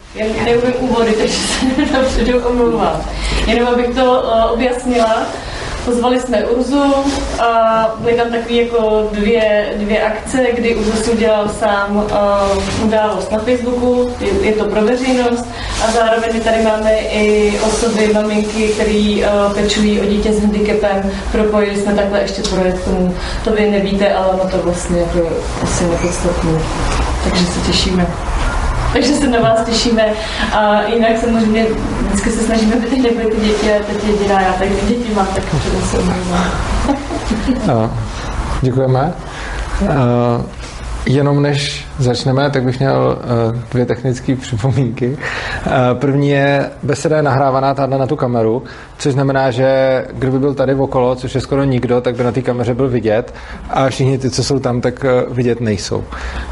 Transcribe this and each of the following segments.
Já neumím úvody, takže se dopředu omlouvám. Jenom abych to objasnila, pozvali jsme Urzu a byly tam takové jako dvě akce, kdy Urza si udělal sám událost na Facebooku, je to pro veřejnost a zároveň tady máme i osoby, maminky, které pečují o dítě s handicapem, propojili jsme takhle ještě projekt tomu. To vy nevíte, ale ono to vlastně jako asi nepodstatné. Takže se těšíme. Takže se na vás těšíme a jinak samozřejmě vždycky se snažíme, aby teď nebyly ty děti a teď jediná já tady ty děti mám, tak předem se omlouvám. Děkujeme. Jenom než začneme, tak bych měl dvě technické připomínky. První je, beseda je nahrávaná tady na tu kameru, což znamená, že kdyby byl tady okolo, což je skoro nikdo, tak by na té kameře byl vidět a všichni ty, co jsou tam, tak vidět nejsou.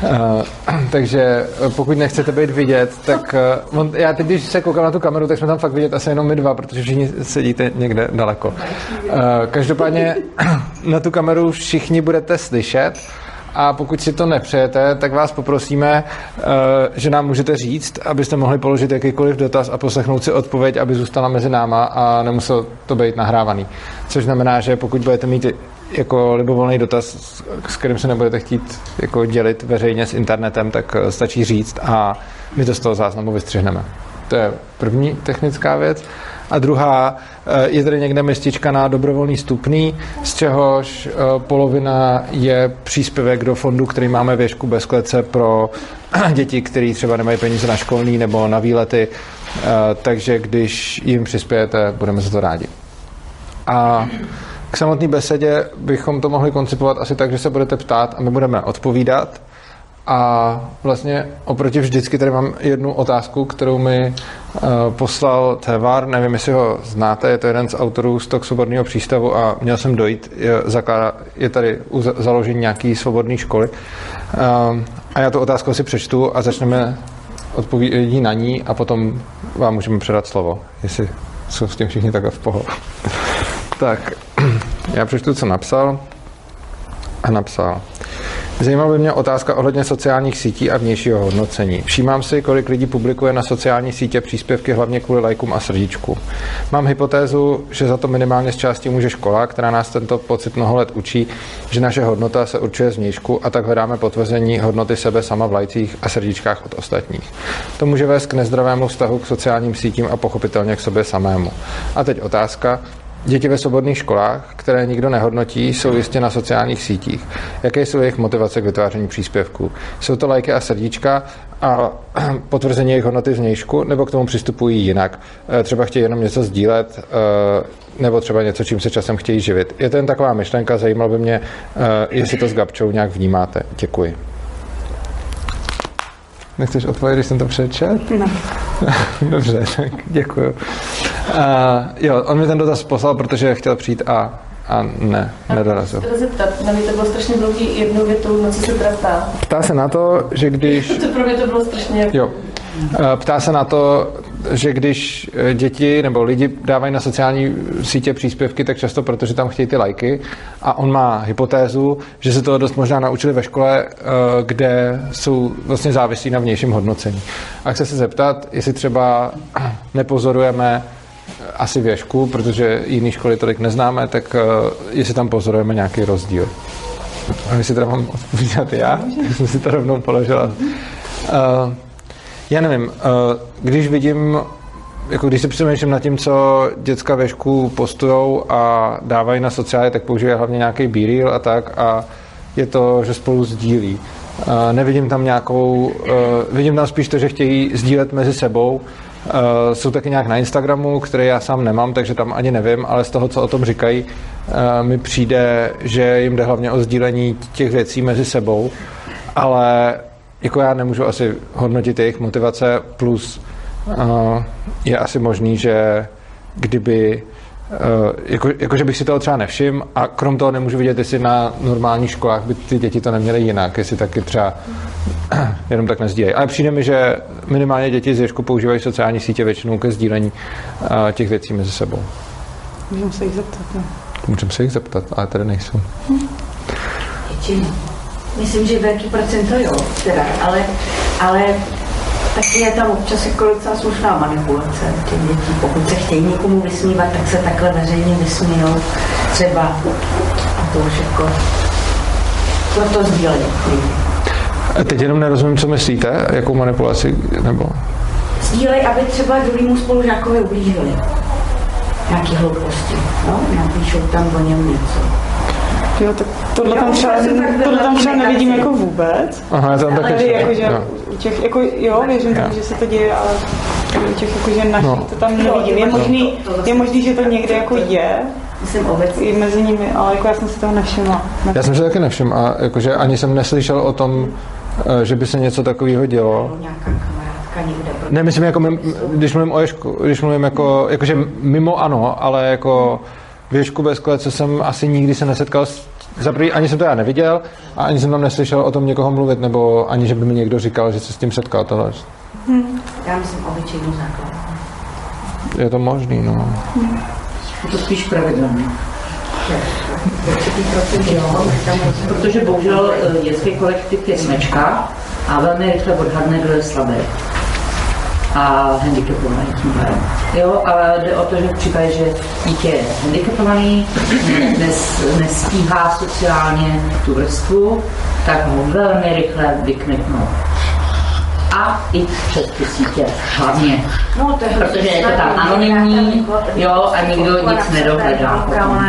Takže pokud nechcete být vidět, tak já teď, když se koukám na tu kameru, tak jsme tam fakt vidět asi jenom my dva, protože všichni sedíte někde daleko. Každopádně na tu kameru všichni budete slyšet. A pokud si to nepřejete, tak vás poprosíme, že nám můžete říct, abyste mohli položit jakýkoliv dotaz a poslechnout si odpověď, aby zůstala mezi náma a nemusel to být nahrávaný. Což znamená, že pokud budete mít jako libovolný dotaz, s kterým se nebudete chtít jako dělit veřejně s internetem, tak stačí říct a my to z toho záznamu vystřihneme. To je první technická věc. A druhá, je tady někde mistička na dobrovolný vstupný, z čehož polovina je příspěvek do fondu, který máme v Ježku bez klece pro děti, který třeba nemají peníze na školní nebo na výlety, takže když jim přispějete, budeme za to rádi. A k samotné besedě bychom to mohli koncipovat asi tak, že se budete ptát a my budeme odpovídat. A vlastně oproti vždycky tady mám jednu otázku, kterou mi poslal Tevar, nevím, jestli ho znáte, je to jeden z autorů Stok svobodného přístavu a měl jsem dojít, je tady založení nějaký svobodné školy. A já tu otázku si přečtu a začneme odpovědí na ní a potom vám můžeme předat slovo, jestli jsou s tím všichni takhle v pohodě. Tak, já přečtu, co napsal. A napsal: Zajímavá by mě otázka ohledně sociálních sítí a vnějšího hodnocení. Všímám si, kolik lidí publikuje na sociální sítě příspěvky hlavně kvůli lajkům a srdíčku. Mám hypotézu, že za to minimálně z části může škola, která nás tento pocit mnoho let učí, že naše hodnota se určuje zvnějšku a tak hledáme potvrzení hodnoty sebe sama v lajcích a srdíčkách od ostatních. To může vést k nezdravému vztahu k sociálním sítím a pochopitelně k sobě samému. A teď otázka. Děti ve svobodných školách, které nikdo nehodnotí, jsou jistě na sociálních sítích. Jaké jsou jejich motivace k vytváření příspěvků? Jsou to lajky a srdíčka a potvrzení jejich hodnoty zvnějšku, nebo k tomu přistupují jinak? Třeba chtějí jenom něco sdílet, nebo třeba něco, čím se časem chtějí živit. Je to jen taková myšlenka, zajímalo by mě, jestli to s Gabčou nějak vnímáte. Děkuji. Nechceš odpovědět, když jsem to přečet? No. Dobře, tak děkuju. Jo, on mi ten dotaz poslal, protože chtěl přijít a nedorazil. Chci se zeptat, na mě to bylo strašně dlouhý jednou větou, na co se teda ptá. Ptá se na to, že když... To pro mě to bylo strašně... Jo. Ptá se na to, že když děti nebo lidi dávají na sociální sítě příspěvky, tak často protože tam chtějí ty lajky a on má hypotézu, že se to dost možná naučili ve škole, kde jsou vlastně závislí na vnějším hodnocení. A chce se zeptat, jestli třeba nepozorujeme asi v Ježku, protože jiné školy tolik neznáme, tak jestli tam pozorujeme nějaký rozdíl. A jestli teda mám odpovídat já, tak jsem si to rovnou položila. Já nevím, když vidím, jako když se přemýšlím nad tím, co děcka ve Ježku postujou a dávají na sociály, tak používají hlavně nějaký BeReal a tak a je to, že spolu sdílí. Nevidím tam nějakou, vidím tam spíš to, že chtějí sdílet mezi sebou. Jsou taky nějak na Instagramu, který já sám nemám, takže tam ani nevím, ale z toho, co o tom říkají, mi přijde, že jim jde hlavně o sdílení těch věcí mezi sebou, ale jako já nemůžu asi hodnotit jejich motivace, plus je asi možný, že kdyby jakože bych si toho třeba nevšiml a krom toho nemůžu vidět, jestli na normálních školách by ty děti to neměly jinak, jestli taky třeba jenom tak nezdílejí. Ale přijde mi, že minimálně děti z Ježku používají sociální sítě většinou ke sdílení těch věcí mezi sebou. Můžeme se jich zeptat, ne? Můžeme se jich zeptat, ale tady nejsou. Většinu. Myslím, že velký procento jo, teda, ale Tak je tam občas jako docela slušná manipulace těch dětí. Pokud se chtějí někomu vysmívat, tak se takhle veřejně vysmíjou třeba. A to už jako proto sdílení. A teď jenom nerozumím, co myslíte, jakou manipulaci, nebo... Sdílej, aby třeba druhému spolužákovi ublížili. Nějaký hlouposti, no? Napíšou tam o něm něco. Jo, tak tohle tam třeba nevidím jako vůbec. Aha, já tam taky jako, že u těch, jako, jo, věřím tomu, že se to děje, ale u těch jako, že našich to tam nevidím. Je možný, že to někde jako je, i mezi nimi, ale jako já jsem si toho nevšimla. Já jsem se taky nevšiml a jakože ani jsem neslyšel o tom, že by se něco takového dělo. Ne, myslím, jako když mluvím o Ježku, když mluvím jakože mimo ano, ale jako v Ježku bez klece jsem asi nikdy se nesetkal za první, ani jsem to já neviděl a ani jsem tam neslyšel o tom někoho mluvit, nebo ani, že by mi někdo říkal, že se s tím setkal. Tohle. Já myslím obyčejný základ. Je to možný, no. Je to spíš pravidelné. Protože bohužel dětský kolektiv je smečka a velmi rychle odhadne, kdo je slabý a handicapovaný. Jo, ale jde o to, že v případě, že dítě je handicapovaný, nestíhá sociálně tu vrstvu, tak ho velmi rychle vykneknou. A i přes ty sítě hlavně, no, protože je to tam anonymní, jo, a nikdo nic nedohledá.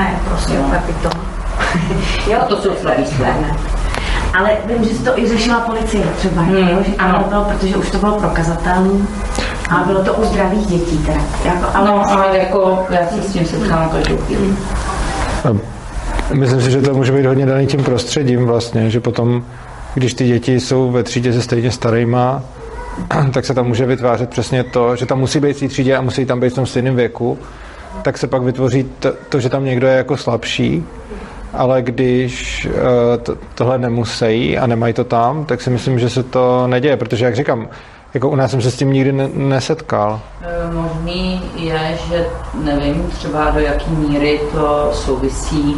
Jo, to jsou slabý strany. Ale vím, že to i řešila policie třeba, ano, protože už to bylo prokazatelné. A bylo to u zdravých dětí teda. Ale jako já se s tím setkám každou chvíli. Myslím si, že to může být hodně daný tím prostředím vlastně, že potom, když ty děti jsou ve třídě se stejně starýma, tak se tam může vytvářet přesně to, že tam musí být v té třídě a musí tam být v tom stejném věku, tak se pak vytvoří to, že tam někdo je jako slabší, ale když tohle nemusí a nemají to tam, tak si myslím, že se to neděje, protože jak říkám, jako u nás jsem se s tím nikdy nesetkal. Možný je, že nevím třeba do jaký míry to souvisí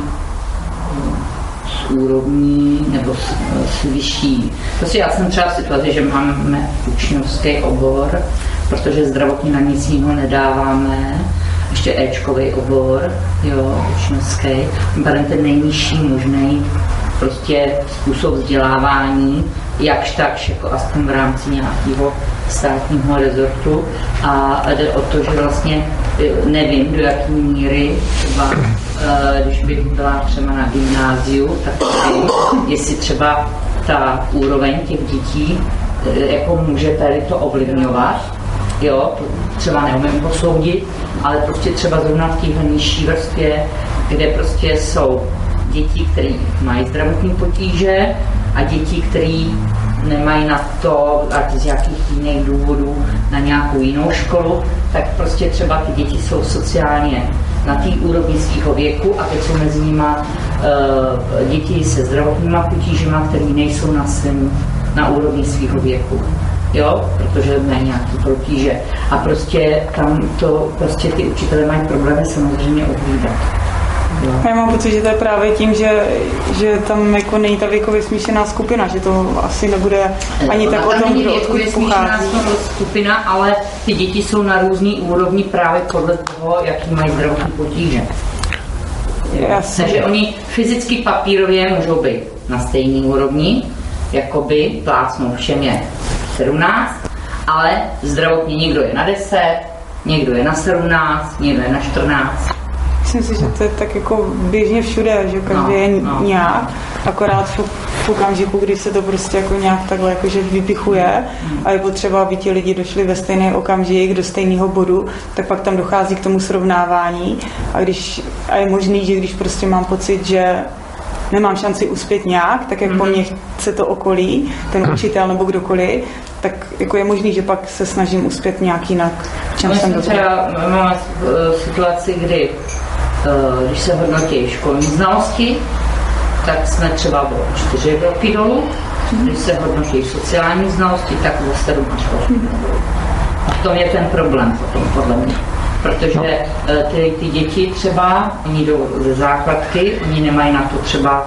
s úrovní nebo s vyšší. Prostě já jsem třeba v situaci, že máme učňovský obor, protože zdravotně na nic jiného nedáváme, ještě Ečkový obor, jo, učňovský, ten nejnižší možný prostě způsob vzdělávání, jakž takž, jako aspoň v rámci nějakého státního rezortu. A jde o to, že vlastně nevím, do jaké míry třeba, když bych byla třeba na gymnáziu, tak nevím, jestli třeba ta úroveň těch dětí jako může tady to ovlivňovat. Jo, třeba neumím posoudit, ale prostě třeba zrovna v téhle nižší vrstvě, kde prostě jsou děti, které mají zdravotní potíže a děti, které nemají na to, ať z jakých jiných důvodů, na nějakou jinou školu, tak prostě třeba ty děti jsou sociálně na té úrovni svého věku a teď jsou mezi nima děti se zdravotníma potížema, které nejsou na úrovni svého věku. Jo, protože mají nějaké potíže. A prostě tam to, prostě ty učitelé mají problémy samozřejmě ohlídat. Já mám pocit, že to je právě tím, že tam jako není ta věkově smíšená skupina, že to asi nebude ani tak o tom, kdo odkud pochází. Skupina, ale ty děti jsou na různý úrovni právě podle toho, jaký mají zdravotní potíže. Takže oni fyzicky papírově můžou být na stejné úrovni, jakoby plácnou všem je 17, ale zdravotně někdo je na 10, někdo je na 17, někdo je na 14. Myslím si, že to je tak jako běžně všude, že každý je nějak, akorát v okamžiku, kdy se to prostě jako nějak takhle jakože vypichuje a je potřeba, aby ti lidi došli ve stejný okamžik do stejného bodu, tak pak tam dochází k tomu srovnávání a je možný, že když prostě mám pocit, že nemám šanci uspět nějak, tak jak po mně chce to okolí, ten učitel nebo kdokoliv, tak jako je možný, že pak se snažím uspět nějak jinak. Třeba máme situaci, kdy když se hodnotí školní znalosti, tak jsme třeba o 4 roky dolů, když se hodnotí sociální znalosti, tak o 7 až 8 dolů. A v tom je ten problém potom, podle mě. Protože ty děti třeba, oni jdou ze základky, oni nemají na to třeba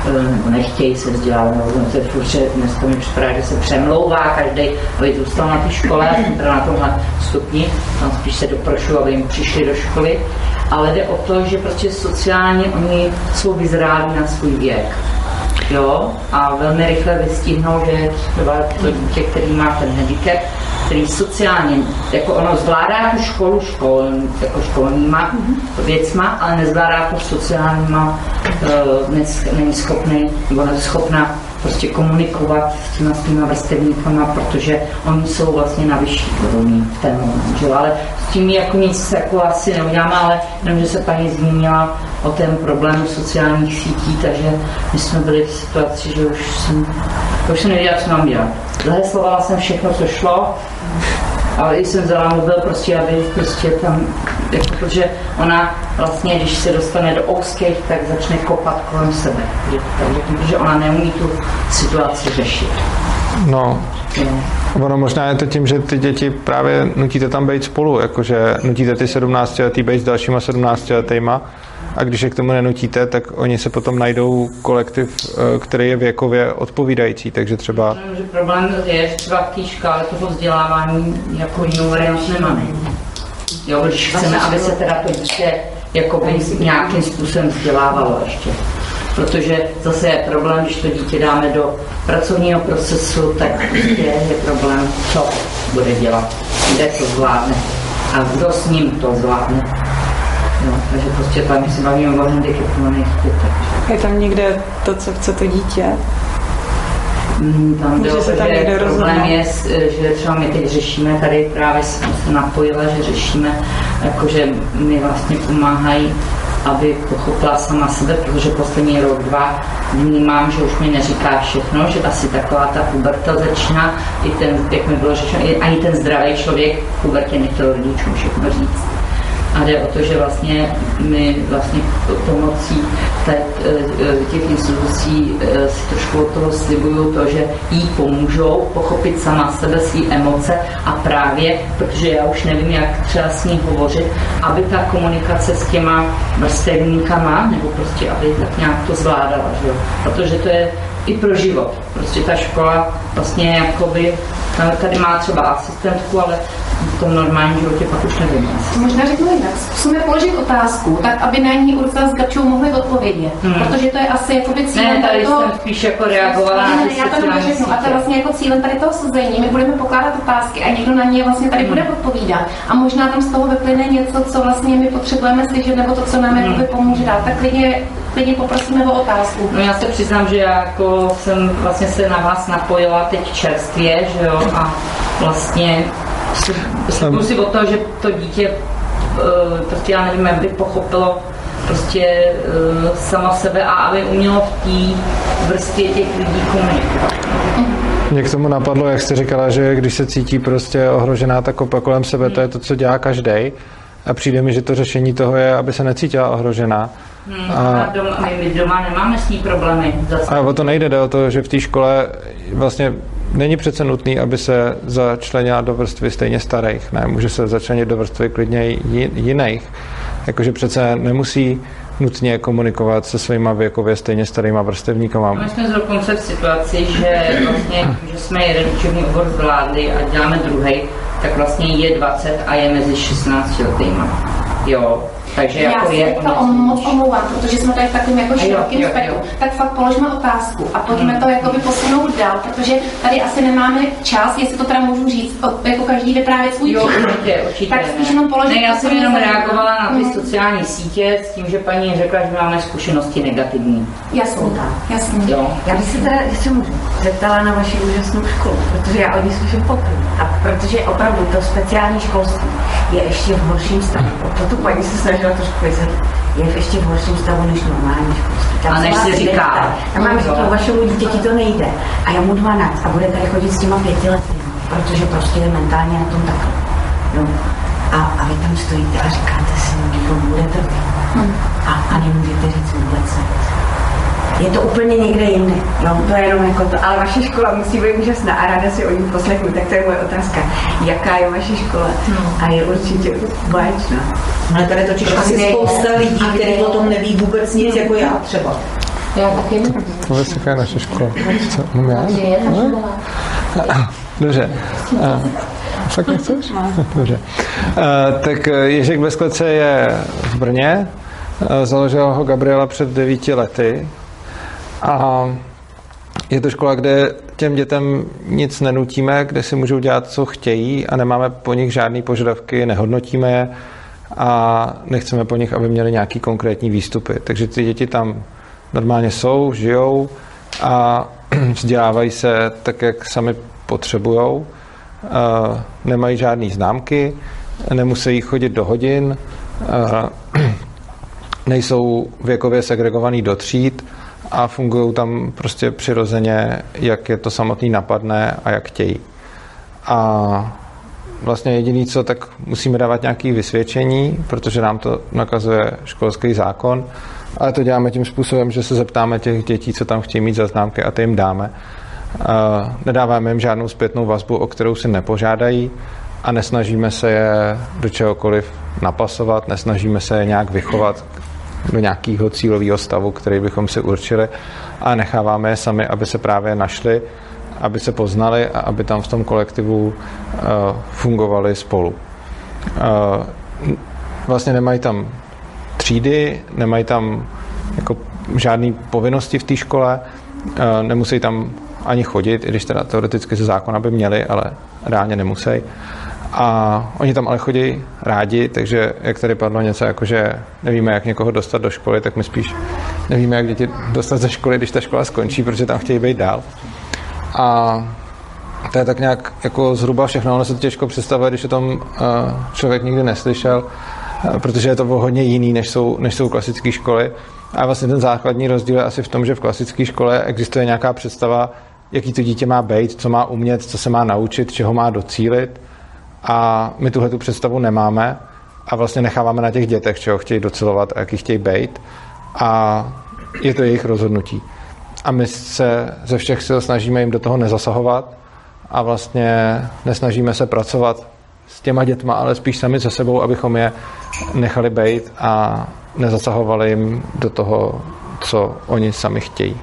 nebo nechtějí se vzdělávat, protože dneska mi připadá, že se přemlouvá každý, aby zůstal na té škole, já jsem teda na tomhle stupni, tam spíš se doprošuju, aby jim přišli do školy, ale jde o to, že prostě sociálně oni jsou vyzrálí na svůj věk. Jo, a velmi rychle vystihnou, že třeba to dítě, který má ten handicap, který sociálně, jako ono zvládá tu školu jako školníma věcma, ale nezvládá to sociálníma, není schopný, nebo neschopná prostě komunikovat s těma vrstevníkama, protože oni jsou vlastně na vyšší úrovni v ten moment, že? Ale s tím jako nic jako asi neuděláme, ale jenom, že se paní zmínila o tom problému sociálních sítí, takže my jsme byli v situaci, že už jsem nevěděla, co mám dělat. Zaheslovala jsem všechno, co šlo, ale když jsem vzala mobil, prostě, aby prostě tam, jako, protože ona vlastně, když se dostane do ouských, tak začne kopat kolem sebe. Protože ona neumí tu situaci řešit. No, ono možná je to tím, že ty děti právě nutíte tam být spolu, jakože nutíte ty 17letý být s dalšíma 17letýma a když je k tomu nenutíte, tak oni se potom najdou kolektiv, který je věkově odpovídající, takže třeba... Problém je, že třeba v té škále toho vzdělávání jako jinou variantu nemáme. Jo, když chceme, aby se teda to dítě jakoby nějakým způsobem vzdělávalo ještě. Protože zase je problém, když to dítě dáme do pracovního procesu, tak prostě je problém, co bude dělat, kde to zvládne a kdo s ním to zvládne. No, takže prostě tam si bavíme o handicapovaných dětech. Je tam někde to, co chce to dítě? Tam jde o to, že problém je, že třeba my teď řešíme, tady právě jsem se napojila, že řešíme, jakože mi vlastně pomáhají, aby pochopila sama sebe, protože poslední rok, 2 vnímám, že už mi neříká všechno, že asi taková ta puberta začíná, i ten, jak mi bylo řečeno, ani ten zdravý člověk v pubertě nechtěl rodičům všechno říct. A jde o to, že vlastně my vlastně pomocí těch institucí si trošku od toho slibuju to, že jí pomůžou pochopit sama sebe, svý emoce a právě, protože já už nevím, jak třeba s ní hovořit, aby ta komunikace s těma vrstevníkama, nebo prostě aby tak nějak to zvládala, že jo? Protože to je i pro život. Prostě ta škola vlastně jakoby, tady má třeba asistentku, ale v tom normálním životě pak už nevím. Možná řeknu jinak. Zkusíme položit otázku, tak aby na ní Urza s Gabčou mohli odpovědět. Protože to je asi jakoby cílem tady toho... jsem spíš jako reagovala na ty já to neřeknu. A to je vlastně jako cílem tady toho sezení. My budeme pokládat otázky a někdo na ně vlastně tady bude odpovídat. A možná tam z toho vyplyne něco, co vlastně my potřebujeme slyšet, nebo to, co nám jakoby pomůže dál. Tak klidně poprosíme o otázku. No já se přiznám, že já jako jsem vlastně se na vás napojila teď čerstvě, že jo, a vlastně slibuji si o to, že to dítě prostě já nevím, aby pochopilo prostě sama sebe a aby umělo v té vrstvě těch lidí komunikovat. Mě k tomu napadlo, jak jste říkala, že když se cítí prostě ohrožená, tak kopa kolem sebe, to je to, co dělá každej. A přijde mi, že to řešení toho je, aby se necítila ohrožená. My doma nemáme s ní problémy. A o to nejde, jde o to, že v té škole vlastně není přece nutný, aby se začlenila do vrstvy stejně starých. Ne, může se začlenit do vrstvy klidně jiných. Jakože přece nemusí nutně komunikovat se svýma věkově stejně starýma vrstevníkama. My jsme dokonce v situaci, že vlastně, že jsme jeden učební obor zvládli a děláme druhý, tak vlastně je 20 a je mezi 16 letýma. Jo. Takže já jako se teďka moc omlouvám, protože jsme tady v takovém jako širokým spektru. Tak fakt položme otázku a pojďme to jakoby posunout dál, protože tady asi nemáme čas, jestli to teda můžu říct, jako každý vyprávět svůj určitě. Tak spíš jenom položit. Ne, já jsem jenom reagovala na ty sociální sítě s tím, že paní řekla, že máme zkušenosti negativní. Jasně. Jo. Já bych se teda, jestli můžu, zeptala na vaši úžasnou školu, protože já od ní slyším poprvé. A protože opravdu to speciální školství je ještě v horším stavu. To tu paní se snažila trošku vysvětlit. Je ještě v horším stavu než normální školství. A než si říká. Já mám říct, vašemu dítěti to nejde. A já mu 12 a bude tady chodit s těma 5 lety, protože prostě je mentálně na tom takhle. No. A vy tam stojíte a říkáte si, že bude trpět. A nemůžete říct vůbec nic. Je to úplně někde jinde, jo, to je jenom jako to, ale vaše škola musí být úžasná a ráda si o ní poslechnu, tak to je moje otázka. Jaká je vaše škola? A je určitě báječná. Ale tady totiž asi spousta lidí, kteří o tom neví vůbec nic, jako já třeba. Já taky. Vůbec jaká je naše škola. Co? Mám já? Je ta škola. Dobře. Fakt nechceš? Dobře. Tak Ježek bez klece je v Brně. Založila ho Gabriela před 9 lety. A je to škola, kde těm dětem nic nenutíme, kde si můžou dělat, co chtějí a nemáme po nich žádný požadavky, nehodnotíme je a nechceme po nich, aby měli nějaký konkrétní výstupy. Takže ty děti tam normálně jsou, žijou a vzdělávají se tak, jak sami potřebujou. Nemají žádný známky, nemusí chodit do hodin, nejsou věkově segregovaný do tříd a fungují tam prostě přirozeně, jak je to samotný napadne a jak chtějí. A vlastně jediný co, tak musíme dávat nějaké vysvědčení, protože nám to nakazuje školský zákon, ale to děláme tím způsobem, že se zeptáme těch dětí, co tam chtějí mít za známky a ty jim dáme. Nedáváme jim žádnou zpětnou vazbu, o kterou si nepožádají a nesnažíme se je do čehokoliv napasovat, nesnažíme se je nějak vychovat do nějakého cílového stavu, který bychom si určili a necháváme je sami, aby se právě našli, aby se poznali a aby tam v tom kolektivu fungovali spolu. Vlastně nemají tam třídy, nemají tam jako žádné povinnosti v té škole, nemusí tam ani chodit, i když teda teoreticky ze zákona by měli, ale reálně nemusí. A oni tam ale chodí rádi, takže jak tady padlo něco jako, že nevíme, jak někoho dostat do školy, tak my spíš nevíme, jak děti dostat ze školy, když ta škola skončí, protože tam chtějí být dál. A to je tak nějak jako zhruba všechno, ono se to těžko představuje, když o tom člověk nikdy neslyšel, protože je to hodně jiný, než jsou klasické školy. A vlastně ten základní rozdíl je asi v tom, že v klasické škole existuje nějaká představa, jaký to dítě má být, co má umět, co se má naučit, čeho má docílit. A my tuhletu představu nemáme a vlastně necháváme na těch dětech, čeho chtějí docelovat a jaký chtějí být. A je to jejich rozhodnutí. A my se ze všech sil snažíme jim do toho nezasahovat a vlastně nesnažíme se pracovat s těma dětma, ale spíš sami se sebou, abychom je nechali být a nezasahovali jim do toho, co oni sami chtějí.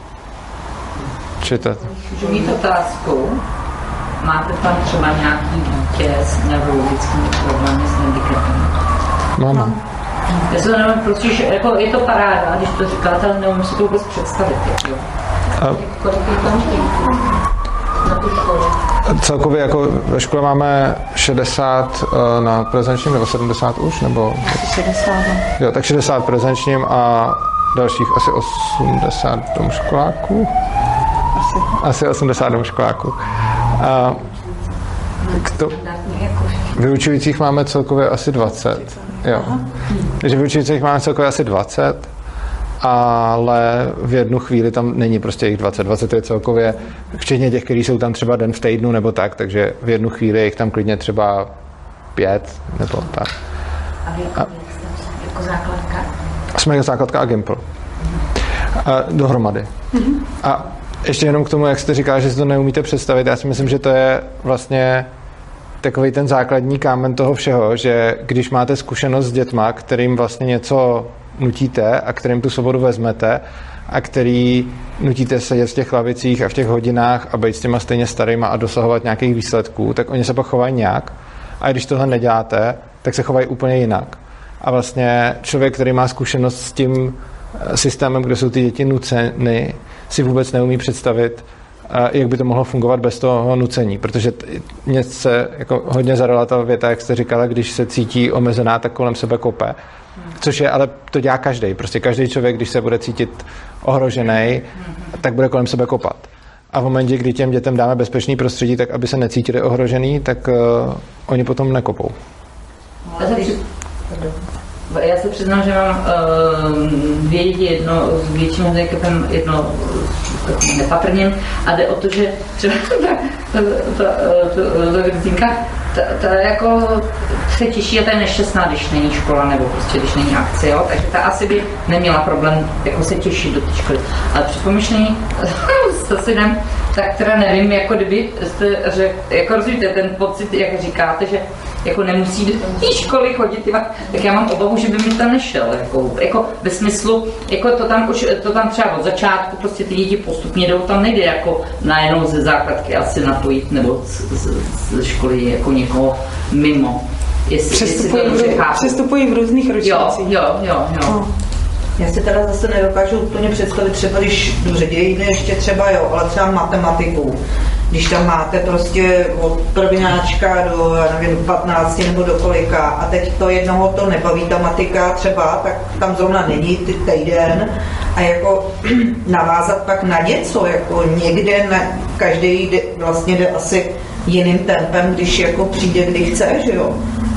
Mít otázku. Máte tam třeba nějaký dítě s neurologickými problémy, s handicapem? Máme. Já se nevím, protože jako je to paráda, když to říkáte, ale neumím si to vůbec představit. Kolik je tam dětí na tu školu? Celkově jako ve škole máme 60 na prezenčním, nebo 70 už, nebo? 60. Jo, tak 60 prezenčním a dalších asi 80 domoškoláků. Asi 80 domoškoláků. Vyučujících máme celkově asi 20. Jo. Takže vyučujících máme celkově asi 20, ale v jednu chvíli tam není prostě jich 20. 20 je celkově, včetně těch, kteří jsou tam třeba den v týdnu nebo tak, takže v jednu chvíli je jich tam klidně třeba 5 nebo tak. A vy jako základka? Jsme základka a Gimpl. Dohromady. A ještě jenom k tomu, jak jste říkala, že si to neumíte představit, já si myslím, že to je vlastně takový ten základní kámen toho všeho, že když máte zkušenost s dětma, kterým vlastně něco nutíte a kterým tu svobodu vezmete a který nutíte sedět v těch lavicích a v těch hodinách a být s těma stejně starýma a dosahovat nějakých výsledků, tak oni se pak chovají nějak a když tohle neděláte, tak se chovají úplně jinak. A vlastně člověk, který má zkušenost s tím systémem, kde jsou ty děti nuceny, si vůbec neumí představit, jak by to mohlo fungovat bez toho nucení, protože mě se jako hodně zadala ta věta, jak jste říkala, když se cítí omezená, tak kolem sebe kope. Což je, ale to dělá každý. Prostě každý člověk, když se bude cítit ohrožený, tak bude kolem sebe kopat. A v momentě, kdy těm dětem dáme bezpečný prostředí, tak aby se necítili ohrožený, tak oni potom nekopou. Já se přiznám, že mám dvě děti, jedno s větším handicapem, jedno s nepatrným, a jde o to, že třeba ta Kristýnka, ta jako se těší a ta je nešťastná, když není škola nebo prostě když není akce, jo? Takže ta asi by neměla problém jako se těšit do té školy. Ale při pomyšlení s synem, tak teda nevím, jako kdyby jste řekl, jako rozumíte ten pocit, jak říkáte, že jako nemusí do té školy chodit, tak já mám obavu, že by mi tam nešel, jako ve smyslu, jako to tam třeba od začátku, prostě ty děti postupně jdou, tam nejde jako najednou ze základky asi napojit, nebo ze školy jako někoho mimo. Přestupují v různých ročnících. Jo. Já si teda zase nedokážu úplně představit, třeba když dobře dějiny ještě třeba jo, ale třeba matematiku. Když tam máte prostě od prvináčka do, já nevím, 15 nebo do kolika a teď to jednoho to nebaví ta matika třeba, tak tam zrovna není ty týden a jako navázat pak na něco, jako někde každý vlastně jde asi jiným tempem, když jako přijde, kdy chce, že jo.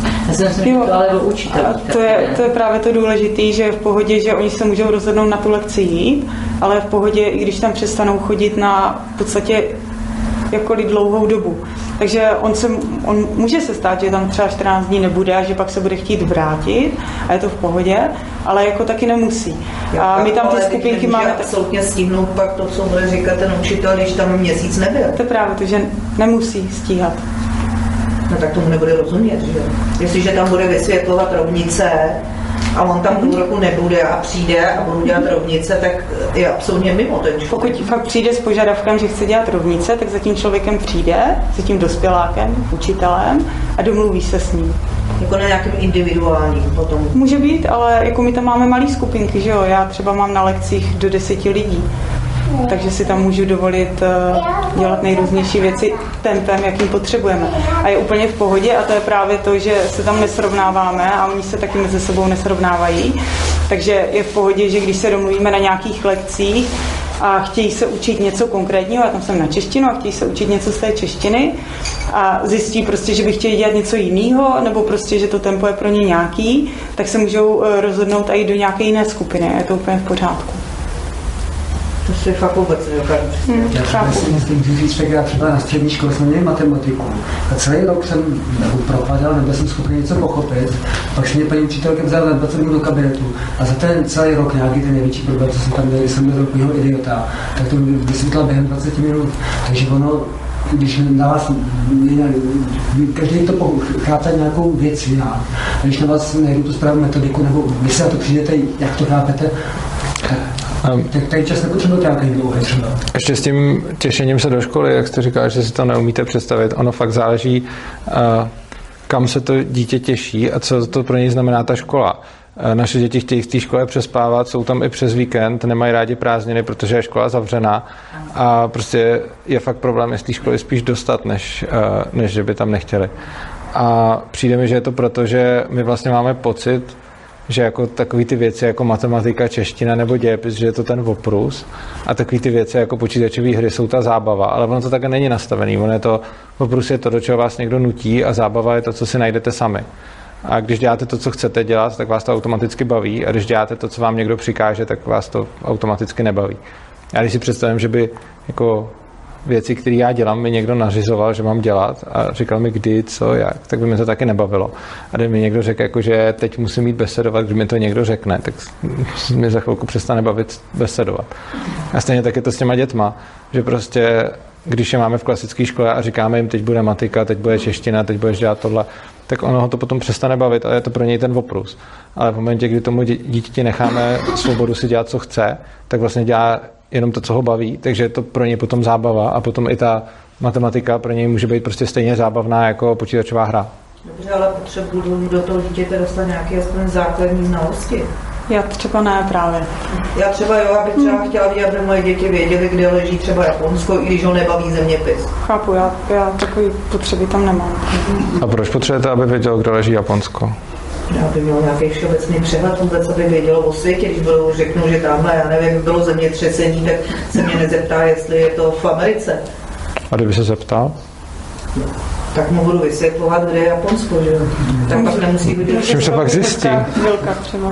To je právě to důležité, že je v pohodě, že oni se můžou rozhodnout na tu lekci jít, ale v pohodě, i když tam přestanou chodit na v podstatě jakkoliv dlouhou dobu. Takže on může se stát, že tam třeba 14 dní nebude a že pak se bude chtít vrátit a je to v pohodě, ale jako taky nemusí. A my tam ty skupinky máme... absolutně stihnout pak to, co bude říkat ten učitel, když tam měsíc nebyl. To je právě to, že nemusí stíhat. No tak tomu nebude rozumět, že? Jestliže tam bude vysvětlovat rovnice a on tam půl roku nebude a přijde a budu dělat rovnice, tak je absolutně mimo ten člověk. Pokud fakt přijde s požadavkem, že chce dělat rovnice, tak za tím člověkem přijde, za tím dospělákem, učitelem a domluví se s ním. Jako na nějakým individuálním potom? Může být, ale jako my tam máme malé skupinky, že jo? Já třeba mám na lekcích do 10 lidí. Takže si tam můžu dovolit dělat nejrůznější věci tempem, jakým potřebujeme. A je úplně v pohodě a to je právě to, že se tam nesrovnáváme a oni se taky mezi sebou nesrovnávají. Takže je v pohodě, že když se domluvíme na nějakých lekcích a chtějí se učit něco konkrétního, já tam jsem na češtinu a chtějí se učit něco z té češtiny a zjistí prostě, že by chtěli dělat něco jiného nebo prostě, že to tempo je pro ně nějaký, tak se můžou rozhodnout a jít do nějaké jiné skupiny a je to úplně v pořádku. To si fakt vůbec nedokážu. Já třeba si říct, já třeba na střední škole jsme měli matematiku a celý rok jsem propadal, nebyl jsem schopný něco pochopit, pak mě paní učitelka vzala na 20 minut do kabinetu a za ten celý rok nějaký ten největší problém, co jsem tam měl, jsem měl takového idiota, tak to vysvětlila během 20 minut, takže ono, když na vás, každý to chápe nějakou věc jinak, a když na vás nejdu tu správnou metodiku, nebo vy se na to přijdete, jak to chápete, tak tady čas nepotřebuje nějaký dlouhý třeba. Ještě s tím těšením se do školy, jak jste říkal, že si to neumíte představit, ono fakt záleží, kam se to dítě těší a co to pro něj znamená ta škola. Naše děti chtějí v té škole přespávat, jsou tam i přes víkend, nemají rádi prázdniny, protože je škola zavřená a prostě je fakt problém, jestli školy spíš dostat, než že by tam nechtěli. A přijde mi, že je to proto, že my vlastně máme pocit, že jako takový ty věci jako matematika, čeština nebo dějepis, že je to ten oprus a takový ty věci jako počítačové hry jsou ta zábava, ale ono to také není nastavený, ono je to, oprus je to, do čeho vás někdo nutí a zábava je to, co si najdete sami. A když děláte to, co chcete dělat, tak vás to automaticky baví a když děláte to, co vám někdo přikáže, tak vás to automaticky nebaví. Já když si představím, že by jako věci, které já dělám, mi někdo nařizoval, že mám dělat a říkal mi kdy, co, jak, tak by mi to taky nebavilo. A když mi někdo řekl, jako, že teď musím jít besedovat, když mi to někdo řekne, tak mi za chvilku přestane bavit besedovat. A stejně tak je to s těma dětma, že prostě, když je máme v klasické škole a říkáme jim, teď bude matika, teď bude čeština, teď budeš dělat tohle, tak ono ho to potom přestane bavit a je to pro něj ten oprus. Ale v momentě, kdy tomu dítěti necháme svobodu si dělat, co chce, tak vlastně dělá jenom to, co ho baví, takže je to pro něj potom zábava a potom i ta matematika pro něj může být prostě stejně zábavná jako počítačová hra. Dobře, ale potřebuji do toho dítěte dostat nějaké aspoň základní znalosti. Já třeba ne právě. Já třeba jo, abych třeba chtěla vidět, aby moje děti věděly, kde leží třeba Japonsko, i když ho nebaví zeměpis. Chápu, já takový potřeby tam nemám. A proč potřebujete, aby věděl, kde leží Japonsko? Já bych měl nějaký všeobecný přehled vůbec, aby vědělo o světě, když řeknu, že tamhle, já nevím, bylo zemětřesení, tak se mě nezeptá, jestli je to v Americe. A kdyby se zeptal? No, tak mu budu vysvětlovat, kde je Japonsko, že jo. Tak pak nemusí být... Čím se pak zjistí? Vilka třeba.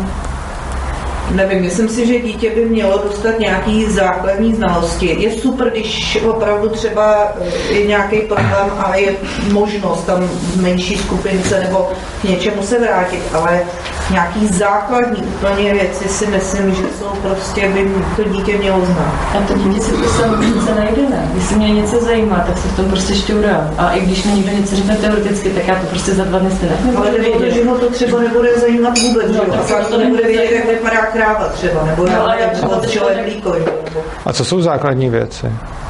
Nevím, myslím si, že dítě by mělo dostat nějaký základní znalosti. Je super, když opravdu třeba je nějaký problém a je možnost tam v menší skupince nebo k něčemu se vrátit, ale nějaký základní úplně věci si myslím, že jsou prostě, by to dítě mělo znát. A to dítě si to samo přece najde, ne? Když mě něco zajímá, tak se v tom prostě šťourám. A i když mi někdo něco řekne teoreticky, tak já to prostě za 2 dny stejně ale že ho to třeba nebude zajímat vůbec, no, že? A to nebude vědět, jak vypadá kráva třeba, nebo jak mlíko. A co jsou základní věci?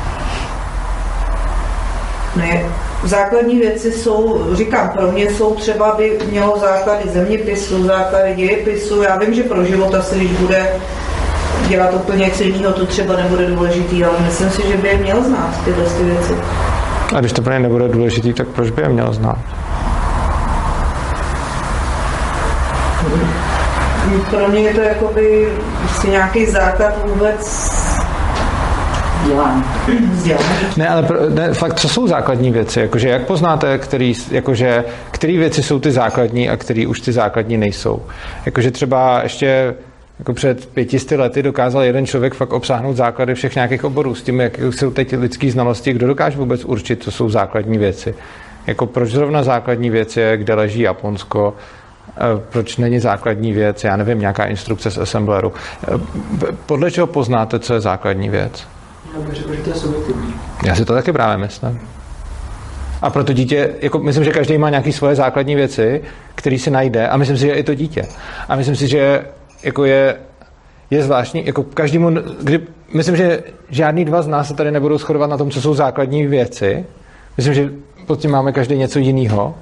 Ne, základní věci jsou, říkám, pro mě jsou třeba, by mělo základy zeměpisu, základy dějepisu. Já vím, že pro život asi, když bude dělat úplně něco jiného, to třeba nebude důležitý, ale myslím si, že by je měl znát tyhle věci. A když to pro ně nebude důležitý, tak proč by je měl znát? Pro mě je to jakoby nějaký základ vůbec Ne, ale fakt, co jsou základní věci? Jakože jak poznáte, který věci jsou ty základní a který už ty základní nejsou? Jakože třeba ještě jako před 500 lety dokázal jeden člověk fakt obsáhnout základy všech nějakých oborů s tím, jak jsou teď lidské znalosti, kdo dokáže vůbec určit, co jsou základní věci. Jako proč zrovna základní věc je, kde leží Japonsko, proč není základní věc, já nevím, nějaká instrukce z assembleru. Podle čeho poznáte, co je základní věc? Já si to taky právě myslím. A pro to dítě, jako myslím, že každý má nějaké svoje základní věci, které si najde, a myslím si, že i to dítě. A myslím si, že jako je zvláštní, jako každému, myslím, že žádný dva z nás se tady nebudou shodovat na tom, co jsou základní věci. Myslím, že pod tím máme každý něco jiného.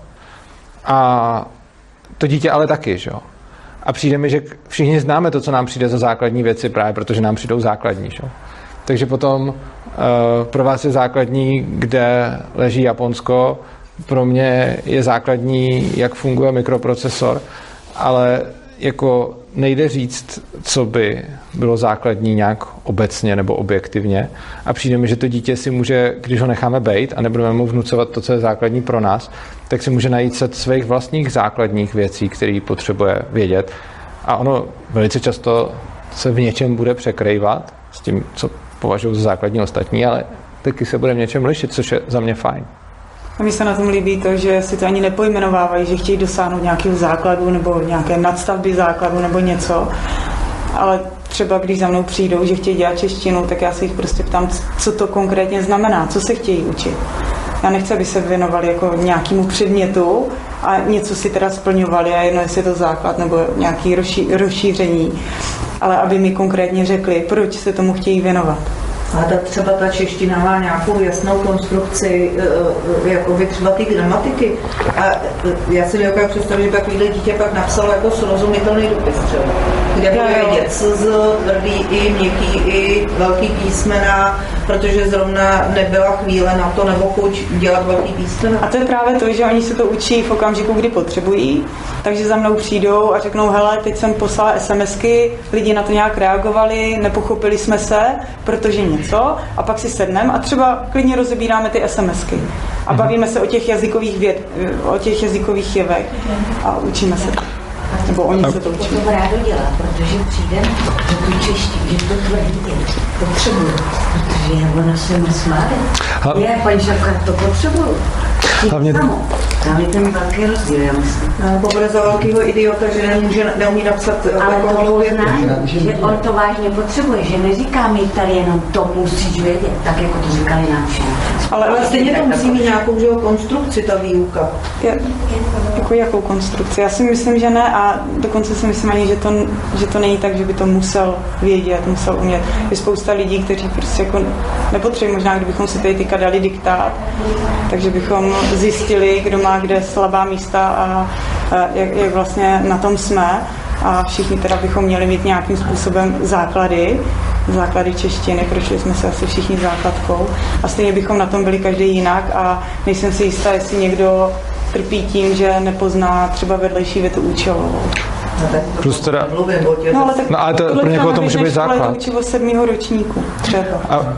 A to dítě ale taky, že jo. A přijde mi, že všichni známe to, co nám přijde za základní věci, právě protože nám přijdou základní, že jo. Takže potom pro vás je základní, kde leží Japonsko, pro mě je základní, jak funguje mikroprocesor, ale jako nejde říct, co by bylo základní nějak obecně nebo objektivně. A přijde mi, že to dítě si může, když ho necháme bejt a nebudeme mu vnucovat to, co je základní pro nás, tak si může najít set svých vlastních základních věcí, které potřebuje vědět. A ono velice často se v něčem bude překrývat s tím, co považuji za základní ostatní, ale taky se bude v něčem lišit, což je za mě fajn. A mi se na tom líbí to, že si to ani nepojmenovávají, že chtějí dosáhnout nějakého základu nebo nějaké nadstavby základu nebo něco. Ale třeba když za mnou přijdou, že chtějí dělat češtinu, tak já se jich prostě ptám, co to konkrétně znamená, co se chtějí učit. Já nechci, aby se věnovali jako nějakému předmětu a něco si teda splňovali a jedno, jestli je to základ nebo nějaké rozšíření, ale aby mi konkrétně řekli, proč se tomu chtějí věnovat. A třeba ta čeština má nějakou jasnou konstrukci, jakoby třeba ty gramatiky. A já si nedokážu představit, že takovýhle dítě pak napsalo jako srozumitelný dopis třeba. Kde bude vědět tvrdý i měkký i velký písmena, protože zrovna nebyla chvíle na to nebo chuť dělat velký písmena. A to je právě to, že oni se to učí v okamžiku, kdy potřebují, takže za mnou přijdou a řeknou, hele, teď jsem poslala SMSky, lidi na to nějak reagovali, nepochopili jsme se, protože něco, a pak si sedneme a třeba klidně rozebíráme ty SMSky a bavíme se o těch jazykových jevech a učíme se to. Nebo oni se to učí. To rádo dělá, protože přijde do tu češtinu, že to tvrdí potřebuju, protože ona se nesmáde. Paní šéfka, to potřebuju. Hlavně... Tam je ten velký rozdíl, já myslím. Poprvé za velkýho idiota, že neumí napsat. Ale to znám, že on to vážně potřebuje, že neříká mi tady jenom to musíš vědět, tak jako to říkali nám všichni. Ale stejně to musí mít nějakou konstrukci, ta výuka. Jakou konstrukci? Já si myslím, že ne a dokonce si myslím ani, že to není tak, že by to musel vědět, musel umět. Je spousta lidí, kteří prostě jako nepotřebují, možná kdybychom si tady teďka dali diktát, takže bychom zjistili, kdo má kde slabá místa a jak vlastně na tom jsme a všichni teda bychom měli mít nějakým způsobem základy češtiny, prošli jsme se asi všichni základkou a stejně bychom na tom byli každý jinak a nejsem si jistá, jestli někdo trpí tím, že nepozná třeba vedlejší větu účelovou. Plus teda... ale to pro někoho to může být základ. Učivo 7. ročníku třeba. A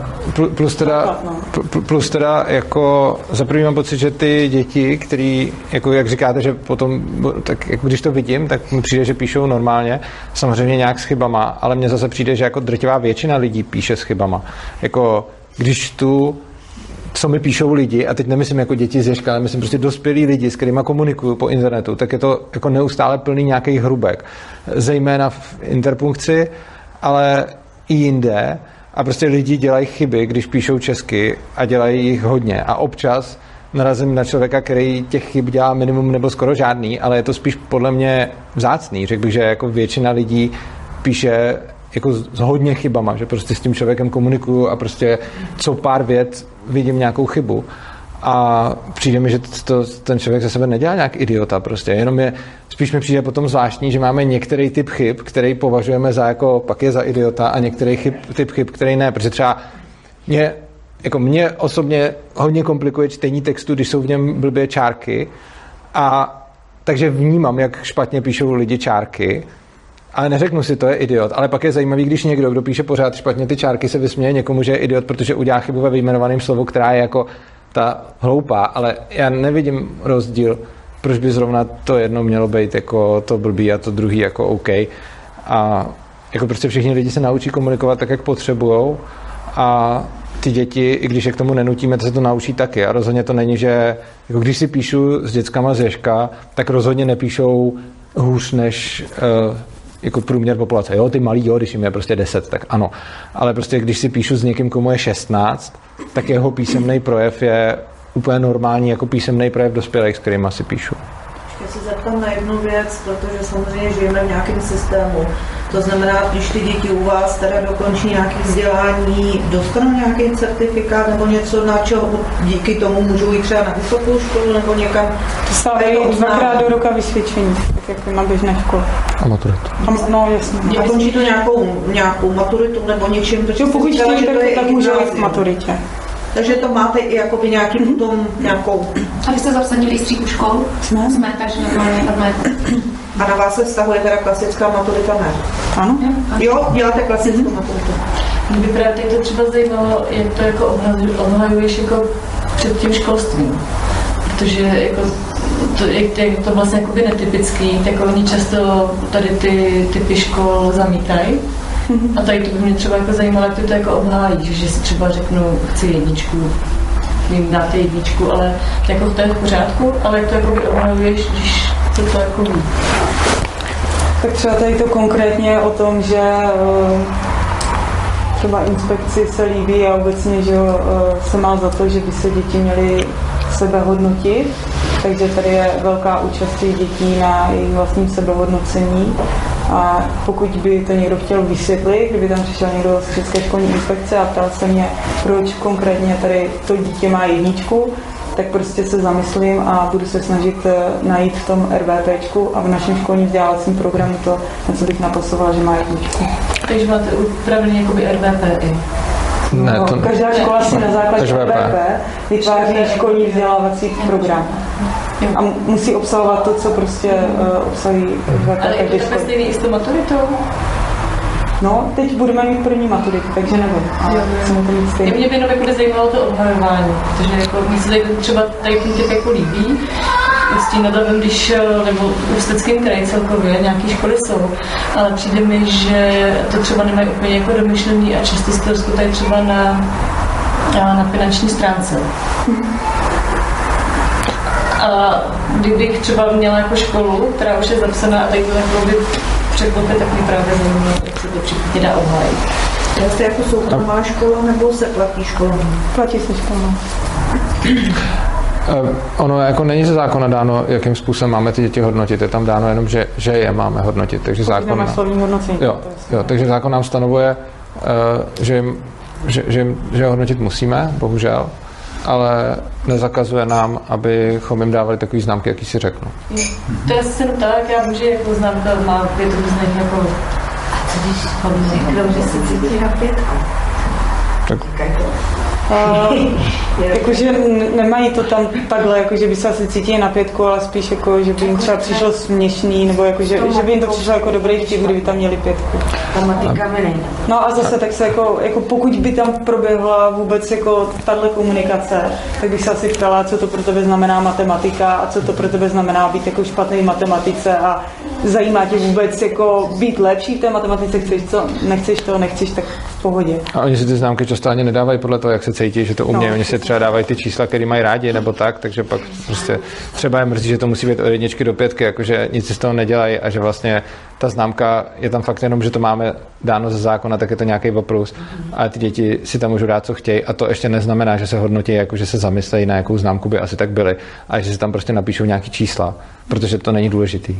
plus teda jako za první mám pocit, že ty děti, který, jako jak říkáte, že potom, tak jako když to vidím, tak mi přijde, že píšou normálně, samozřejmě nějak s chybama, ale mně zase přijde, že jako drtivá většina lidí píše s chybama. Jako když tu co mi píšou lidi, a teď nemyslím jako děti z Ježka, ale myslím prostě dospělí lidi, s kterými komunikuju po internetu, tak je to jako neustále plný nějakých hrubek. Zejména v interpunkci, ale i jinde. A prostě lidi dělají chyby, když píšou česky a dělají jich hodně. A občas narazím na člověka, který těch chyb dělá minimum nebo skoro žádný, ale je to spíš podle mě vzácný. Řekl bych, že jako většina lidí píše jako s hodně chybama, že prostě s tím člověkem komunikuju a prostě co pár vět vidím nějakou chybu. A přijde mi, že ten člověk ze sebe nedělá nějak idiota prostě, jenom spíš mi přijde potom zvláštní, že máme některý typ chyb, který považujeme za jako, pak je za idiota a některý typ chyb, který ne, protože třeba mě osobně hodně komplikuje čtení textu, když jsou v něm blbě čárky, a takže vnímám, jak špatně píšou lidi čárky, ale neřeknu si, to je idiot, ale pak je zajímavý, když někdo, kdo píše pořád špatně ty čárky, se vysměje někomu, že je idiot, protože udělá chybu ve vyjmenovaném slovu, která je jako ta hloupá, ale já nevidím rozdíl, proč by zrovna to jedno mělo být jako to blbý a to druhý jako OK. A jako prostě všichni lidi se naučí komunikovat tak, jak potřebujou, a ty děti, i když je k tomu nenutíme, to se to naučí taky. A rozhodně to není, že jako když si píšu s dětskama z Ježka, tak rozhodně nepíšou hůř než jako průměr populace. Jo, ty malý, jo, když jim je prostě 10, tak ano. Ale prostě když si píšu s někým, komu je 16, tak jeho písemný projev je úplně normální jako písemný projev dospělých, s kterýma si píšu. Ještě se zeptám na jednu věc, protože samozřejmě žijeme v nějakém systému. To znamená, když ty děti u vás teda dokončí nějaké vzdělání, dostanou nějaký certifikát nebo něco, na čeho díky tomu můžou jít třeba na vysokou školu nebo někam? Dostávají 2krát do roka vysvědčení, tak jako na běžné škole. A maturitu. No, jasně. A končí to nějakou maturitu nebo něčím? Pokud chtějí, tak můžou jít k maturitě. Takže to máte i jakoby nějakou... A vy jste zapsaní v rejstříku škol? Jsme, takže normálně tam je. A na vás se vztahuje teda klasická maturita, ne? Ano. Jo, děláte klasickou maturitu. Mě by právě teď to třeba zajímalo, jak to jako obhajuješ jako před tím školstvím. Protože jako jak to vlastně jakoby netypický, tak oni často tady ty typy škol zamítají. A tady to by mě třeba jako zajímalo, jak ty to jako obhájíš, že si třeba řeknu, chci jedničku, jim dáte jedničku, ale jako to je v pořádku, ale jak to jako obhajuješ, když to jako ví. Tak třeba tady to konkrétně o tom, že třeba inspekci se líbí a obecně, že se má za to, že by se děti měly sebehodnotit, takže tady je velká účast těch dětí na jejich vlastním sebehodnocení. A pokud by to někdo chtěl vysvětlit, kdyby tam přišel někdo z České školní inspekce a ptal se mě, proč konkrétně tady to dítě má jedničku, tak prostě se zamyslím a budu se snažit najít v tom RVPčku a v našem školním vzdělávacím programu to, na co bych napasovala, že má jedničku. Takže máte upravený jakoby RVP i? Ne, to každá škola si na základě RVP vytváří školní vzdělávací program. A musí obsahovat to, co prostě obsahují RVP. Ale je to takhle stejný i s tou maturitou? No, teď budeme mít první maturitu, takže nevím. Mě by jenom jako zajímalo to obhajování, protože jako mě se třeba tady ten typ jako líbí, s tím nadavím, když, nebo v Ústeckém kraji celkově nějaké školy jsou, ale přijde mi, že to třeba nemají úplně jako domyšlený a často se to rozkotají třeba na finanční stránce. A kdybych třeba měla jako školu, která už je zapsaná a tady to by překvapit, tak mě právě zajímalo, jak se to případně dá obhájit. Jste jako soukromá škola nebo se platí škola? Platí se škola. Ono jako není ze zákona dáno, jakým způsobem máme ty děti hodnotit. Je tam dáno jenom, že je máme hodnotit. Takže zákon, takže zákon nám stanovuje, že hodnotit musíme, bohužel, ale nezakazuje nám, abychom jim dávali takový známky, jaký si řeknu. To je se tak, já vím, že jako známka má 5 různých jako... A co když řeknou, že se cítí na 5? Tak. Jakože nemají to tam takhle, jako že by se asi cítili na 5, ale spíš jako, že by jim třeba přišlo směšný, nebo jako, že by jim to přišlo jako dobrý vtip, kdyby tam měli 5. No a zase tak se jako pokud by tam proběhla vůbec jako tahle komunikace, tak bych se asi ptala, co to pro tebe znamená matematika a co to pro tebe znamená být jako špatný v matematice a zajímá tě vůbec jako být lepší v té matematice, chceš to, nechceš, tak pohodě. A oni si ty známky často ani nedávají podle toho, jak se cítí, že to umějí. Oni si třeba dávají ty čísla, které mají rádi, nebo tak, takže pak prostě třeba je mrzí, že to musí být od 1 do 5, jakože nic si z toho nedělají a že vlastně ta známka je tam fakt jenom, že to máme dáno ze zákona, tak je to nějaký oprus a ty děti si tam můžou dát, co chtějí a to ještě neznamená, že se hodnotí, jako že se zamyslejí, na jakou známku by asi tak byly a že si tam prostě napíšou nějaký čísla, protože to není důležitý.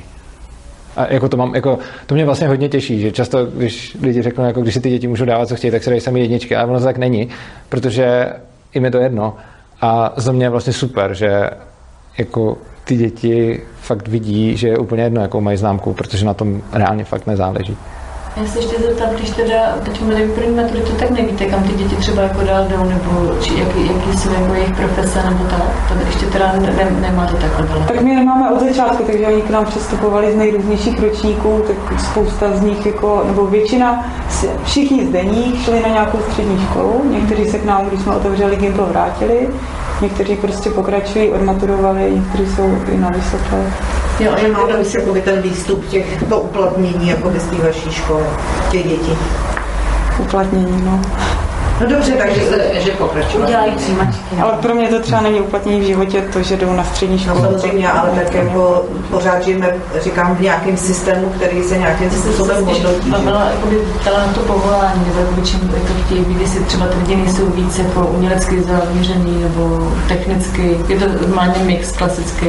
A jako to mě vlastně hodně těší, že často, když lidi řeknou, jako když si ty děti můžou dávat, co chtějí, tak se dají sami jedničky, ale ono to tak není, protože jim je to jedno. A za mě je vlastně super, že jako ty děti fakt vidí, že je úplně jedno, jakou mají známku, protože na tom reálně fakt nezáleží. Já se ještě zeptám, když teda teď měli první maturitu, tak nevíte, kam ty děti třeba jako dál jdou, nebo jaký jsou jako jejich profese, nebo tak ještě teda nemáte takhle dál. Tak my nemáme od začátku, takže oni k nám přestupovali z nejrůznějších ročníků, tak spousta z nich, jako, nebo většina, všichni z nich šli na nějakou střední školu, někteří se k nám, když jsme otevřeli Gimpl, vrátili, někteří prostě pokračují, odmaturovali, někteří jsou i na vysoké. Jo, a máte už jako ten výstup to uplatnění jako z té vaší školy, těch dětí. Uplatnění, no. No dobře, takže že pokračují. Udělají přijímačky. Ale pro mě to třeba není uplatnění v životě, to, že jdou na střední školu. No, samozřejmě, ale tak jako pořád žijeme, říkám, v nějakém systému, který se nějakým způsobem hodnotí. Byla na to povolání, nebo čím to chtějí být, jestli třeba ty lidi nejsou víc jako umělecky zaměřený, nebo technicky. Je to normálně mix klasický.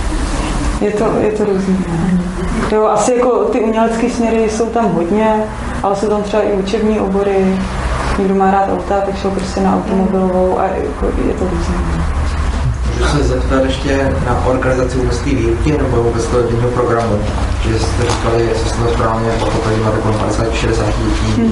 Je to různý. Jo, asi jako ty umělecké směry jsou tam hodně, ale jsou tam třeba i učební obory. Někdo má rád auta, tak šel prostě na automobilovou a jako je to různý. Můžu se zeptat ještě na organizaci vůbec té výuky nebo vůbec toho denního programu? Že jste říkali, jestli jsem to správně pochopili, máte kolem 50-60 dětí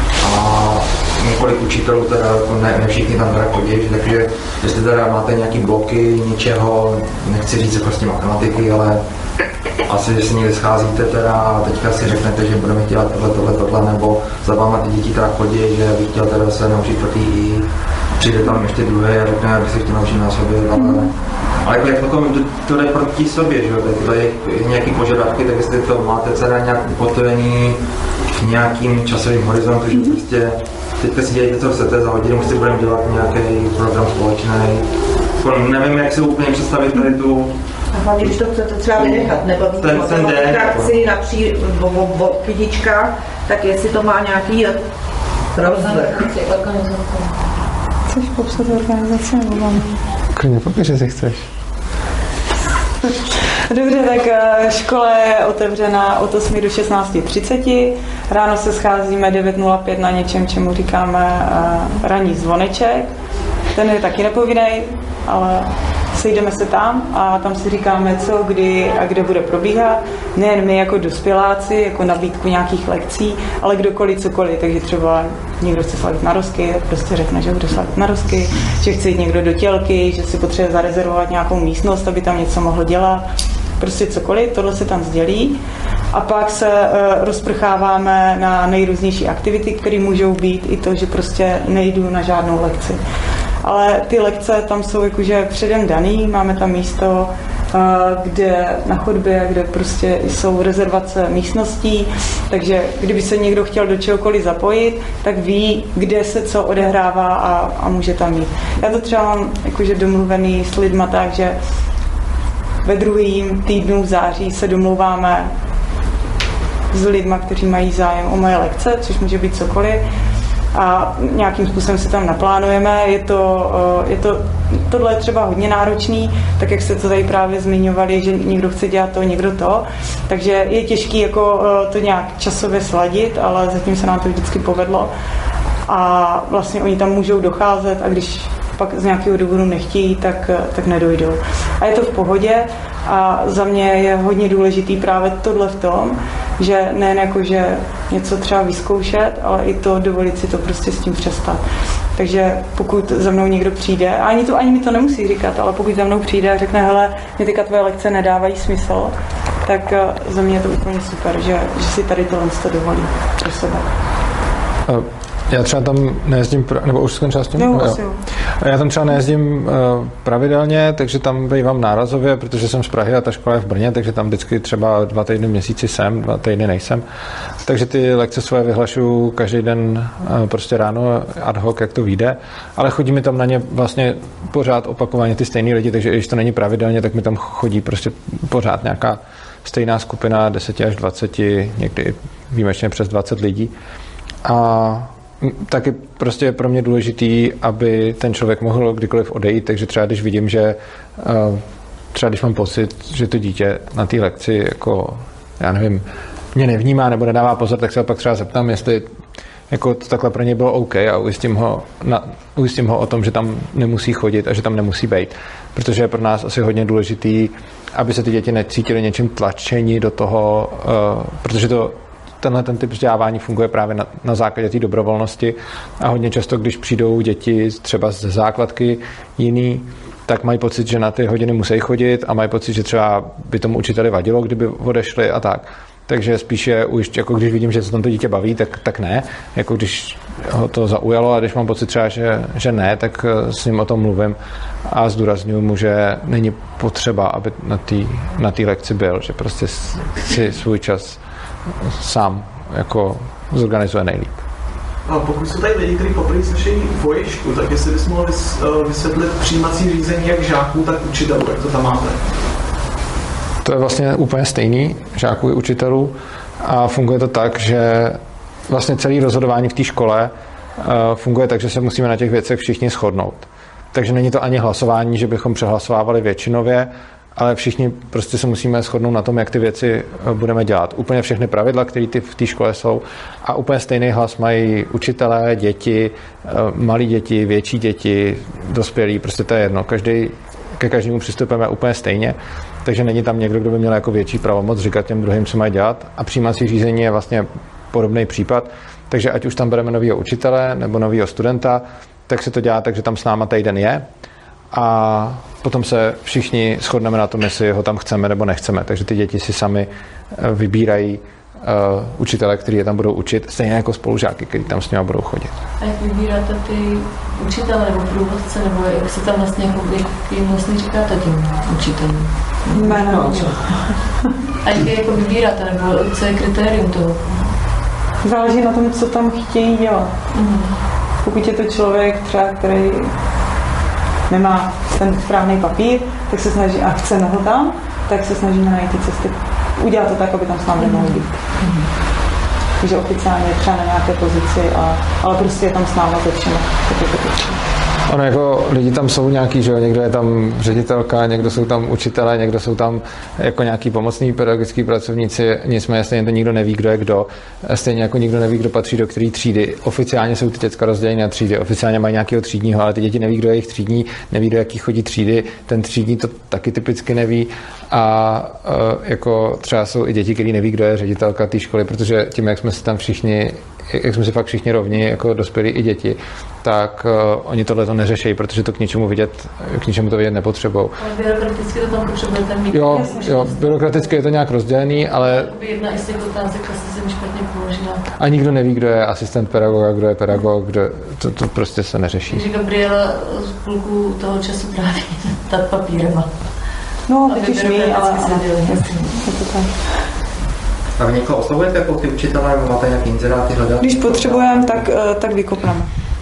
a několik učitelů, teda ne všichni tam teda chodí, takže jestli teda máte nějaký bloky něčeho, nechci říct prostě matematiky, ale asi, že si někde scházíte teda a teďka si řeknete, že budeme dělat tohle, nebo za váma ty děti teda chodí, že bych chtěl teda se naučit to i přijde tam ještě druhé a řekne, abych se chtěl naučit na sobě, ale jako jak to jde proti sobě, že to je nějaký požadavky, tak jestli to máte teda nějak ukotvený v nějakým časovým horizontu, že prostě teďka si dělejte, co chcete, za hodinu si budeme dělat nějaký program společný. Nevím, jak si úplně představit tady tu. A hlavně, když to chcete třeba vynechat, nebo ten praxi od kytička, tak jestli to má nějaký rozvrh. Chceš popsat organizaci nebo mám? Klidně popiš, že si chceš. Dobře, tak škola je otevřena od 8 do 16:30. Ráno se scházíme 9:05 na něčem, čemu říkáme ranní zvoneček. Ten je taky nepovinnej, ale sejdeme se tam a tam si říkáme, co, kdy a kde bude probíhat. Nejen my jako dospěláci, jako nabídku nějakých lekcí, ale kdokoliv, cokoliv. Takže třeba někdo chce slavit narozky, tak prostě řekne, že bude slavit narozky, že chce jít někdo do tělky, že si potřebuje zarezervovat nějakou místnost, aby tam něco mohl dělat. Prostě cokoliv, tohle se tam sdělí. A pak se rozprcháváme na nejrůznější aktivity, které můžou být i to, že prostě nejdu na žádnou lekci. Ale ty lekce tam jsou jakože předem daný, máme tam místo, kde na chodbě, kde prostě jsou rezervace místností, takže kdyby se někdo chtěl do čehokoliv zapojit, tak ví, kde se co odehrává a může tam jít. Já to třeba mám jakože domluvený s lidma tak, že ve druhém týdnu v září se domlouváme s lidma, kteří mají zájem o moje lekce, což může být cokoliv, a nějakým způsobem se tam naplánujeme. Tohle je třeba hodně náročný, tak jak jste to tady právě zmiňovali, že někdo chce dělat to, někdo to, takže je těžký jako to nějak časově sladit, ale zatím se nám to vždycky povedlo a vlastně oni tam můžou docházet a když pak z nějakého důvodu nechtějí, tak nedojdou. A je to v pohodě a za mě je hodně důležitý právě tohle v tom, že nejen jako, že něco třeba vyzkoušet, ale i to dovolit si to prostě s tím přestat. Takže pokud za mnou někdo přijde, a ani mi to nemusí říkat, ale pokud za mnou přijde a řekne, hele, mě teďka tvoje lekce nedávají smysl, tak za mě je to úplně super, že si tady tohle dovolí pro sebe. Já třeba tam nejezdím, nebo už skončila s tím? No, asi jo. Já tam třeba nejezdím pravidelně, takže tam bývám nárazově, protože jsem z Prahy a ta škola je v Brně, takže tam vždycky třeba 2 týdny v měsíci jsem, 2 týdny nejsem. Takže ty lekce svoje vyhlašuju každý den prostě ráno ad hoc, jak to vyjde, ale chodí mi tam na ně vlastně pořád opakovaně ty stejný lidi, takže když to není pravidelně, tak mi tam chodí prostě pořád nějaká stejná skupina 10 až 20, někdy výjimečně přes 20 lidí. A taky prostě je pro mě důležitý, aby ten člověk mohl kdykoliv odejít, takže třeba když vidím, že třeba když mám pocit, že to dítě na té lekci jako, já nevím, mě nevnímá nebo nedává pozor, tak se pak třeba zeptám, jestli jako to takhle pro něj bylo OK a ujistím ho o tom, že tam nemusí chodit a že tam nemusí být. Protože je pro nás asi hodně důležitý, aby se ty děti necítily něčím tlačení do toho, protože tenhle ten typ vzdělávání funguje právě na základě té dobrovolnosti a hodně často, když přijdou děti třeba ze základky jiný, tak mají pocit, že na ty hodiny musí chodit a mají pocit, že třeba by tomu učiteli vadilo, kdyby odešli a tak. Takže spíše už, jako když vidím, že se tam to dítě baví, tak ne. Jako když ho to zaujalo a když mám pocit třeba, že ne, tak s ním o tom mluvím a zdůrazňuji mu, že není potřeba, aby na té lekci byl, že prostě si svůj čas sám jako zorganizuje nejlíp. A pokud jsou tady lidi, kteří poprvé slyší Voješku, tak jestli bys mohl vysvětlit přijímací řízení jak žáků, tak učitelů, jak to tam máte? To je vlastně úplně stejný, žáků i učitelů, a funguje to tak, že vlastně celé rozhodování v té škole funguje tak, že se musíme na těch věcech všichni shodnout. Takže není to ani hlasování, že bychom přehlasovávali většinově, ale všichni prostě se musíme shodnout na tom, jak ty věci budeme dělat. Úplně všechny pravidla, které v té škole jsou, a úplně stejný hlas mají učitelé, děti, malí děti, větší děti, dospělí, prostě to je jedno. Ke každému přistupujeme úplně stejně, takže není tam někdo, kdo by měl jako větší pravomoc říkat těm druhým, co mají dělat, a přijímací řízení je vlastně podobný případ, takže ať už tam bereme nového učitele nebo nového studenta, tak se to dělá tak, že tam s náma týden je a potom se všichni shodneme na tom, jestli ho tam chceme nebo nechceme, takže ty děti si sami vybírají učitele, kteří je tam budou učit, stejně jako spolužáky, kteří tam s nimi budou chodit. A jak vybíráte ty učitele nebo průvodce, nebo jak se tam vlastně, jak jim vlastně říkáte tím učitelům? Jméno. A jak je jako vybíráte, nebo co je kritérium toho? Záleží na tom, co tam chtějí dělat. Pokud je to člověk třeba, který nemá ten správný papír, tak se snaží, a chceme ho tam, tak se snažíme najít ty cesty. Udělat to tak, aby tam s námi nemohl být. Takže oficiálně třeba na nějaké pozici, ale prostě je tam s námi ze všema. Ono jako lidi tam jsou nějaký, že jo, někdo je tam ředitelka, někdo jsou tam učitelé, někdo jsou tam jako nějaký pomocný pedagogický pracovníci, nicméně stejně to nikdo neví, kdo je kdo, stejně jako nikdo neví, kdo patří do které třídy. Oficiálně jsou ty děcka rozděleny na třídy, oficiálně mají nějakého třídního, ale ty děti neví, kdo je jejich třídní, neví, do jaký chodí třídy, ten třídní to taky typicky neví, a jako třeba jsou i děti, který neví, kdo je ředitelka té školy, protože tím, jak jsme si tam všichni, jak jsme si fakt všichni rovni, jako dospělí i děti, tak oni tohle to neřeší, protože to k ničemu to vidět nepotřebují. Ale byrokraticky to tam potřebujete mít. Jo, byrokraticky je to nějak rozdělený, ale jedna i z těch otázek asi jsem špatně položila. A nikdo neví, kdo je asistent pedagoga, kdo je pedagog, to prostě se neřeší. Takže Gabriela z půlku toho času tráví nad papírem. No, teď už ví, ale je to tak. A vy někoho oslovujete jako ty učitelé, nebo máte nějaký inzeráty hledat? Když potřebujeme, tak vykopneme.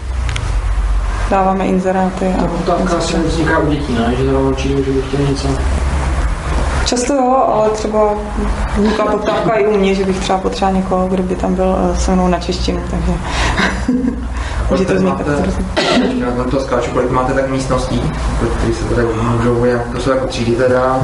Dáváme inzeráty. Ta poptávka asi vzniká u dětí, ne? Že to určitě, že by chtěli něco. Často jo, ale třeba vzniká poptávka i u mě, že bych třeba potřeboval někoho, kdo by tam byl se mnou na češtinu, takže může to vznikat. Já to skáču, kolik máte tak místností, které se tady můžou, to jsou jako třídy teda?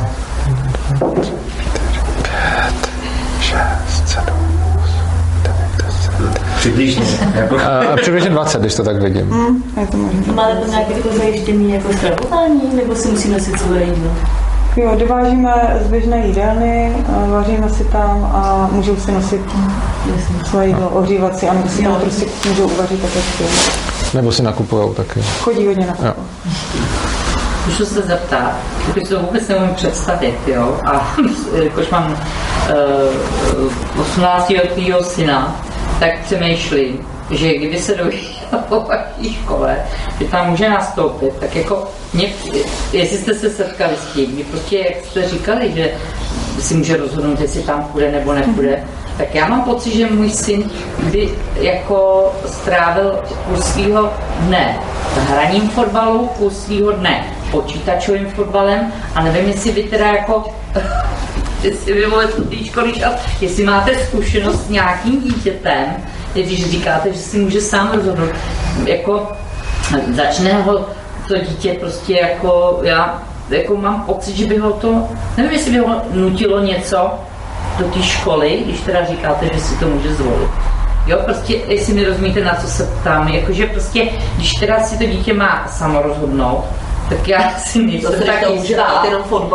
6, 7, 8, 9, 10. Přibližně. Jako. Přibližně 20, když to tak vidím. Je to možné. Máte tam nějaké jako zajištění jako stravování, nebo si musíme nosit svoje jídlo? Jo, dovážíme z běžné jídelny, vaříme si tam a můžou si nosit svoje jídlo, ohřívat si, a nebo si tam prostě můžou uvařit tak, jak chtějí. Nebo si nakupujou taky. Chodí hodně nakupovat. Můžu se zeptat, když to vůbec nemůžu představit, jo, a jakož mám 18letého syna, tak přemýšlím, že kdyby se dověděl po vaší škole, že tam může nastoupit, tak jako jestli jste se setkali s tím, kdy prostě, jak jste říkali, že si může rozhodnout, jestli tam půjde nebo nepůjde, tak já mám pocit, že můj syn by jako strávil půl svýho dne hraním fotbalu, půl svýho dne počítačovým fotbalem a nevím, jestli by teda jako jestli by mohli do té školy šel, jestli máte zkušenost s nějakým dítětem, když říkáte, že si může sám rozhodnout, jako začne ho to dítě prostě jako, já jako mám pocit, že by ho to, nevím, jestli by ho nutilo něco do té školy, když teda říkáte, že si to může zvolit. Jo, prostě, jestli mi rozumíte, na co se ptám, jakože prostě, když teda si to dítě má samo rozhodnout, tak já si nejsem tak jistá,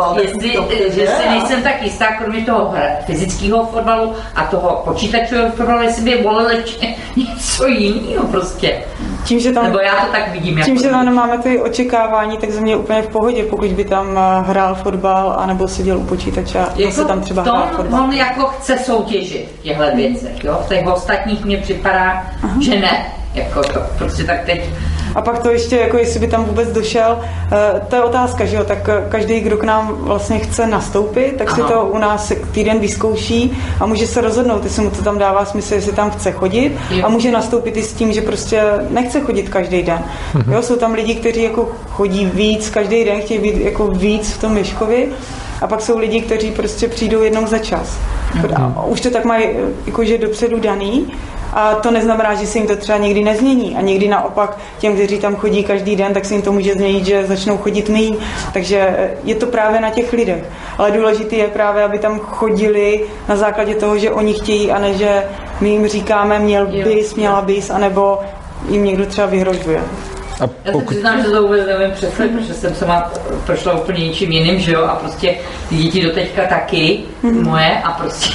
že si nejsem tak jistá, kromě toho fyzického fotbalu a toho počítačového fotbalu, jestli by volili něco jiného prostě. Tím, že tam, nebo já to tak vidím. Tím, že tam nemáme ty očekávání, tak za mě je úplně v pohodě, pokud by tam hrál fotbal, anebo seděl u počítače a jako se tam třeba hrál fotbal. On jako chce soutěžit v těchto věcech, jo? V těch ostatních mně připadá, že ne. Jako to, prostě tak teď. A pak to ještě, jako jestli by tam vůbec došel, to je otázka, že jo, tak každý, kdo k nám vlastně chce nastoupit, tak si to u nás týden vyzkouší a může se rozhodnout, jestli mu to tam dává smysl, jestli tam chce chodit a může nastoupit i s tím, že prostě nechce chodit každý den. Jo, jsou tam lidi, kteří jako chodí víc každý den, chtějí být jako víc v tom Ježkovi a pak jsou lidi, kteří prostě přijdou jednou za čas. A už to tak mají jakože dopředu daný. A to neznamená, že se jim to třeba někdy nezmění. A někdy naopak těm, kteří tam chodí každý den, tak se jim to může změnit, že začnou chodit míň. Takže je to právě na těch lidech. Ale důležité je právě, aby tam chodili na základě toho, že oni chtějí, a ne, že my jim říkáme, měl bys, měla bys, anebo jim někdo třeba vyhrožuje. Já se přiznám, že to vůbec nevím představit, protože jsem sama prošla úplně něčím jiným, že jo, a prostě ty děti doteďka taky, moje, a prostě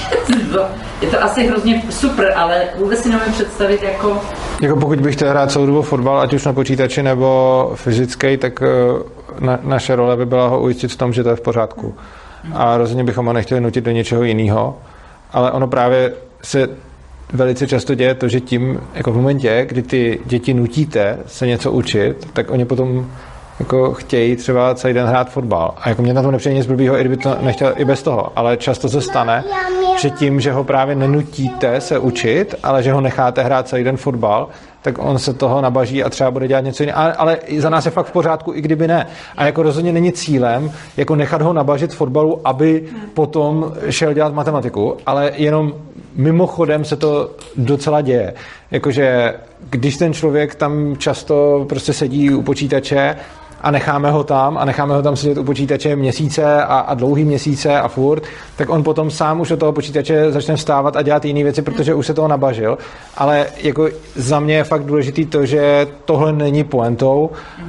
je to asi hrozně super, ale vůbec si nevím představit jako pokud bych chtěl hrát celou dobu fotbal, ať už na počítači nebo fyzický, tak naše role by byla ho ujistit v tom, že to je v pořádku. A rozhodně bychom ho nechtěli nutit do něčeho jiného, ale ono právě se velice často děje to, že tím, jako v momentě, kdy ty děti nutíte se něco učit, tak oni potom jako chtějí třeba celý den hrát fotbal. A jako mě na to nepřijde nic blbýho, i kdyby to nechtěl i bez toho. Ale často se stane, že tím, že ho právě nenutíte se učit, ale že ho necháte hrát celý den fotbal, tak on se toho nabaží a třeba bude dělat něco jiného. Ale za nás je fakt v pořádku, i kdyby ne. A jako rozhodně není cílem jako nechat ho nabažit fotbalu, aby potom šel dělat matematiku, ale jenom mimochodem se to docela děje. Jakože když ten člověk tam často prostě sedí u počítače a necháme ho tam sedět u počítače měsíce a dlouhý měsíce a furt, tak on potom sám už od toho počítače začne vstávat a dělat jiné věci, protože už se toho nabažil. Ale jako za mě je fakt důležitý to, že tohle není pointou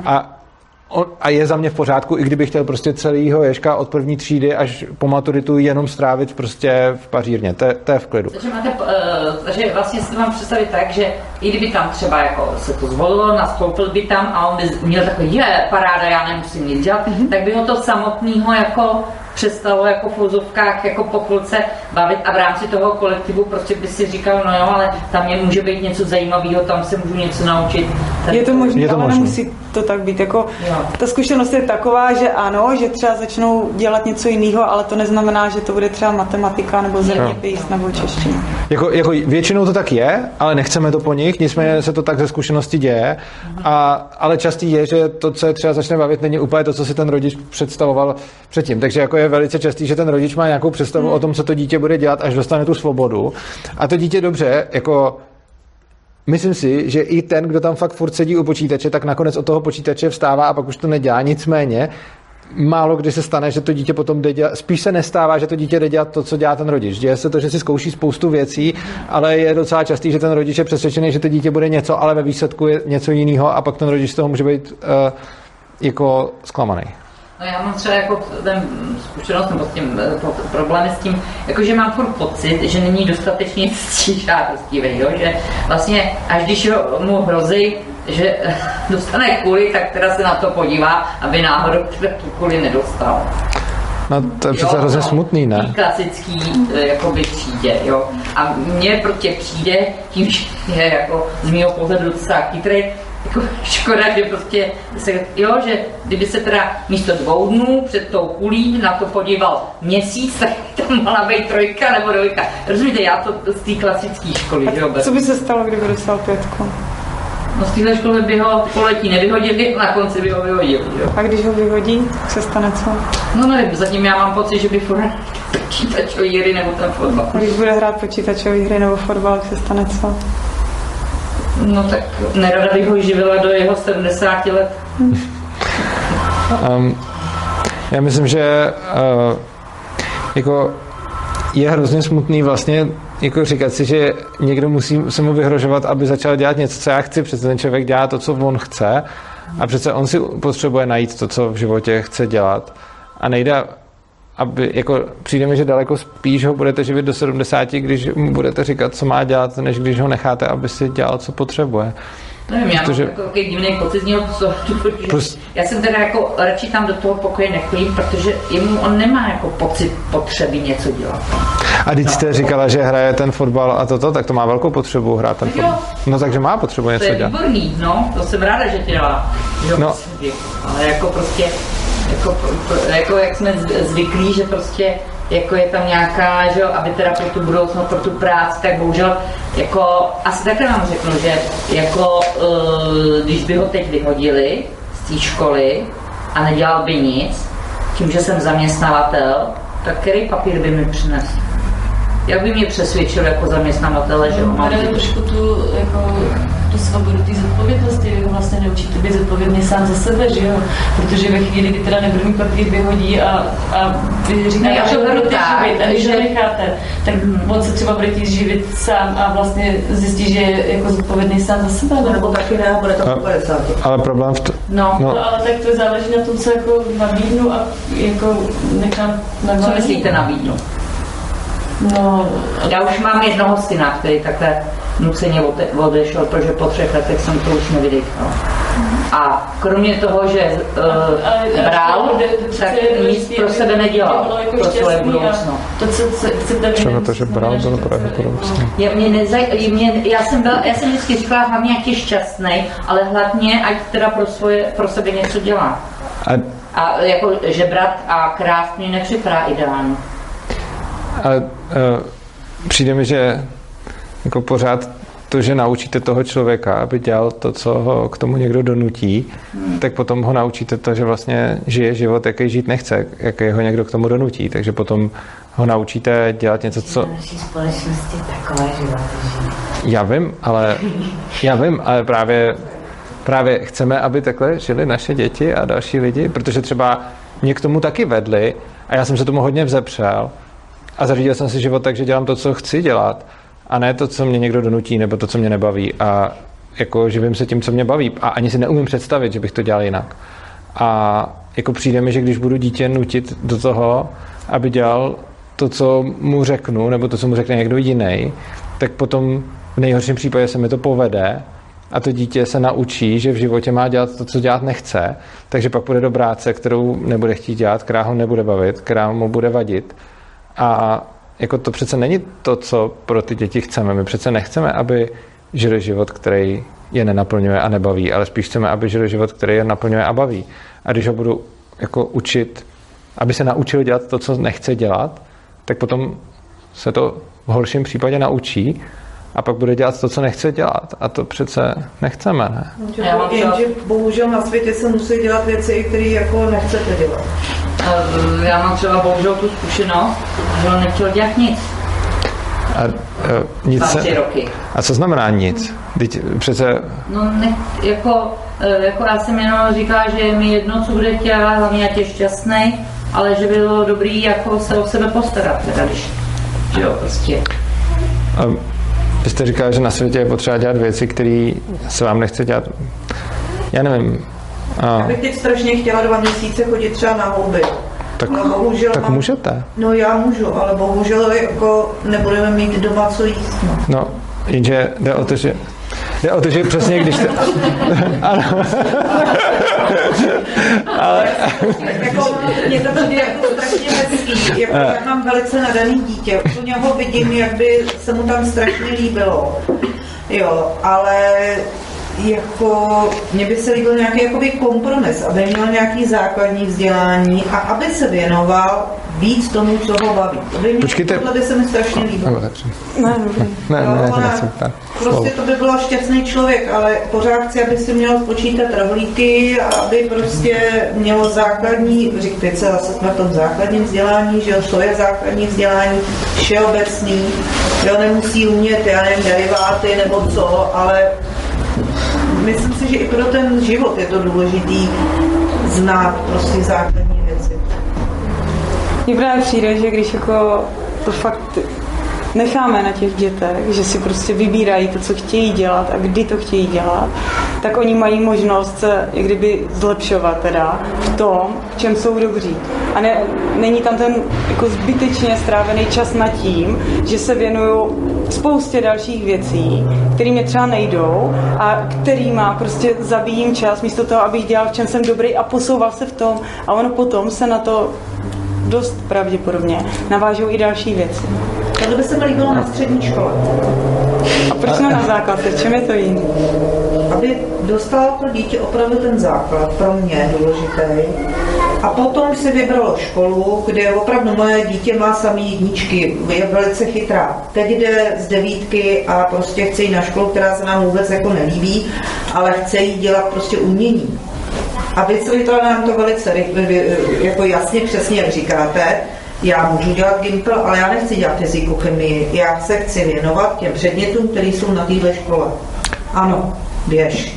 a je za mě v pořádku, i kdybych chtěl prostě celýho Ježka od první třídy až po maturitu jenom strávit prostě v pařírně. To je v klidu. Takže vlastně si to mám představit tak, že i kdyby tam třeba jako se to zvolilo, nastoupil by tam a on by měl takový, paráda, já nemusím nic dělat, tak by ho to samotného jako přestalo jako v úzovkách jako po půlce bavit a v rámci toho kolektivu prostě by si říkal, no jo, ale tam může být něco zajímavého, tam se můžu něco naučit. Je to možné, ale nemusí to tak být. Jako, ta zkušenost je taková, že ano, že třeba začnou dělat něco jiného, ale to neznamená, že to bude třeba matematika nebo zeměpis nebo čeština. Jako většinou to tak je, ale nechceme to po nich, nicméně se to tak ze zkušenosti děje, ale častý je, že to, co je třeba začne bavit, není úplně to, co si ten rodič představoval předtím. Takže jako je velice častý, že ten rodič má nějakou představu o tom, co to dítě bude dělat, až dostane tu svobodu. A to dítě dobře, jako myslím si, že i ten, kdo tam fakt furt sedí u počítače, tak nakonec od toho počítače vstává a pak už to nedělá. Nicméně málo kdy se stane, že to dítě potom jde dělat, spíš se nestává, že to dítě jde dělat to, co dělá ten rodič. Děje se to, že si zkouší spoustu věcí, ale je docela častý, že ten rodič je přesvědčený, že to dítě bude něco, ale ve výsledku je něco jiného a pak ten rodič z toho může být jako zklamaný. No já mám třeba jako ten zkušenost nebo s tím problémy s tím, jakože mám furt pocit, že není dostatečně ctižádostivý, jo? Že vlastně až když mu hrozí, že dostane kuli, tak teda se na to podívá, aby náhodou tu kuli nedostal. No to je přece hrozně smutný, ne? Klasický jakoby třídě, jo. A mně prostě přijde tím, že je jako z mého pohledu docela chytrý, jako škoda, že prostě že kdyby se teda místo 2 dnů před tou kulí na to podíval měsíc, tak tam mohla být 3 nebo 2. Rozumíte, já to z té klasické školy, že jo. Co by se stalo, kdyby dostal 5? No z téhle školy by ho poletí nevyhodili, na konci by ho vyhodili, jo. A když ho vyhodí, se stane co? No nevím, zatím já mám pocit, že by furt počítačové hry nebo ten fotbal. A když bude hrát počítačové hry nebo fotbal, se stane co? No tak nerada bych ho živila do jeho 70 let. Já myslím, že jako je hrozně smutný vlastně jako říkat si, že někdo musí se mu vyhrožovat, aby začal dělat něco, co já chci. Přece ten člověk dělá to, co on chce a přece on si potřebuje najít to, co v životě chce dělat. A nejde, aby, jako přijde mi, že daleko spíš ho budete živit do 70, když mu budete říkat, co má dělat, než když ho necháte, aby si dělal, co potřebuje. Nevím, já mám takový divný pocit z něho, já jsem teda jako radši tam do toho pokoje nechodím, protože on nemá jako pocit potřeby něco dělat. A když jste říkala, že hraje ten fotbal a toto, tak to má velkou potřebu hrát ten fotbal. No takže má potřebu něco dělat. To je výborný, no, to jsem ráda, že dělá. No. Ale jako prostě, jako jak jsme zvyklí, že prostě jako je tam nějaká, že jo, aby teda pro tu budoucnost, pro tu práci, tak bohužel jako, asi takhle vám řeknu, že jako když by ho teď vyhodili z té školy a nedělal by nic, tím, že jsem zaměstnavatel, tak který papír by mi přinesl? Jak by mě přesvědčil jako zaměstnavatele, že on má trošku tu svobodu, ty zodpovědnosti, vy ho vlastně neučíte být zodpovědný sám za sebe, že jo? Protože ve chvíli, kdy teda nebudu mít papír, vyhodí a vy říkáte, že budete živit a když ho necháte, tak on se třeba bude chtít živit sám a vlastně zjistí, že je jako zodpovědný sám za sebe. Nebo taky ne, bude to 50. Ale problém No, ale tak to záleží na tom, co jako nabídnu a jako nechám na Co myslíte nabídnu? No, já už mám jednoho syna, který takhle nuceně odešel, protože po 3 letech jsem to už nevydechal. A kromě toho, že bral, tak nic pro sebe nedělal, pro svoje budoucnost. Třeba to, že bral, bylo pro jeho budoucnost. Já jsem vždycky říkala, hlavně jak je šťastný, ale hlavně, ať teda pro sebe něco dělá. A jako žebrat a krást mě nepřipadá ideálně. Ale přijde mi, že jako pořád to, že naučíte toho člověka, aby dělal to, co ho k tomu někdo donutí, tak potom ho naučíte to, že vlastně žije život, jaký žít nechce, jaký ho někdo k tomu donutí. Takže potom ho naučíte dělat něco, co... V naší společnosti takové životy žijí. Já vím, ale právě chceme, aby takhle žili naše děti a další lidi, protože třeba mě k tomu taky vedli a já jsem se tomu hodně vzepřel a zařídil jsem si život tak, že dělám to, co chci dělat a ne to, co mě někdo donutí nebo to, co mě nebaví a jako živím se tím, co mě baví a ani si neumím představit, že bych to dělal jinak. A jako přijde mi, že když budu dítě nutit do toho, aby dělal to, co mu řeknu, nebo to, co mu řekne někdo jiný, tak potom v nejhorším případě se mi to povede a to dítě se naučí, že v životě má dělat to, co dělat nechce, takže pak půjde do práce, kterou nebude chtít dělat, která ho nebude bavit, která mu bude vadit. A jako to přece není to, co pro ty děti chceme. My přece nechceme, aby žili život, který je nenaplňuje a nebaví, ale spíš chceme, aby žili život, který je naplňuje a baví. A když ho budu jako učit, aby se naučil dělat to, co nechce dělat, tak potom se to v horším případě naučí a pak bude dělat to, co nechce dělat. A to přece nechceme, ne? Jenže bohužel na světě se musí dělat věci, které jako nechcete dělat. Já mám třeba bohužel tu zkušenost, že on nechtěl dělat nic. Nic 3 roky. A co znamená nic? Přece... No ne, jako já jsem jenom říkala, že je mi jedno, co bude dělat, hlavně ať je šťastný, ale že by bylo dobrý jako se o sebe postarat, teda když, že jo, prostě. Vy jste říkala, že na světě je potřeba dělat věci, které se vám nechce dělat. Já nevím. Já bych teď strašně chtěla 2 měsíce chodit třeba na houby. Tak můžete. No já můžu, ale bohužel jako nebudeme mít doma co jíst. No, jenže jde o to, že Jde o to, že přesně když to... Ano. Ale... Jako, mě to přijde jako strašně hezký. Jako, já mám velice nadaný dítě. U něho vidím, jak by se mu tam strašně líbilo. Jo, ale jako mně by se líbil nějaký jakoby kompromis, aby měl nějaký základní vzdělání a aby se věnoval víc tomu, co ho baví. Počkejte. Tohle by se mi strašně líbilo. Prostě to by byl šťastný člověk, ale pořád chci, aby si měl spočítat rohlíky a aby prostě měl základní, teď se zase jsme v tom základním vzdělání, že jo, to je základní vzdělání všeobecný, jo, nemusí umět, já nevím, deriváty nebo co, ale myslím si, že i pro ten život je to důležitý znát prostě základní věci. Mně právě přijde, že když jako to fakt necháme na těch dětech, že si prostě vybírají to, co chtějí dělat a kdy to chtějí dělat, tak oni mají možnost se i kdyby zlepšovat teda v tom, v čem jsou dobří. A není tam ten jako zbytečně strávený čas nad tím, že se věnují spoustě dalších věcí, které mě třeba nejdou a kterýma prostě zabíjím čas místo toho, abych dělal, v čem jsem dobrý a posouval se v tom a ono potom se na to dost pravděpodobně navážou i další věci. Tohle by se mi líbilo na střední škole. A proč na základce? V čem je to jiný? Aby dostalo to dítě opravdu ten základ, pro mě důležitý. A potom si vybralo školu, kde opravdu moje dítě má samý jedničky, je velice chytrá. Teď jde z 9 a prostě chce jít na školu, která se nám vůbec jako nelíbí, ale chce jí dělat prostě umění. A vysvětlila nám to velice jako jasně, přesně, jak říkáte. Já můžu dělat Gimpel, ale já nechci dělat fyziku, chemii. Já se chci věnovat těm předmětům, které jsou na téhle škole. Ano, běž.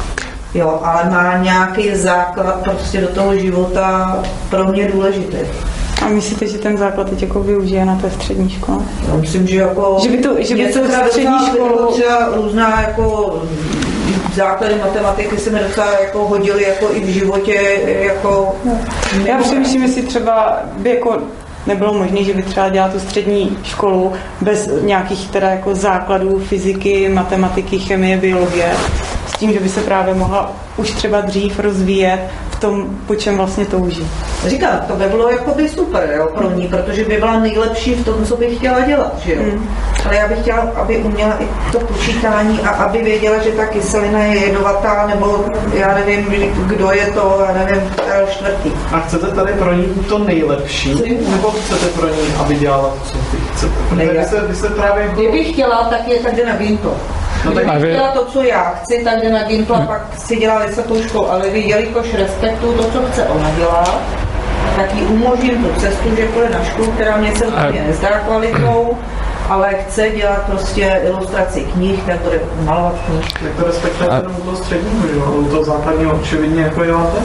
Jo, ale má nějaký základ prostě do toho života pro mě důležitý. A myslíte, že ten základ teď jako využije na té střední škole? Já myslím, že jako... Že by to střední školu... Třeba různá jako základy matematiky se mi docela jako hodily jako i v životě jako... Já přemýšlím, jestli třeba by jako nebylo možné, že by třeba dělala tu střední školu bez nějakých teda jako základů fyziky, matematiky, chemie, biologie, s tím, že by se právě mohla už třeba dřív rozvíjet v tom, po čem vlastně touží. Říkám, to by bylo jako by super, jo, pro ní, protože by byla nejlepší v tom, co bych chtěla dělat, že jo. Ale já bych chtěla, aby uměla i to počítání a aby věděla, že ta kyselina je jedovatá, nebo já nevím, kdo je to, já nevím, čtvrtý. A chcete tady pro ní to nejlepší, nebo chcete pro ní, aby dělala to, co ty chcete? Vy se právě... Kdybych chtěla, tak je tady na Gimpl. Kdybych chtěla to, co já chci, tak jde na Gimpl a pak si dělá vysokou školu, ale vy, jelikož respektuju to, co chce ona dělat, tak jí umožním tu cestu, že půjde na školu, která mě se úplně nezdá kvalitou, ale chce dělat prostě ilustraci knih, tak bude malovat knih. Tak to respektujete jenom u toho středního, že jo? U toho základního očividně jako děláte.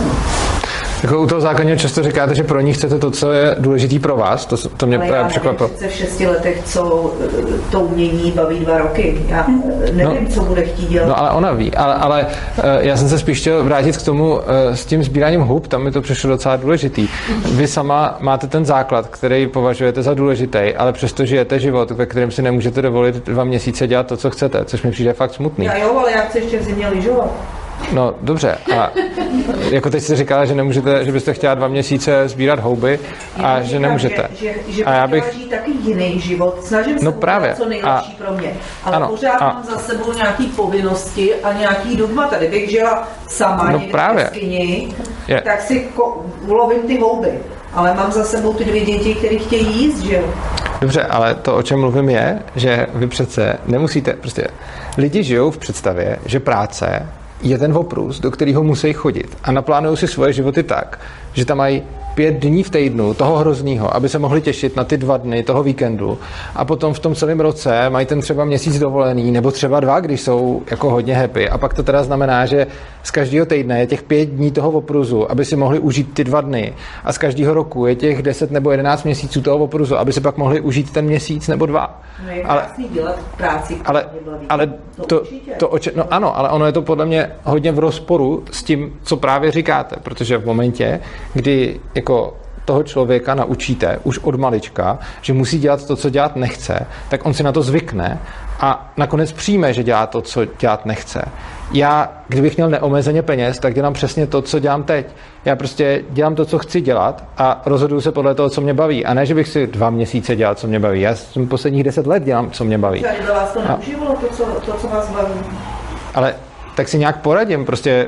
Jako u toho základního často říkáte, že pro ní chcete to, co je důležitý pro vás, to mě právě překvapilo. Ale já nevím, v 6 letech, co to umění baví 2 roky. Já nevím, co bude chtít dělat. No ale ona ví, ale já jsem se spíš chtěl vrátit k tomu s tím sbíráním hub, tam mi to přišlo docela důležitý. Vy sama máte ten základ, který považujete za důležitý, ale přesto žijete život, ve kterém si nemůžete dovolit 2 měsíce dělat to, co chcete, což mi přijde fakt smutný. Já jo, ale já chci ještě v zimě lyžovat. No, dobře. A jako teď jste říkala, že nemůžete, že byste chtěla 2 měsíce sbírat houby a že nemůžete. Že a já bych žít taky jiný život. Snažím se právě co nejlepší pro mě. Ale ano, pořád mám za sebou nějaký povinnosti a nějaký dogma. Tady bych žila sama někde v jeskyni, tak si ulovím ty houby. Ale mám za sebou ty 2 děti, které chtějí jíst, že jo? Dobře, ale to, o čem mluvím, je, že vy přece nemusíte, prostě lidi žijou v představě, že práce je ten oprus, do kterého musí chodit a naplánují si svoje životy tak, že tam mají 5 dní v týdnu toho hroznýho, aby se mohli těšit na ty 2 dny toho víkendu a potom v tom celém roce mají ten třeba měsíc dovolený nebo třeba 2, když jsou jako hodně happy a pak to teda znamená, že z každého týdne je těch 5 dní toho opruzu, aby si mohli užít ty 2 dny a z každého roku je těch 10 nebo 11 měsíců toho opruzu, aby si pak mohli užít ten měsíc nebo 2. No je krásný dělat práci, ale no ano, ale ono je to podle mě hodně v rozporu s tím, co právě říkáte, protože v momentě, kdy jako toho člověka naučíte už od malička, že musí dělat to, co dělat nechce, tak on si na to zvykne a nakonec přijme, že dělá to, co dělat nechce. Já, kdybych měl neomezeně peněz, tak dělám přesně to, co dělám teď. Já prostě dělám to, co chci dělat a rozhoduju se podle toho, co mě baví. A ne, že bych si 2 měsíce dělal, co mě baví. Já jsem posledních 10 let dělám, co mě baví. Tady vás to neužívalo, to, co vás baví? Ale tak si nějak poradím, prostě...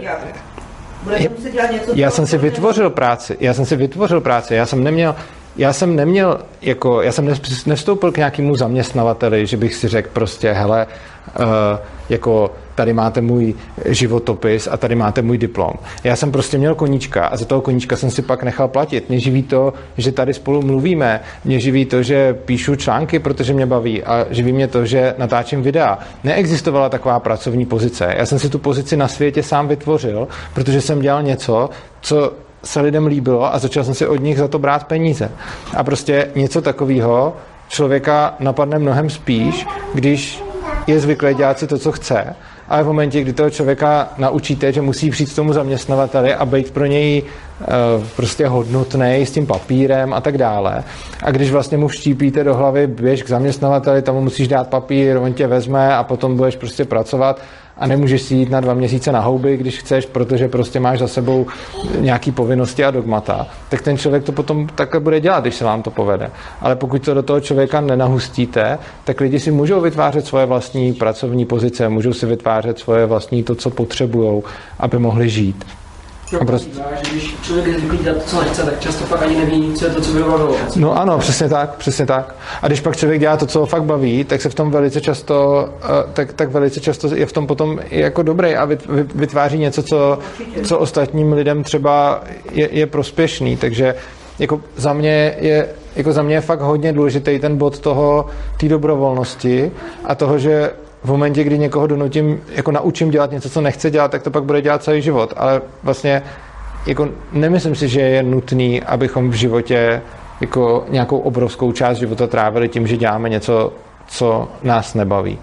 Já jsem si vytvořil práci. Já jsem nevstoupil k nějakému zaměstnavateli, že bych si řekl prostě, hele, jako tady máte můj životopis a tady máte můj diplom. Já jsem prostě měl koníčka a za toho koníčka jsem si pak nechal platit. Mě živí to, že tady spolu mluvíme, mě živí to, že píšu články, protože mě baví a živí mě to, že natáčím videa. Neexistovala taková pracovní pozice. Já jsem si tu pozici na světě sám vytvořil, protože jsem dělal něco, co se lidem líbilo a začal jsem si od nich za to brát peníze. A prostě něco takového člověka napadne mnohem spíš, když je zvyklý dělat si to, co chce, ale v momentě, kdy toho člověka naučíte, že musí přijít k tomu zaměstnavateli a být pro něj prostě hodnotnej s tím papírem a tak dále. A když vlastně mu vštípíte do hlavy, běž k zaměstnavateli, tam mu musíš dát papír, on tě vezme a potom budeš prostě pracovat a nemůžeš si jít na 2 měsíce na houby, když chceš, protože prostě máš za sebou nějaký povinnosti a dogmata, tak ten člověk to potom takhle bude dělat, když se vám to povede. Ale pokud to do toho člověka nenahustíte, tak lidi si můžou vytvářet svoje vlastní pracovní pozice, můžou si vytvářet svoje vlastní to, co potřebujou, aby mohli žít. Prostě... že když člověk je zvyklý dělat to, co nechce, tak často pak ani neví, co je to, co by ho bavilo. No ano, přesně tak. A když pak člověk dělá to, co ho fakt baví, tak se v tom velice často, tak velice často je v tom potom jako dobrý a vytváří něco, co ostatním lidem třeba je prospěšný. Takže jako za mě je fakt hodně důležitý ten bod té dobrovolnosti a toho, že v momentě, kdy někoho donutím, jako naučím dělat něco, co nechce dělat, tak to pak bude dělat celý život. Ale vlastně jako nemyslím si, že je nutný, abychom v životě jako nějakou obrovskou část života trávili tím, že děláme něco, co nás nebaví.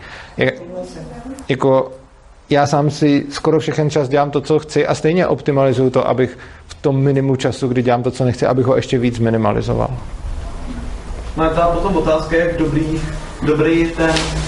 Jako já sám si skoro všechen čas dělám to, co chci a stejně optimalizuju to, abych v tom minimu času, kdy dělám to, co nechci, abych ho ještě víc minimalizoval. No a ta potom otázka, jak dobrý je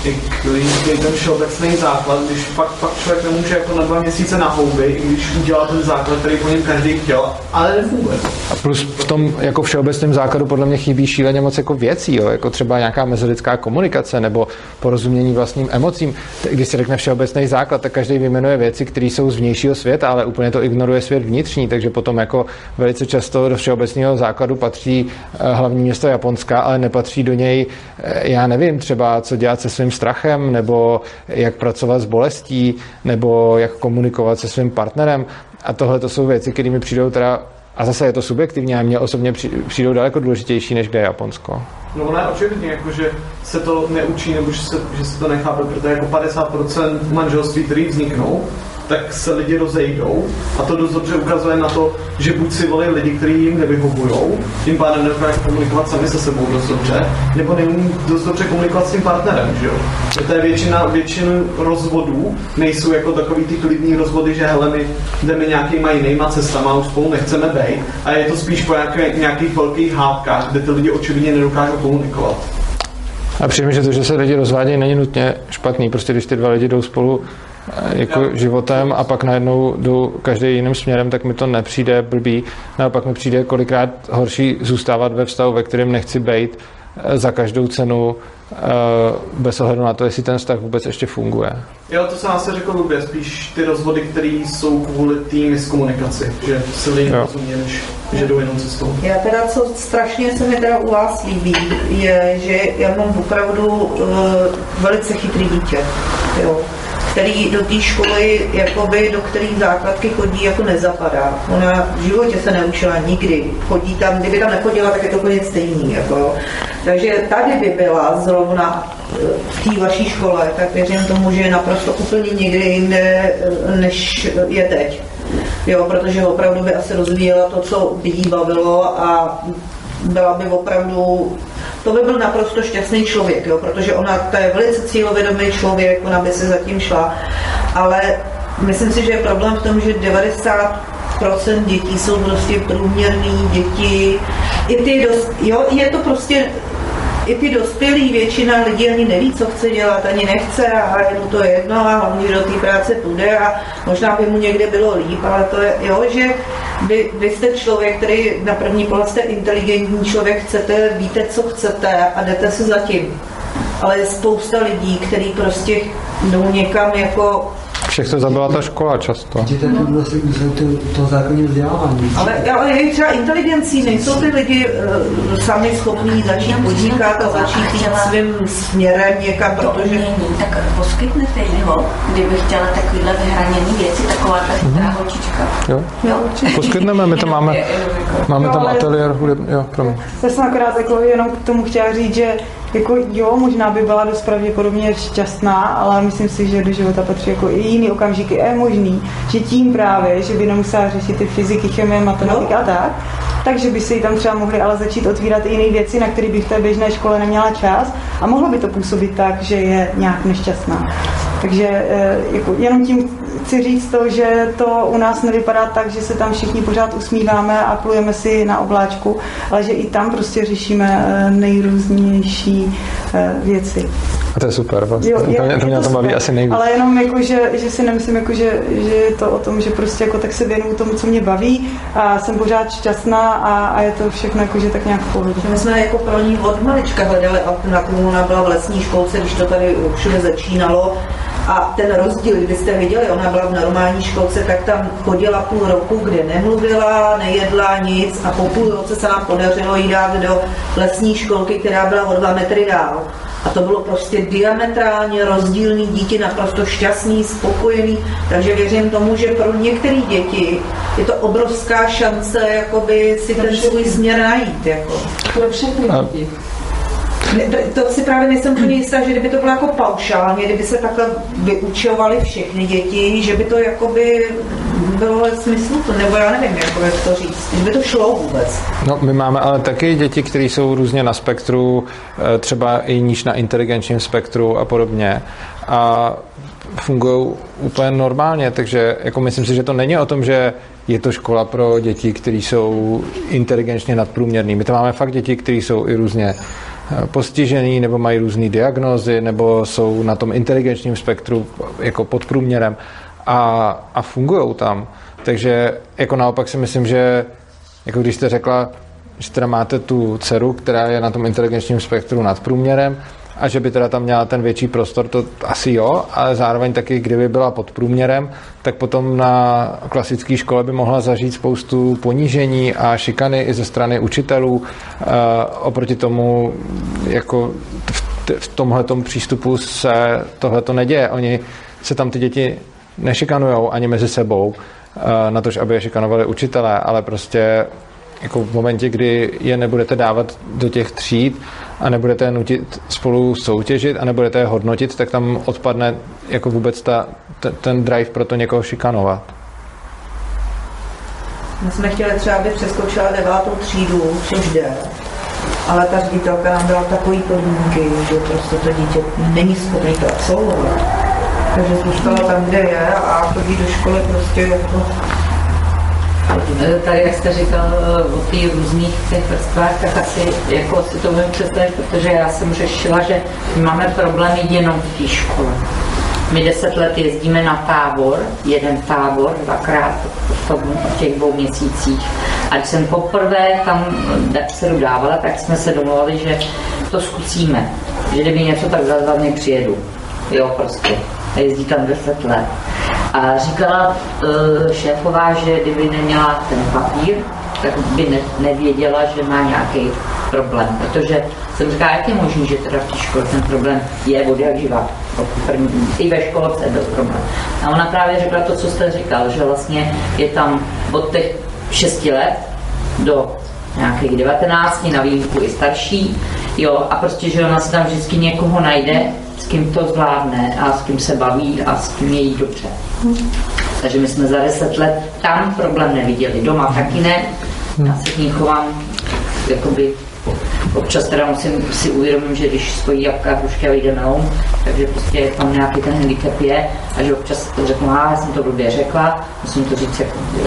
ten všeobecný základ, když fakt člověk nemůže jako na 2 měsíce na houby, i když udělal ten základ, který po něm každý chtěl, ale nefunguje. A plus v tom jako všeobecném základu podle mě chybí šíleně moc jako věcí, jo? Jako třeba nějaká mezilidská komunikace nebo porozumění vlastním emocím. Když se řekne všeobecný základ, tak každý vyjmenuje věci, které jsou z vnějšího světa, ale úplně to ignoruje svět vnitřní, takže potom jako velice často do všeobecného základu patří hlavní město Japonska, ale nepatří do něj, já nevím, třeba co dělat se svým strachem, nebo jak pracovat s bolestí, nebo jak komunikovat se svým partnerem. A tohle to jsou věci, které mi přijdou teda, a zase je to subjektivně, a mně osobně přijdou daleko důležitější, než kde je Japonsko. No ona je očividně, jako, že se to neučí, nebo že se to nechápe, protože jako 50% manželství, které vzniknou, tak se lidi rozejdou a to dost dobře ukazuje na to, že buď si volí lidi, kteří jim nevyhovujou, tím pádem nedokážou komunikovat sami se sebou dost dobře, nebo neumí dost dobře komunikovat s tím partnerem, že jo? To je většinu rozvodů, nejsou jako takový ty klidný rozvody, že hele, my jdeme nějakýma jinýma cestama, už spolu nechceme bejt, a je to spíš po nějakých velkých hádkách, kde ty lidi očividně nedokážou komunikovat. A přijde, že to, že se lidi rozvádějí, není nutně špatný, prostě když ty 2 lidi jdou spolu jako životem a pak najednou jdou každý jiným směrem, tak mi to nepřijde blbý. Naopak mi přijde kolikrát horší zůstávat ve vztahu, ve kterém nechci bejt za každou cenu, bez ohledu na to, jestli ten vztah vůbec ještě funguje. Jo, to jsem asi řekl blbě, spíš ty rozvody, které jsou kvůli té miskomunikaci, že se lidi rozumí, než že jdou jenom cestou. Já teda, co strašně se mi teda u vás líbí, je, že já mám opravdu velice chytrý dítě, jo, který do té školy, jakoby, do které základky chodí, jako nezapadá. Ona v životě se neučila nikdy. Chodí tam, kdyby tam nechodila, tak je to úplně stejný. Jako. Takže tady by byla zrovna v té vaší škole, tak věřím tomu, že je naprosto úplně někde jinde, než je teď. Jo, protože opravdu by asi rozvíjela to, co by jí bavilo a byla by opravdu, to by byl naprosto šťastný člověk, jo, protože ona, to je velice cílovědomý člověk, ona by se zatím šla, ale myslím si, že je problém v tom, že 90% dětí jsou prostě průměrný děti, je to prostě i ty dospělí, většina lidí ani neví, co chce dělat, ani nechce a je mu to jedno a hlavně, že do té práce půjde a možná by mu někde bylo líp, ale to je, že vy jste člověk, který na první pohled jste inteligentní člověk, víte, co chcete a jdete se za tím. Ale je spousta lidí, kteří prostě jdou někam jako... Všech to zabila ta škola často. Děte to základní vzdělávání. Ale je třeba inteligencí, nejsou ty lidi sami schopní začít podnikat a začít jít svým směrem někam, protože... Tak poskytnete ho, kdyby chtěla takovýhle vyhraněný věci, taková ta chytrá holčička. Jo. Poskytneme, my to máme tam ateliér hudební, jo, promiň. Já jsem akorát jako jenom k tomu chtěla říct, že jako jo, možná by byla dost pravděpodobně šťastná, ale myslím si, že do života patří jako i jiný okamžiky. A je možný, že tím právě, že by nemusela řešit ty fyziky, chemie, matematiky a tak, takže by se jí tam třeba mohly ale začít otvírat i jiné věci, na které by v té běžné škole neměla čas a mohlo by to působit tak, že je nějak nešťastná. Takže jako, jenom tím chci říct to, že to u nás nevypadá tak, že se tam všichni pořád usmíváme a plujeme si na obláčku, ale že i tam prostě řešíme nejrůznější věci. A to je super, vlastně. To mě na tom baví asi nejvíc. Ale jenom jako, že si nemyslím, jako, že je to o tom, že prostě jako tak se věnuju tomu, co mě baví a jsem pořád šťastná a je to všechno jako, že tak nějak v pohodě. My jsme jako pro ní od malička hledali alternativu, ona byla v lesní školce, když to tady všude začínalo. A ten rozdíl, kdybyste viděli, ona byla v normální školce, tak tam chodila půl roku, kde nemluvila, nejedla nic a po půl roce se nám podařilo jí dát do lesní školky, která byla o 2 metry dál. A to bylo prostě diametrálně rozdílný dítě, naprosto šťastný, spokojený, takže věřím tomu, že pro některé děti je to obrovská šance jakoby si ten svůj směr najít. Jako. Pro všechny děti. To si právě nejsem úplně jistá, že kdyby to bylo jako paušálně, kdyby se takhle vyučovaly všechny děti, že by to jakoby bylo smysluplné, nebo já nevím, jak to říct, kdyby to šlo vůbec. No, my máme ale taky děti, které jsou různě na spektru, třeba i níž na inteligenčním spektru a podobně. A fungují úplně normálně, takže jako myslím si, že to není o tom, že je to škola pro děti, které jsou inteligenčně nadprůměrný. My to máme fakt děti, které jsou i různě postižený, nebo mají různé diagnózy, nebo jsou na tom inteligenčním spektru jako pod průměrem a fungují tam. Takže jako naopak si myslím, že jako když jste řekla, že teda máte tu dceru, která je na tom inteligenčním spektru nad průměrem a že by teda tam měla ten větší prostor, to asi jo, ale zároveň taky, kdyby byla pod průměrem, tak potom na klasické škole by mohla zažít spoustu ponížení a šikany i ze strany učitelů. Oproti tomu, jako v tomhletom přístupu se tohleto neděje. Oni se tam ty děti nešikanujou ani mezi sebou, na to, aby je šikanovali učitelé, ale prostě jako v momentě, kdy je nebudete dávat do těch tříd a nebudete je nutit spolu soutěžit a nebudete je hodnotit, tak tam odpadne jako vůbec ten drive pro to někoho šikanovat. My jsme chtěli třeba, aby přeskočila 9. třídu, což jde, ale ta ředitelka nám dala takový podmínky, že prostě to dítě není schopné to absolvovat. Takže zůstala tam, kde je a chodí do školy prostě jako... Tady, jak jste říkal o těch různých těch vrstvách, tak asi jako si to můžu představit, protože já jsem řešila, že máme problémy jenom v té škole. My 10 let jezdíme na tábor, jeden tábor, 2krát v těch 2 měsících. A když jsem poprvé tam se dodávala, tak jsme se domluvili, že to zkusíme. Že kdyby něco, tak za mě přijedu. Jo, prostě. A jezdí tam 10 let. A říkala šéfová, že kdyby neměla ten papír, tak by nevěděla, že má nějaký problém. Protože jsem říkala, jak je možný, že teda v té škole ten problém je od jak živa. I ve školce byl problém. A ona právě řekla to, co jste říkal, že vlastně je tam od těch 6 let do nějakých 19, na výjimku i starší, jo, a prostě, že ona se tam vždycky někoho najde, s kým to zvládne a s kým se baví a s kým je jí dobře. Takže my jsme za 10 let tam problém neviděli, doma taky ne, já se k ní chovám, jakoby občas teda musím si uvědomit, že když stojí jabka a hrušky a vyjde melon, takže prostě tam nějaký ten handicap je a že občas řeknu, já jsem to blbě řekla, musím to říct jako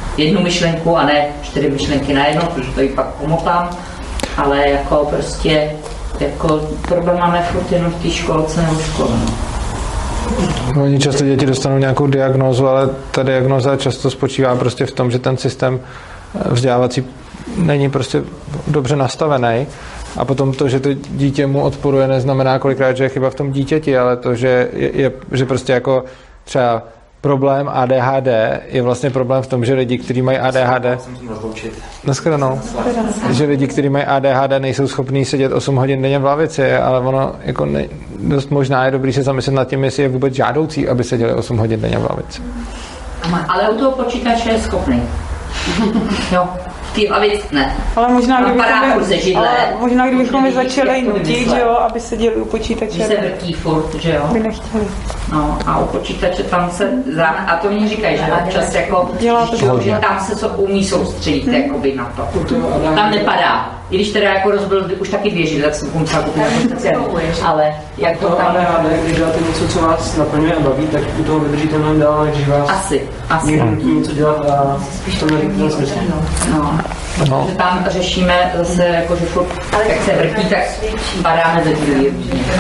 jednu myšlenku a ne 4 myšlenky najednou, protože to ji pak pomotám, ale jako prostě jako problém máme furt jenom v té školce nebo škole. No. Oni často děti dostanou nějakou diagnózu, ale ta diagnóza často spočívá prostě v tom, že ten systém vzdělávací není prostě dobře nastavený. A potom to, že to dítě mu odporuje, neznamená kolikrát, že je chyba v tom dítěti, ale to, že že prostě jako třeba problém ADHD je vlastně problém v tom, že lidi, kteří mají ADHD... Naschledanou. Že lidi, kteří mají ADHD, nejsou schopní sedět 8 hodin denně v lavici, ale ono jako dost možná je dobrý se zamyslet nad tím, jestli je vůbec žádoucí, aby seděli 8 hodin denně v lavici. Ale u toho počítače je schopný. Jo. Ty lavic ne. Ale možná kdybychom je začali nutit, že jo, aby seděli u počítače. Že se vrtí furt, že jo. By nechtěli. No a u počítače tam se, a to mě říkají, že občas jako, že tam se umí soustředit jakoby na to. Tam nepadá. I když teda jako rozbil, už taky běží, tak jsem musela koupit jako speciální. Ale jak to tam... Když děláte něco, co vás naplňuje a baví, tak u toho vydržíte mnohem dál, než vás asi. někdo nutí něco dělat a to nevíte smysl. No. Že tam řešíme zase, jako, že furt, jak se vrtí, tak padáme ze díly.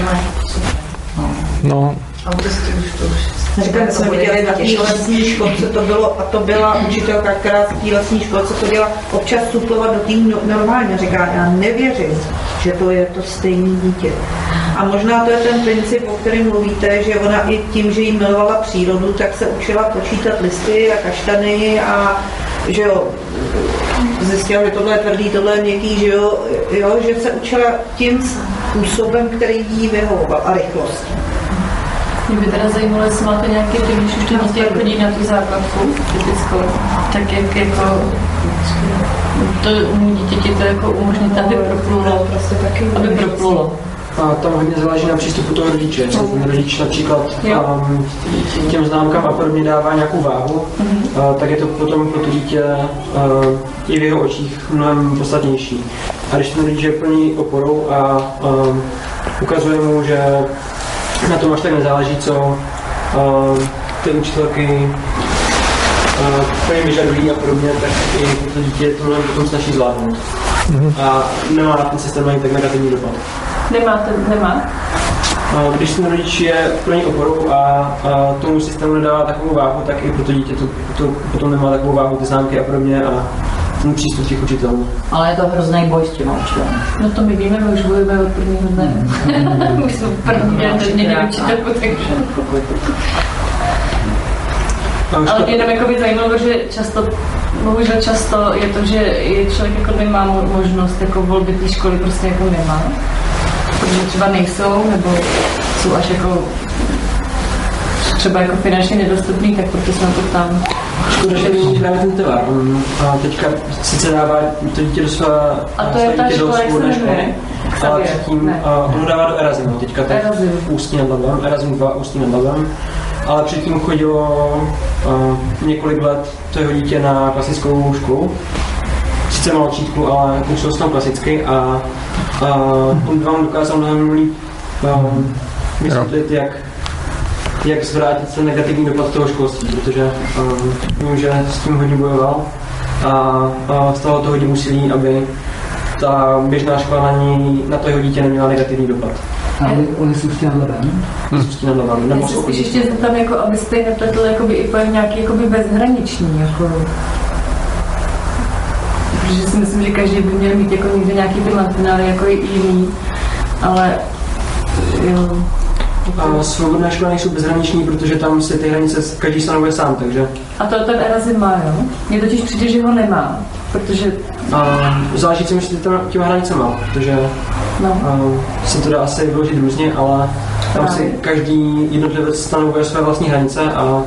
No. Říkám, jsme viděli na té lesní školce, to byla učitelka, která v té lesní školce chodila občas suplovat do tým normálně. Říká, já nevěřím, že to je to stejné dítě. A možná to je ten princip, o kterém mluvíte, že ona i tím, že jí milovala přírodu, tak se učila počítat listy a kaštany a že jo, zjistila, že tohle je tvrdý, tohle je měkký, že jo, že se učila tím způsobem, který jí vyhovoval a rychlostí. Mě by teda zajímalo, jestli máte nějaké ty, když už to dítě chodí na tu základku typickou, tak jak jako to dítěti to jako umožnit, aby proplulo, prostě taky, aby proplulo. A tam hodně záleží na přístupu toho rodiče. Ten rodič například těm známkám a podobně dává nějakou váhu, tak je to potom pro to dítě i v jeho očích mnohem podstatnější. A když ten rodič je plný oporou a ukazuje mu, že na tom až tak nezáleží, co ty učitelky vyžadují a podobně, tak i to dítě to mnohem potom snaží zvládnout. A nemá na ten systém ani tak negativní dopad. Nemá? Když ten rodič je plný oporou a tomu systému nedává takovou váhu, tak i pro to dítě to potom nemá takovou váhu, ty známky a podobně a ten přístup těch učitelů. Ale je to hrozný boj s těma učitelům. No to my víme, my už bojujeme od prvního dne. Už jsme první den měli učitelku, takže... Ale mě tam jako by zajímalo, že bohužel často je to, že je člověk jako nemá možnost jako volby té školy prostě jako nemá. Protože třeba nejsou, nebo jsou až jako třeba jako finančně nedostupný, tak proto jsme to tam. Škoda, že není právě ten tovar. A teďka sice dává to dítě do svého svobodné školy, ale předtím on dává do Erasmu, teďka tak Ústí nad Labem, Erasmus 2 Ústí nad Labem, ale předtím chodilo několik let to jeho dítě na klasickou školu. Sice mal čítku, ale učil se tam klasicky a on vám dokázal mnohem líp vysvětlit, jak zvrátit ten negativní dopad toho školství, protože vím, že s tím hodně bojoval a stalo to hodně úsilí, aby ta běžná škola na to jeho dítě neměla negativní dopad. A oni jsou Ústí nad Labem? Ústí nad Labem. Já si spíš ještě tam, jako, abyste nepletli jakoby, i pojem nějaký jakoby bezhraniční. Jako. Protože si myslím, že každý by měl mít jako někde nějaký ty mantinály jako i jiný, ale jo. A svobodné školy nejsou bezhraniční, protože tam si ty hranice každý stanovuje sám, takže... A to ten Erasmus má, jo? Mně totiž přijde, že ho nemá, protože... Záleží, co myslíte těma hranicema, protože se to dá asi vyložit různě, ale tam si každý jednotlivec stanovuje své vlastní hranice a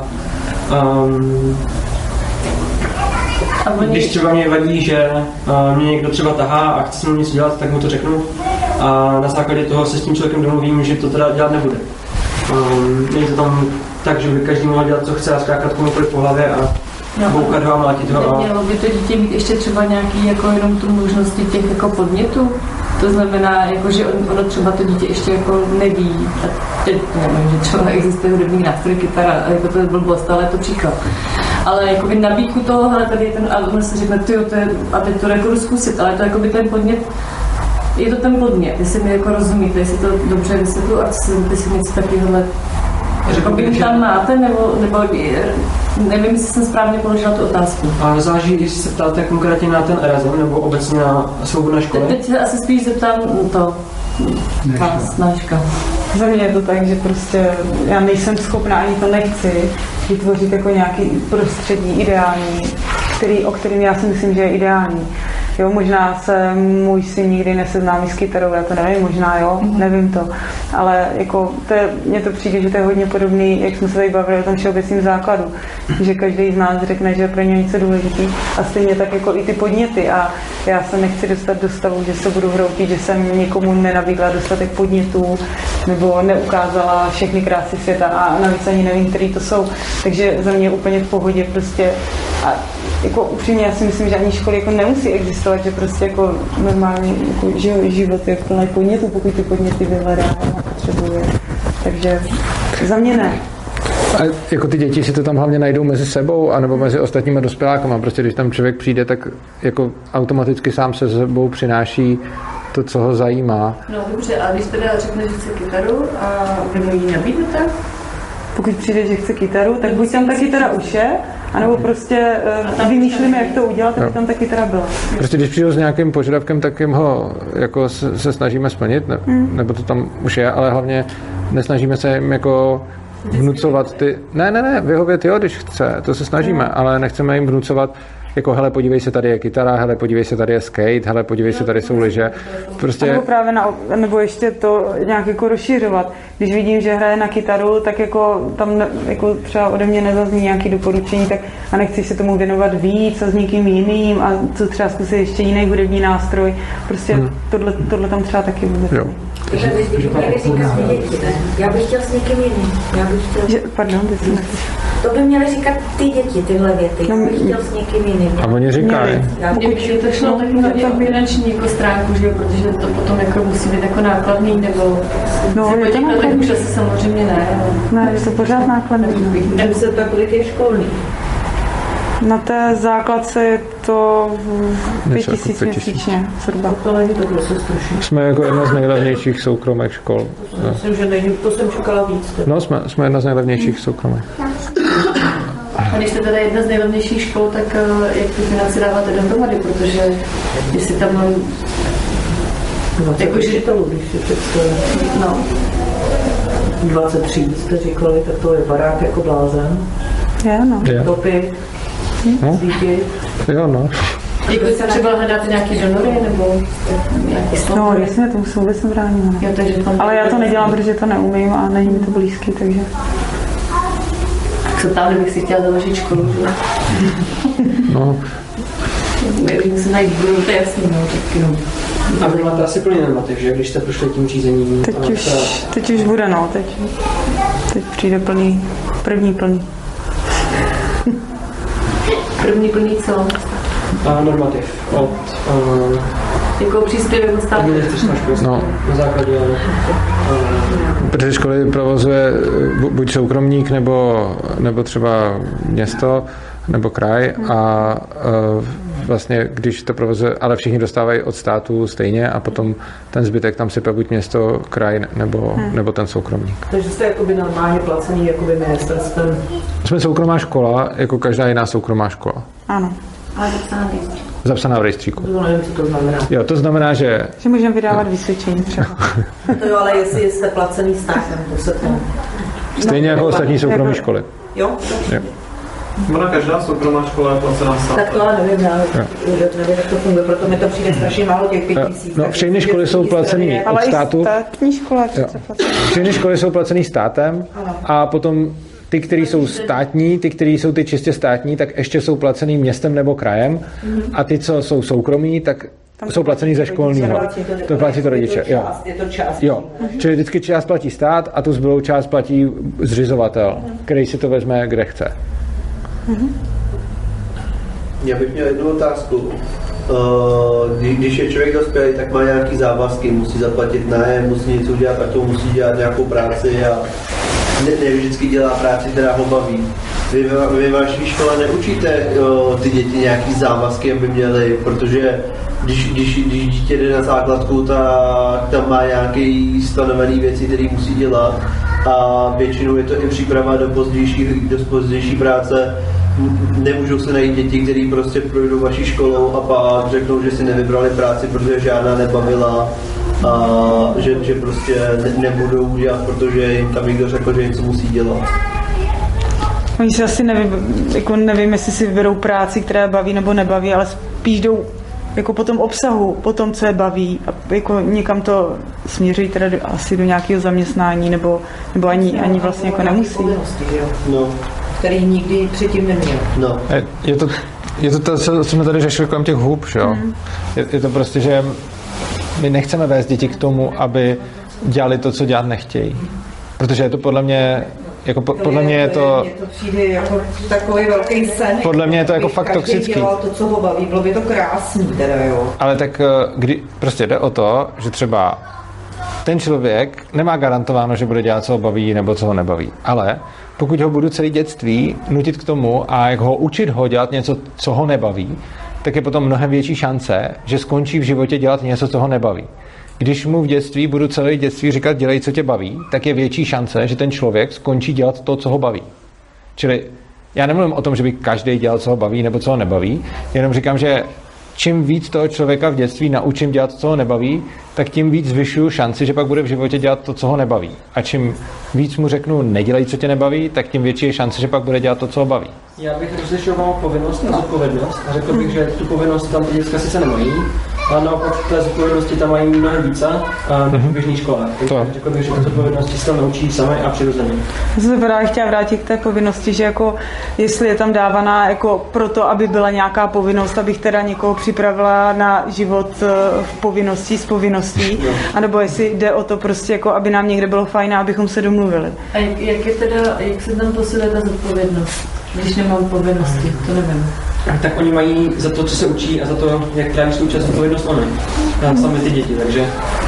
když třeba mě vadí, že mě někdo třeba tahá a chce se mnou něco dělat, tak mu to řeknu a na základě toho se s tím člověkem domluvím, že to teda dělat nebude. Není to tam tak, že by každý mohl dělat, co chce a skákat komukoliv po hlavě a boukat ho a mlátit ho. Mělo by to dítě mít ještě třeba nějaký jako jenom tu možnosti těch jako podnětů? To znamená, jako, že ono třeba to dítě ještě jako neví. A teď nevím, že třeba existuje hudební nástroj, kytara, jako to je blbost, ale je to příklad. ale jakoby nabídku toho, hele, tady je ten, a on si řekne, tyjo, to je, a teď to jako zkusit, ale to jakoby ten podnět, je to ten podnět, jestli mi jako rozumíte, jestli to dobře vysvětlu a jestli si něco takového jakoby tam máte, nebo nevím, jestli jsem správně položila tu otázku. A záleží, jestli se ptáte konkrétně na ten Erasmus, nebo obecně na svobodné školy? Teď se asi spíš zeptám to. Snáška. Za mě je to tak, že prostě já nejsem schopná, ani to nechci, vytvořit jako nějaký prostředí ideální, o kterým já si myslím, že je ideální. Jo, možná se můj syn nikdy neseznámí s kytarou, já to nevím, možná jo, nevím to, ale jako mně to přijde, že to je hodně podobný, jak jsme se tady bavili o tom všeobecným základu, že každý z nás řekne, že je pro ně něco důležitý a stejně tak jako i ty podněty a já se nechci dostat do stavu, že se budu hroutit, že jsem někomu nenabídla dostatek podnětů nebo neukázala všechny krásy světa a navíc ani nevím, který to jsou, takže za mě je úplně v pohodě prostě a jako upřímně já si myslím, že ani školy jako nemusí existovat, že prostě jako normální jako, život je plný podnětů, pokud ty podněty vyhledá a potřebuje. Takže za mě ne. A jako ty děti si to tam hlavně najdou mezi sebou anebo mezi ostatními dospělákama. Prostě když tam člověk přijde, tak jako automaticky sám se sebou přináší to, co ho zajímá. No dobře, a když teda řekne, že chce kytaru a vy mu ji nabídnete? Pokud přijde, že chce kytaru, tak buď tam ta kytara už je, anebo prostě vymýšlíme, jak to udělat, aby tam ta kytara byla. Prostě když přijde s nějakým požadavkem, tak jim ho jako se snažíme splnit, nebo to tam už je, ale hlavně nesnažíme se jim jako vnucovat ty... Ne, vyhovět jo, když chce, to se snažíme, ale nechceme jim vnucovat jako hele, podívej se, tady je kytara, hele, podívej se, tady je skate, hele, podívej se, tady jsou lyže. Prostě... Nebo právě nebo ještě to nějak jako rozšiřovat. Když vidím, že hraje na kytaru, tak jako tam jako třeba ode mě nezazní nějaké doporučení, tak a nechci se tomu věnovat víc a s někým jiným a co třeba zkusit ještě jiný hudební nástroj. Prostě tohle tam třeba taky vůbec. Jo. Já bych chtěl s někým jiným. Pardon, ty jsi to by měly říkat ty děti, tyhle věty. Já bych chtěl s někým jiným. A oni říkají. Kdyby to šlo tak hlavně o finanční jako stránku, že? Protože to potom jako musí být jako nákladný, nebo je to nákladný. Tak už asi samozřejmě ne. Ne, je to pořád nákladný. Kolik je školní? Na té základce je to 5 000 měsíčně. Jsme jako jedna z nejlevnějších soukromých škol. Myslím, že to jsem čekala víc. No, jsme jedna z nejlevnějších soukromých. A když jste teda jedna z nejlevnějších škol, tak jak ty finance dáváte dohromady, protože jestli tam mám... Jakože učitelů, když si představím. No. 23 jste říkali, tak to je barák jako blázen. Topy, svíti. Jo, no. Jako se třeba hledáte nějaký donory, nebo nějaký slov? No, jasně, to jsou vůbec nebráníme. Ale já to nedělám, protože to neumím a není mi to blízký, takže... Co tam, kdybych si chtěla založit školu, že? No. Nevím, se najít budou, to je jasný, no, taky no. A vy máte asi plný normativ, že? Když jste prošli tím řízením. Teď už bude, no, teď přijde první plný. První plný co? Normativ od... Jako příspěvek od státu? No. Na základě... Protože školy provozuje buď soukromník, nebo třeba město, nebo kraj a vlastně, když to provozuje, ale všichni dostávají od státu stejně a potom ten zbytek tam sype buď město, kraj nebo ten soukromník. Takže jste jakoby normálně placený jakoby ministerstvem? Jsme soukromá škola, jako každá jiná soukromá škola. Ano. Ale zapsaná v rejstříku. Zapsaná v rejstříku. To nevím, co to znamená. Jo, to znamená, že můžeme vydávat vysvědčení třeba. To jo, ale jestli jste placený státem, to se to... Stejně jako ostatní soukromé školy. Jo? Ona každá soukromá škola je placená státem. Tak to ale nevím, nevím, jak to funguje, proto mi to přijde strašně málo těch 5 000. No, všechny školy jsou placený od státu. Ale i státní škola je přece placená. Všechny školy jsou placený státem a potom ty, které jsou státní, ty, které jsou ty čistě státní, tak ještě jsou placený městem nebo krajem a ty, co jsou soukromí, tak jsou placený ze školního. To platí to rodiče. Jo. Je to část. Jo. Čili vždycky část platí stát a tu zbylou část platí zřizovatel, který si to vezme, kde chce. Já bych měl jednu otázku. Když je člověk dospělý, tak má nějaký závazky, musí zaplatit nájem, musí něco udělat, tak to musí dělat nějakou práci a ne vždycky dělá práci, která ho baví. Vy ve vaší škole neučíte ty děti nějaký závazky, aby měly, protože když dítě jde na základku, tak tam má nějaké stanovené věci, které musí dělat a většinou je to i příprava do pozdější práce. Nemůžou se najít děti, které prostě projdou vaší školou a pak řeknou, že si nevybrali práci, protože žádná nebavila a že prostě nebudou dělat, protože jim tam někdo řekl, že něco musí dělat. Oni si asi nevím, jestli si vyberou práci, která baví nebo nebaví, ale spíš jdou jako po tom obsahu, po tom, co je baví a jako někam to směřují teda asi do nějakého zaměstnání nebo ani vlastně jako nemusí. No. Který nikdy předtím neměl. No. Je to, co jsme tady řešili kolem těch hub, jo? Je to prostě, že my nechceme vést děti k tomu, aby dělali to, co dělat nechtějí. Protože je to podle mě jako podle mě je to... Mně to přijde jako takový velký sen. Podle mě je to jako fakt toxický. Dělal to, co ho baví, bylo by to krásný teda, jo. Ale tak prostě jde o to, že třeba ten člověk nemá garantováno, že bude dělat, co ho baví nebo co ho nebaví. Ale pokud ho budu celý dětství nutit k tomu a jak ho učit ho dělat něco, co ho nebaví, tak je potom mnohem větší šance, že skončí v životě dělat něco, co ho nebaví. Když mu v dětství budu celé dětství říkat dělej, co tě baví, tak je větší šance, že ten člověk skončí dělat to, co ho baví. Čili já nemluvím o tom, že by každý dělal, co ho baví nebo co ho nebaví, jenom říkám, že čím víc toho člověka v dětství naučím dělat, co ho nebaví, tak tím víc zvyšuju šanci, že pak bude v životě dělat to, co ho nebaví. A čím víc mu řeknu nedělej, co tě nebaví, tak tím větší je šance, že pak bude dělat to, co ho baví. Já bych rozlišoval povinnost a zodpovědnost a řekl bych, že tu povinnost tam ty děcka sice nemají, ale naopak té zodpovědnosti tam mají mnohem více v běžné škole. Řekl bych, že ty zodpovědnosti se tam naučí sami a přirozeně. Já jsem se právě chtěla vrátit k té povinnosti, že jako jestli je tam dávaná jako proto, aby byla nějaká povinnost, abych teda někoho připravila na život v povinnosti, s povinností, anebo jestli jde o to prostě jako, aby nám někde bylo fajn a abychom se domluvili. A jak se tam posiluje ta zodpovědnost, když nemám povinnosti, to nevím. Tak oni mají za to, co se učí a za to, jak tráví svou čas zodpovědnost oni. Sami ty děti, takže...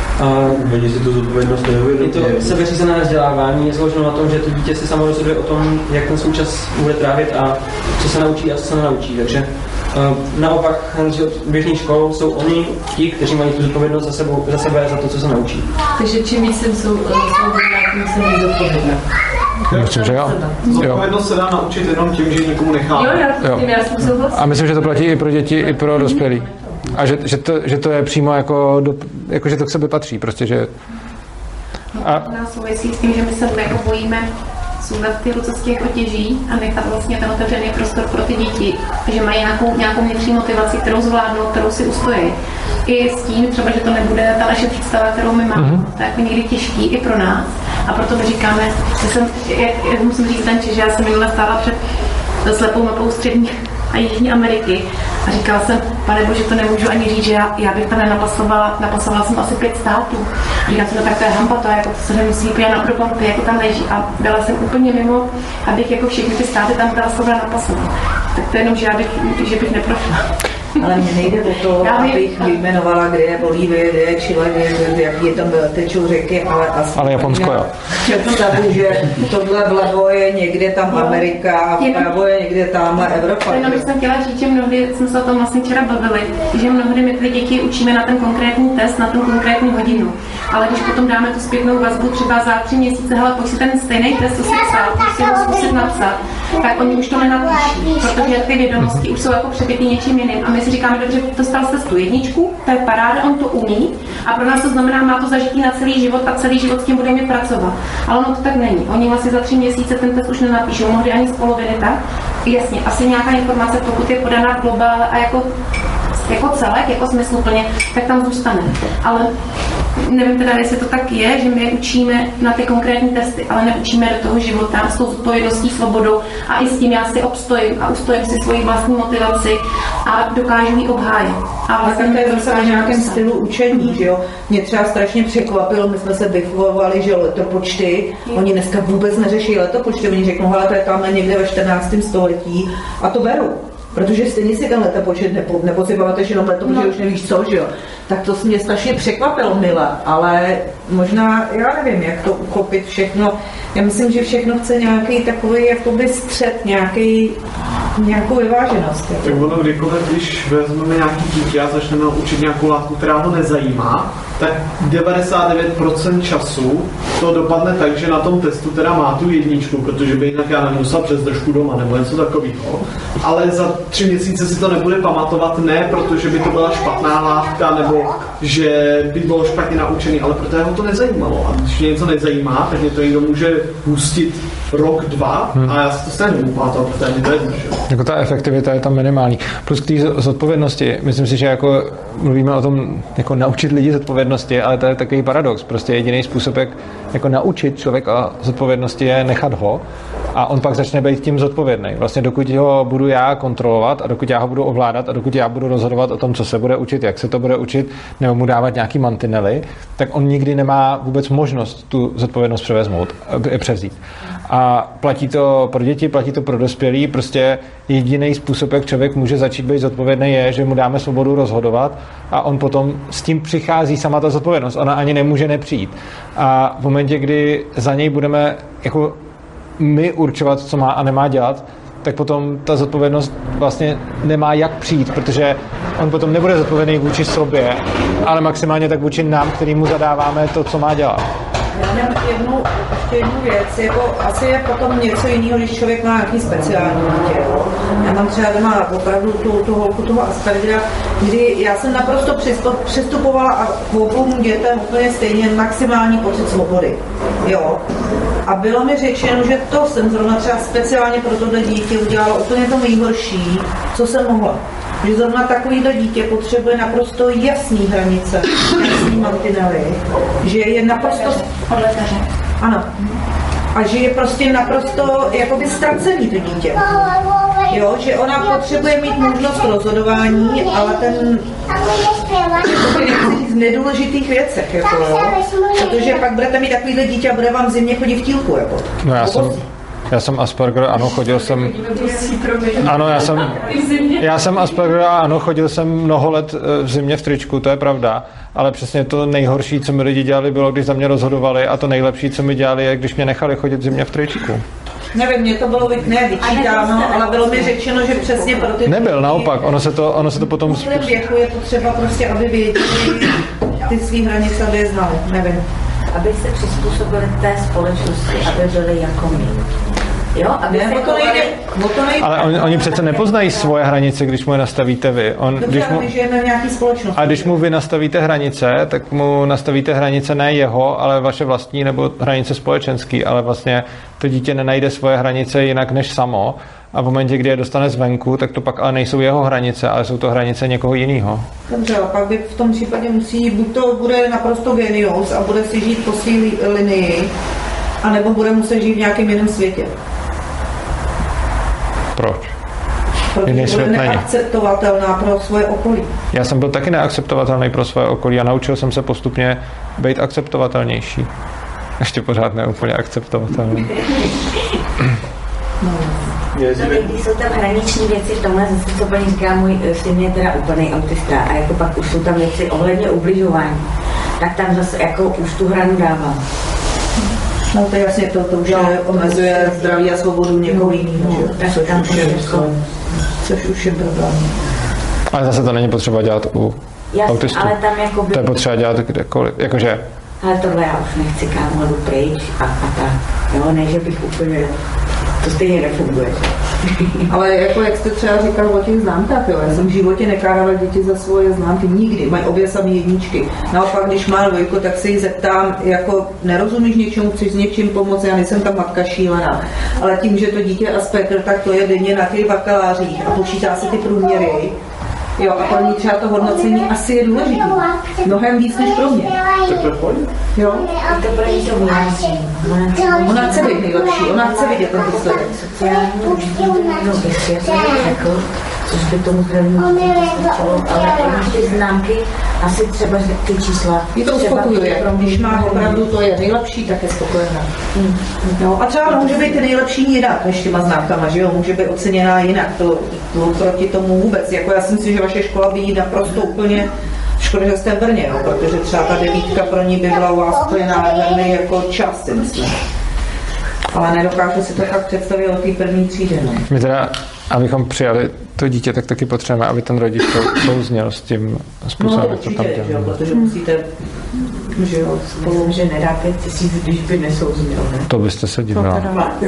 Oni si tu zodpovědnost neuvědomí. Je to sebeřízené vzdělávání, je založeno na tom, že to dítě si samo rozhoduje o tom, jak ten svůj čas bude trávit a co se naučí a co se nenaučí. Takže naopak, běžných škol jsou oni ti, kteří mají tu zodpovědnost za sebe za to, co se naučí. Takže čím víc jsem svobodná, tím jsem víc zodpovědná. Myslím, že jo. Zodpovědnost se dá naučit jenom tím, že nikomu nechá. Já jsem souhlasím. A myslím, že to platí i pro děti, i pro dospělí. A že to je přímo jako že to k sobě patří, prostě, že... Nás souvisí s tím, že my se jako bojíme sundat ty ruce z těch otěží a nechat vlastně ten otevřený prostor pro ty děti, že mají nějakou vnitřní motivaci, kterou zvládnou, kterou si ustojí. I s tím třeba, že to nebude ta naše představa, kterou my máme. To je jako někdy těžký i pro nás. A proto my říkáme, jak musím říct ten že já jsem minule stála před slepou mapou střední a Jižní Ameriky a říkala jsem, pane bože, to nemůžu ani říct, že já bych tam napasovala jsem asi 5 států. A říkala jsem, no tak to je hamba, to jako to se nemusí pět na propamty, jako tam leží. A byla jsem úplně mimo, abych jako všechny ty státy tam byla schopna napasovat. Tak to je jenom, že bych neprošla. Ale mně nejde o to, abych vyjmenovala, kde je Bolívie, kde je Chile, jaký je tam tečou řeky, ale Japonsko, jo. Představu, že tohle vlevo je někde tam Amerika a vpravo je někde tamhle Evropa. Jenom bych jsem chtěla říct, že mnohdy jsme se o tom vlastně včera bavili, že mnohdy my ty děti učíme na ten konkrétní test, na tu konkrétní hodinu. Ale když potom dáme tu zpětnou vazbu třeba za 3 měsíce, hele, pojď si ten stejný test, co si psal, pojď si ho zkusit napsat, tak oni už to nenapíší, protože ty vědomosti už jsou jako přebity něčím jiným. A my si říkáme, dobře, dostal jsi tu 1, to je paráda, on to umí a pro nás to znamená, má to zažití na celý život a celý život s tím budeme pracovat. Ale ono to tak není. Oni vlastně za 3 měsíce ten test už nenapíšou, mohli ani z poloviny tak. Jasně, asi nějaká informace, pokud je podaná globál a jako celek, jako smysluplně, tak tam zůstane. Ale nevím teda, jestli to tak je, že my je učíme na ty konkrétní testy, ale neučíme do toho života s tou zodpovědností, svobodou a i s tím já si obstojím a ustojím si svoji vlastní motivaci a dokážu ji obhájit. A vlastně to je zase na nějakém stylu učení, že jo? Mě třeba strašně překvapilo, my jsme se vychovávali, že letopočty, oni dneska vůbec neřeší letopočty, oni řeknou, hele, to je tamhle někde ve 14. století a to beru. protože stejně si tenhle počet nepocipavateš jenom leto, protože už nevíš co, že jo. Tak to mě strašně překvapilo mile, ale možná, já nevím, jak to uchopit všechno. Já myslím, že všechno chce nějaký takový jakoby střed, nějakou vyváženost. Tak ono kdykoliv, když vezmeme nějaký dítě a začneme učit nějakou látku, která ho nezajímá, tak 99% času to dopadne tak, že na tom testu teda má tu jedničku, protože by jinak já nemusel přes držku doma nebo něco takového. Ale za 3 měsíce si to nebude pamatovat, ne protože by to byla špatná látka nebo že by bylo špatně naučený, ale protože ho to nezajímalo. A když mě něco nezajímá, tak mě to někdo může pustit rok, 2 a já si to stejně nebudu pamatovat, protože mi to jedno, že? Jako ta efektivita je tam minimální. Plus k té zodpovědnosti, myslím si, že jako mluvíme o tom, jako naučit lidi zodpovědnosti, ale to je takový paradox. Prostě jediný způsob, jak jako naučit člověka zodpovědnosti, je nechat ho a on pak začne být tím zodpovědný. Vlastně dokud ho budu já kontrolovat a dokud já ho budu ovládat a dokud já budu rozhodovat o tom, co se bude učit, jak se to bude učit, nebo mu dávat nějaký mantinely, tak on nikdy nemá vůbec možnost tu zodpovědnost převzít. A platí to pro děti, platí to pro dospělí, prostě jediný způsob, jak člověk může začít být zodpovědný, je, že mu dáme svobodu rozhodovat a on potom s tím přichází sama ta zodpovědnost. Ona ani nemůže nepřijít. A v momentě, kdy za něj budeme jako my určovat, co má a nemá dělat, tak potom ta zodpovědnost vlastně nemá jak přijít, protože on potom nebude zodpovědný vůči sobě, ale maximálně tak vůči nám, kterýmu zadáváme to, co má dělat. Já mám ještě jednu věc, jako asi je potom něco jiného, když člověk má nějaký speciální dítě. Já mám třeba doma opravdu tu holku toho Aspergera, kdy já jsem naprosto přistupovala a k obou dětem úplně stejně maximální pocit svobody. Jo. A bylo mi řečeno, že to jsem zrovna třeba speciálně pro tohle dítě udělala úplně to nejhorší, co jsem mohla. Že zrovna takovýto dítě potřebuje naprosto jasný hranice, jasný mantinely, že je naprosto... Ano. A že je prostě naprosto jakoby ztracený to dítě. Jo, že ona potřebuje mít možnost rozhodování, ale ten v nedůležitých věcech, jako, jo. Protože pak budete mít takovýhle dítě a bude vám v zimě chodit v tílku, jako. No já jsem Asperger, ano, chodil jsem... Ano, já jsem Asperger a ano, chodil jsem mnoho let v zimě v tričku, to je pravda, ale přesně to nejhorší, co mi lidi dělali, bylo, když za mě rozhodovali a to nejlepší, co mi dělali, je, když mě nechali chodit v zimě v tričku. Nevím, mě to bylo vyčítáno, ale bylo mi řečeno, že přesně pro ty... Nebyl, naopak, ono se to potom... V tom věku je potřeba prostě, aby věděli ty svý hranice, aby je znali, nevím. Aby se přizpůsobili té společnosti, aby byli jako my. Jo, aby ne, to nejde. Ale oni přece nepoznají svoje hranice, když mu je nastavíte vy. My žijeme v nějaký společnosti. A když mu vy nastavíte hranice, tak mu nastavíte hranice ne jeho, ale vaše vlastní nebo hranice společenský, ale vlastně to dítě nenajde svoje hranice jinak než samo. A v momentě, kdy je dostane zvenku, tak to pak ale nejsou jeho hranice, ale jsou to hranice někoho jiného. Dobře, a pak by v tom případě buď to bude naprosto genius a bude si žít po své linii, anebo bude muset žít v nějakém jiném světě. Proč? Protože bude neakceptovatelná pro svoje okolí. Já jsem byl taky neakceptovatelný pro svoje okolí a naučil jsem se postupně být akceptovatelnější. Ještě pořád ne úplně akceptovatelný. No, když jsou tam hraniční věci v tomhle, zase co paní říká, můj syn je teda úplný autista a jako pak už jsou tam věci ohledně ubližování, tak tam zase jako už tu hranu dávám. No to je jasně, to už omezuje zdraví a svobodu někoho jiného, což už je problém. Ale zase to není potřeba dělat u autistů. Ale tam jakoby... To je potřeba dělat kdekoliv, jakože... Ale tohle já už nechci, kámo, jdu pryč a tak. Jo, ne, že bych úplně... To stejně nefunguje. Ale jako jak jste třeba říkal o těch známkách, jo, já jsem v životě nekároval děti za svoje známky nikdy, mají obě samé jedničky. Naopak, když má dvojku, tak se jí zeptám, jako nerozumíš něčemu, chceš s něčím pomoct, já nejsem ta matka šílená. Ale tím, že to dítě Asperger, tak to je denně na těch bakalářích a počítá si ty průměry. Jo, a pro ní třeba to hodnocení asi je důležitý. Mnohem víc než pro mě. Tak to je pojď. Jo. To pro ní to vláží. Ona chce být nejlepší, ona chce vidět ten výsledek. Což by tomu zřejmě stačilo, ale ty známky asi třeba ty čísla. Je to uspokojuje, když má opravdu to je nejlepší, tak je spokojená. No, a třeba může být nejlepší jinak než těma známkama, že jo, může být oceněná jinak, to proti tomu vůbec. Jako já si myslím, že vaše škola by jí naprosto úplně škoda, že jste v Brně, jo, protože třeba ta 9 pro ní by byla u vás úplně nádherný jako čas, si myslím. Ale nedokážu si to tak představit od té první třídy. No. My teda, abychom přijali to dítě, tak taky potřebujeme, aby ten rodič to souzněl s tím způsobem, jak to tam dělá. No, protože musíte, že jo, spolu, že nedá 5 000, když by nesouznil, ne? To byste se divila.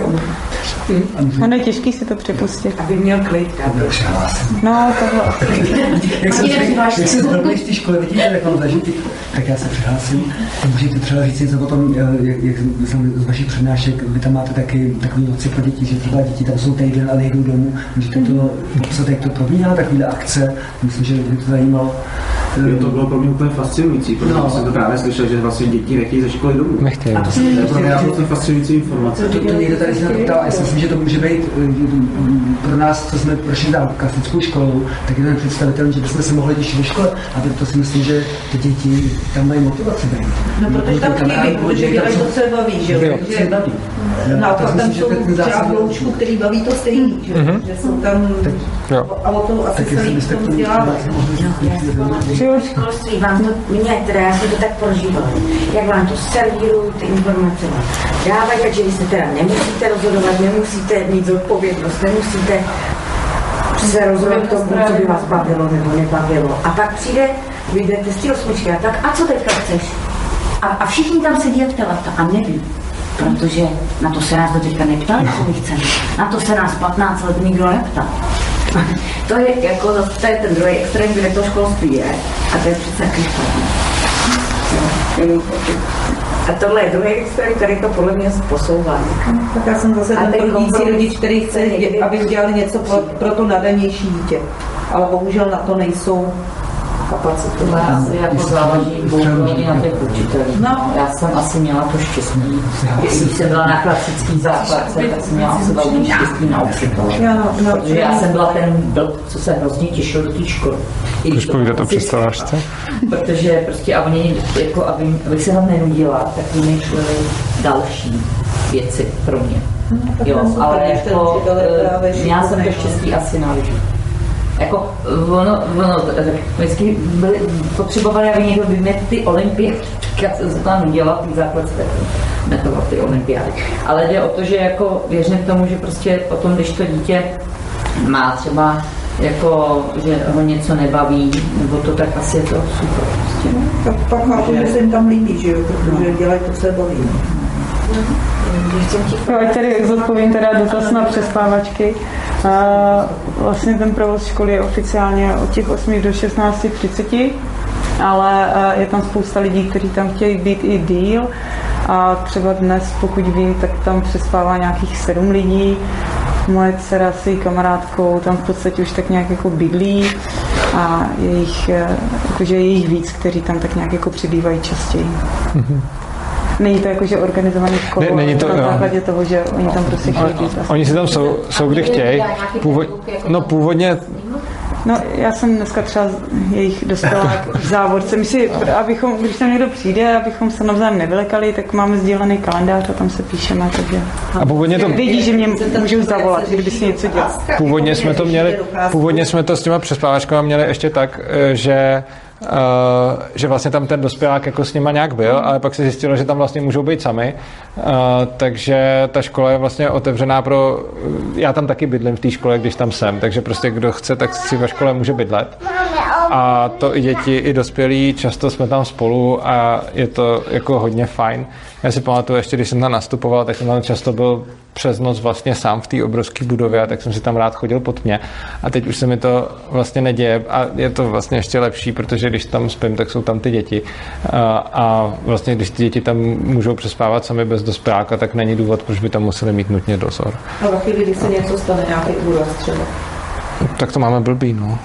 Ono je těžký si to připustit. Aby měl klid. No, tohle. Jak se zvolili z té školy, vidíte, jak mám zažitý, tak já se přihlásím. Můžete třeba říct něco o tom, jak jsem z vašich přednášek, vy tam máte taky takový noci pro děti, že třeba děti tam jsou týden a nejdou domů. Můžete to popsat, jak to probíhá, takovýhle akce. Myslím, že by to zajímalo. To bylo pro mě úplně fascinující, protože jsem to právě slyšel, že vlastně děti nechtějí ze školy domů. Nechtějí. A to jsou fascinující informace. To někdo tady se ptal, já si myslím, že to může být pro nás, co jsme prošli dál klasickou školou, tak je to představitelný, že bychom se mohli těšit ve škole, a to si myslím, že ty děti tam mají motivaci být. No, protože tam chybí, protože dělají to, co je baví, že jo? Naopak tam jsou třeba v loučku, který baví to stejný, že jsou tam a o to asi se líp v tom vzdělávat. Školství vám to, teda já jsem to tak prožívala, jak vám to servírují ty informace, dávají, takže vy se teda nemusíte rozhodovat, nemusíte mít zodpovědnost, nemusíte se rozhodovat k tomu, co by vás bavilo nebo nebavilo. A pak přijde, vy jdete z té osmičky a tak, a co teďka chceš? A všichni tam sedí jak telata a neví. Protože na to se nás do teďka neptali, co my chceme. Na to se nás 15 let nikdo neptal. To je jako, to je ten druhý extrém, kde to školství je. A to je přece taky špatný. A tohle je druhý extrém, který to podle mě posouvá. Tak já jsem zase ten chodící rodič, který chce, aby udělali něco pro to nadanější dítě. Ale bohužel na to nejsou kapacity. To asi jako záleží bohužel na těch učitelích. No. Já jsem asi měla to štěstí. Když jsem byla na klasický základce, tak jsem měla asi velmi štěstí na učitele. Protože já jsem byla ten blb, co se hrozně těšil do té školy. Proč povídat to představášce? Protože prostě a oni, jako abych se tam nenudila, tak vymýšleli další věci pro mě. Jo, ale jako já jsem to štěstí asi na lidi. Jako ono vždycky potřebovali, aby někdo vymět ty olympiády, já jsem se tam udělala ty základské metovat ty olympiády. Ale jde o to, že jako věřím tomu, že prostě potom, když to dítě má třeba jako, že ho něco nebaví, nebo to tak asi je to super. Prostě. Tak pak chápu, že se jim tam líbí, že jo, protože dělají to, co se baví. Ať tady zodpovím teda dotaz na přespávačky. Vlastně ten provoz školy je oficiálně od těch 8 do 16:30, ale je tam spousta lidí, kteří tam chtějí být i díl. A třeba dnes, pokud vím, tak tam přespává nějakých 7 lidí. Moje dcera s její kamarádkou tam v podstatě už tak nějak jako bydlí a je jich víc, kteří tam tak nějak jako přibývají častěji. Není to jakože organizovaný školou, není to, na základě toho, že oni tam prostě chtějí být. Oni si tam jsou kdy chtějí. Původně... No, já jsem dneska třeba jejich dostala v závodce. My si, když tam někdo přijde, abychom se navzájem nevylekali, tak máme sdílený kalendář a tam se píšeme, takže... A původně to... Vědí, že mě můžou zavolat, kdyby si něco dělal. Původně jsme to s těma přespávačkama měli ještě tak, že vlastně tam ten dospělák jako s nima nějak byl, ale pak se zjistilo, že tam vlastně můžou být sami, takže ta škola je vlastně otevřená pro... Já tam taky bydlím v té škole, když tam jsem, takže prostě kdo chce, tak si ve škole může bydlet. A to i děti, i dospělí, často jsme tam spolu a je to jako hodně fajn. Já si pamatuju, ještě když jsem tam nastupoval, tak jsem tam často byl přes noc vlastně sám v té obrovské budově, tak jsem si tam rád chodil po tmě. A teď už se mi to vlastně neděje a je to vlastně ještě lepší, protože když tam spím, tak jsou tam ty děti. A vlastně když ty děti tam můžou přespávat sami bez dospěláka, tak není důvod, proč by tam museli mít nutně dozor. A ve chvíli, když se něco stane, nějaký úraz třeba. Tak to máme blbý, no.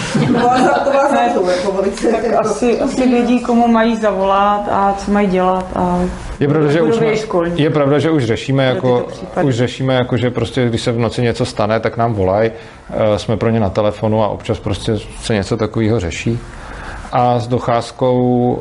Asi vědí, komu mají zavolat a co mají dělat. A je pravda, že už řešíme, že prostě, když se v noci něco stane, tak nám volají. Jsme pro ně na telefonu a občas prostě se něco takového řeší. a s docházkou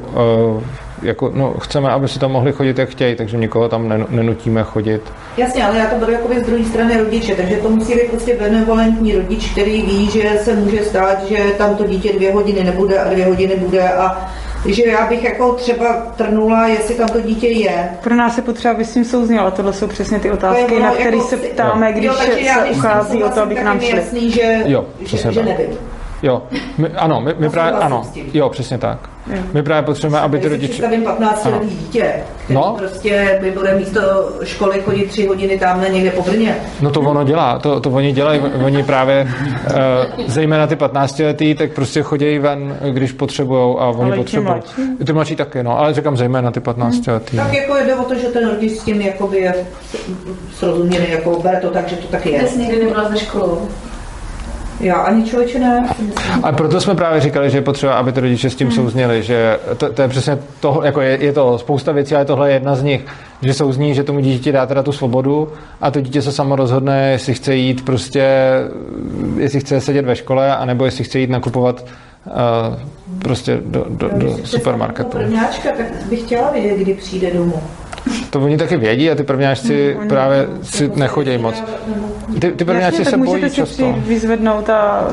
chceme, aby si tam mohli chodit, jak chtějí, takže nikoho tam nenutíme chodit. Jasně, ale já to beru jakoby z druhé strany rodiče, takže to musí být prostě benevolentní rodič, který ví, že se může stát, že tam to dítě 2 hodiny nebude a 2 hodiny bude a že já bych jako třeba trnula, jestli tam to dítě je. Pro nás je potřeba, aby s tím souzněla. Tohle jsou přesně ty otázky, na které se ptáme, když se uchází o to, aby k nám šli. Jasný, že nevím. Jo, my právě, ano, jo, přesně tak. My právě potřebujeme, aby ty rodiče... Představím 15letý dítě, který prostě by bude místo školy chodit 3 hodiny tamhle někde po Brně. No to ono dělá, to oni dělají, oni právě, zejména ty 15letý, tak prostě chodí ven, když potřebujou a oni potřebují. Ty mladší taky, no, ale říkám zejména ty 15letý. Tak jako jde o to, že ten rodič s tím jakoby je srozuměný, jako bere to tak, že to taky je. Jsi nikdy nebyla ze školou. Já ani člověče ne. A proto jsme právě říkali, že je potřeba, aby ty rodiče s tím souzněli, že to je přesně to, jako je to spousta věcí, ale tohle je jedna z nich, že souzní, že tomu dítěti dá teda tu svobodu a to dítě se samo rozhodne, jestli chce jít jestli chce sedět ve škole, anebo jestli chce jít nakupovat prostě do supermarketu. Prvňáčka, tak bych chtěla vědět, kdy přijde domů. To oni taky vědí a ty prvňáčci právě si nechodí moc. Ty prvňáčci se bojí často. Můžete si vyzvednout a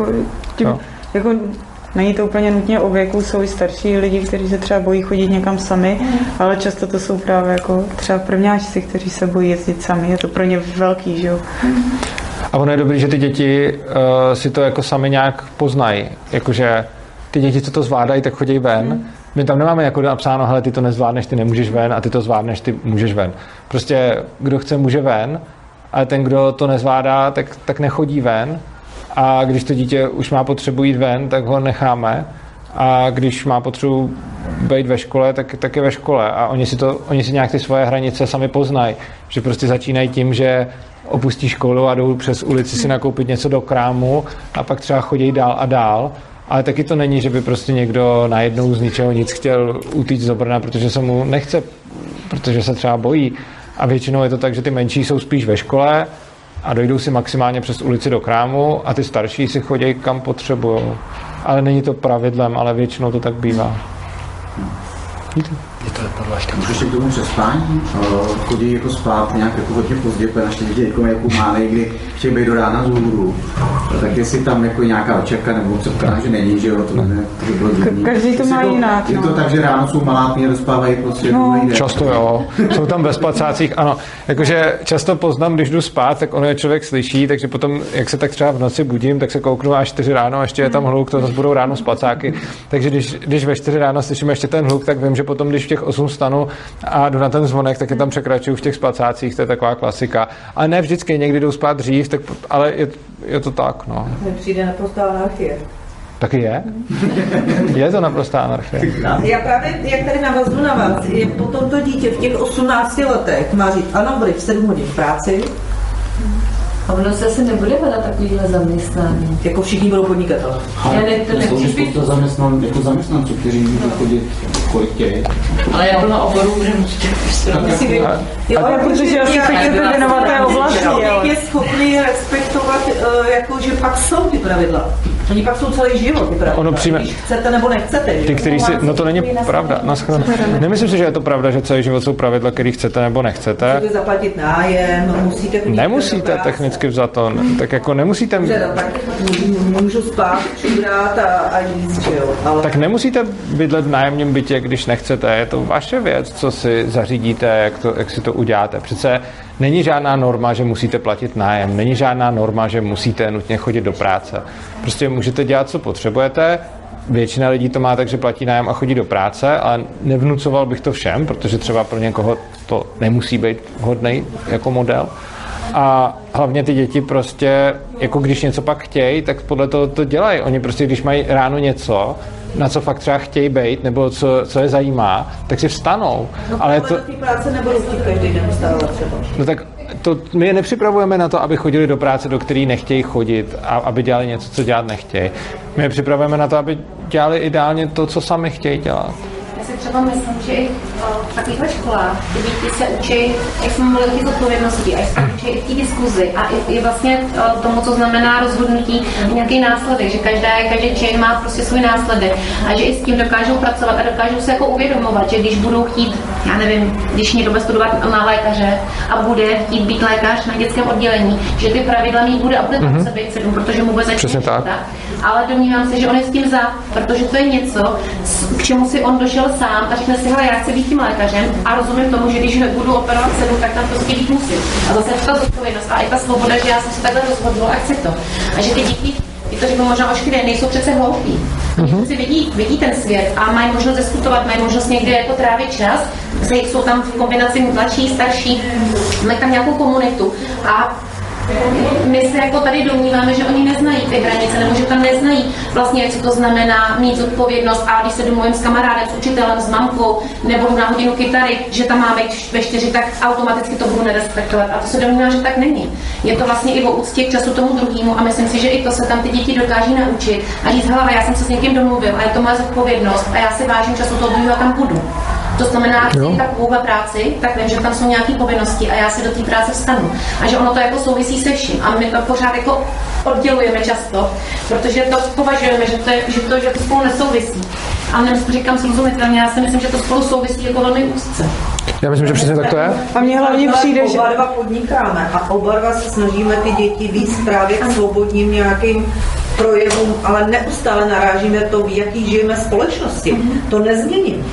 jako není to úplně nutně o věku, jsou i starší lidi, kteří se třeba bojí chodit někam sami, ale často to jsou právě jako třeba prvňáčci, kteří se bojí jezdit sami. Je to pro ně velký, že jo. A ono je dobrý, že ty děti si to jako sami nějak poznají. Jakože ty děti, co to zvládají, tak chodí ven. My tam nemáme jako napsáno, hele, ty to nezvládneš, ty nemůžeš ven a ty to zvládneš, ty můžeš ven. Prostě kdo chce, může ven, ale ten, kdo to nezvládá, tak nechodí ven a když to dítě už má potřebu jít ven, tak ho necháme a když má potřebu být ve škole, tak je ve škole a oni si nějak ty svoje hranice sami poznají, že prostě začínají tím, že opustí školu a jdou přes ulici si nakoupit něco do krámu a pak třeba chodí dál a dál. Ale taky to není, že by prostě někdo najednou z ničeho nic chtěl utíct do Brna, protože se mu nechce, protože se třeba bojí. A většinou je to tak, že ty menší jsou spíš ve škole a dojdou si maximálně přes ulici do krámu a ty starší si chodí kam potřebují. Ale není to pravidlem, ale většinou to tak bývá. Je to vypadlo až tak. Ještě k tomu přespání, chodí jako spát nějak jako hodně pozdě, protože naše děti jako mále, kdy chtějí být do rána z úru. Tak jestli tam jako nějaká očeka nebo předpokládám, že není, že jo, to by bylo divný. Každý to má jinak. Je to tak, že ráno jsou malátní a dospávají prostě často jo, jsou tam ve spacácích, ano. Jakože často poznám, když jdu spát, tak ono je člověk slyší, takže potom, jak se tak třeba v noci budím, tak se kouknu až 4 ráno a ještě je tam hluk, to zase budou ráno spacáky. Takže když ve 4 ráno slyším ještě ten hluk, tak vím, že potom, když v těch 8 stanu a jdu na ten zvonek, tak je tam překračuju v těch spacácích, to je taková klasika. Ale ne vždycky, někdy jdou spát dřív, tak, ale je to tak, no. Přijde naprostá anarchie. Taky je? Je to naprostá anarchie. Já právě, jak tady navazuji na vás, je potom to dítě v těch 18 letech má říct, ano, byli v 7 hodin v práci. A ono se asi nebude hledat takovýhle zaměstnání. Jako všichni budou podnikatelé. To nechci být jako zaměstnanců, kteří můžou chodit kolik chtějí. Ale jako na oboru, že musíte protože asi chcete věnovat té oblasti. Je schopný respektovat, jako, že pak jsou ty pravidla. Oni pak jsou celý život ty pravidla. Když chcete nebo nechcete. Ty, který si, no to není pravda. Nemyslím si, že je to pravda, že celý život jsou pravidla, který chcete nebo nechcete. Musíte zaplatit nájem, musíte chodit. Nemusíte technicky vzato. Tak jako nemusíte. Můžu spát, čurát a jíst, že jo. Ale... Tak nemusíte bydlet v nájemním bytě, když nechcete. Je to vaše věc, co si zařídíte, jak si to uděláte. Přece není žádná norma, že musíte platit nájem. Není žádná norma, že musíte nutně chodit do práce. Prostě můžete dělat, co potřebujete. Většina lidí to má tak, že platí nájem a chodí do práce, ale nevnucoval bych to všem, protože třeba pro někoho to nemusí být vhodný jako model. A hlavně ty děti prostě, jako když něco pak chtějí, tak podle toho to dělají. Oni prostě, když mají ráno něco, na co fakt třeba chtějí být, nebo co je zajímá, tak si vstanou. No, ale to... ty práce nebudou chtít každý den vstávat třeba. No tak my je nepřipravujeme na to, aby chodili do práce, do které nechtějí chodit a aby dělali něco, co dělat nechtějí. My je připravujeme na to, aby dělali ideálně to, co sami chtějí dělat. Já si třeba myslím, že i v takovýchhle školách ty děti se učí, jak jsme mluvili o zodpovědnosti, a se učí že i v té diskuzi a i vlastně tomu, co znamená rozhodnutí, nějaký následek, že každý čin má prostě svůj následek a že i s tím dokážou pracovat a dokážou se jako uvědomovat, že když budou chtít, já nevím, když někdo bude studovat na lékaře a bude chtít být lékař na dětském oddělení, že ty pravidla mít bude a bude tam se být 7, protože mu bude začít tak. Ale domnívám se, že on je s tím za, protože to je něco, k čemu si on došel sám a řekne si, hele, já chci být tím lékařem a rozumím tomu, že když budu operovat 7, tak tam prostě být musím. A zase ta zodpovědnost a i ta svoboda, že já jsem se takhle rozhodla a chci to. A že ty děti, ty to řeknu možná ošklivě, nejsou přece hloupí. Oni si vidí ten svět a mají možnost diskutovat, mají možnost někde jako trávit čas, jsou tam v kombinaci mladší, starší, mají tam nějakou komunitu a my se jako tady domníváme, že oni neznají ty hranice, nebo že tam neznají vlastně, co to znamená mít zodpovědnost a když se domluvím s kamarádem, s učitelem, s mamkou, nebo na hodinu kytary, že tam má být ve 4, tak automaticky to budu nerespektovat. A to se domnívám, že tak není. Je to vlastně i o úctě k času tomu druhému a myslím si, že i to se tam ty děti dokáží naučit a říct, hele, já jsem se s někým domluvil a je to moje zodpovědnost a já si vážím času toho druhého a tam budu. To znamená, že takovouhle práci, tak vím, že tam jsou nějaké povinnosti a já si do té práce vstanu. A že ono to jako souvisí se vším. A my to pořád jako oddělujeme často, protože to považujeme, že to spolu nesouvisí. Ale říkám srozumitelně, já si myslím, že to spolu souvisí jako velmi úzce. Já myslím, že přesně tak to je. A mně hlavně přijde, že oba dva podnikáme a oba dva se snažíme ty děti víc právě k svobodním nějakým projevům, ale neustále narážíme to, v jaký žijeme společnosti. To nezměním.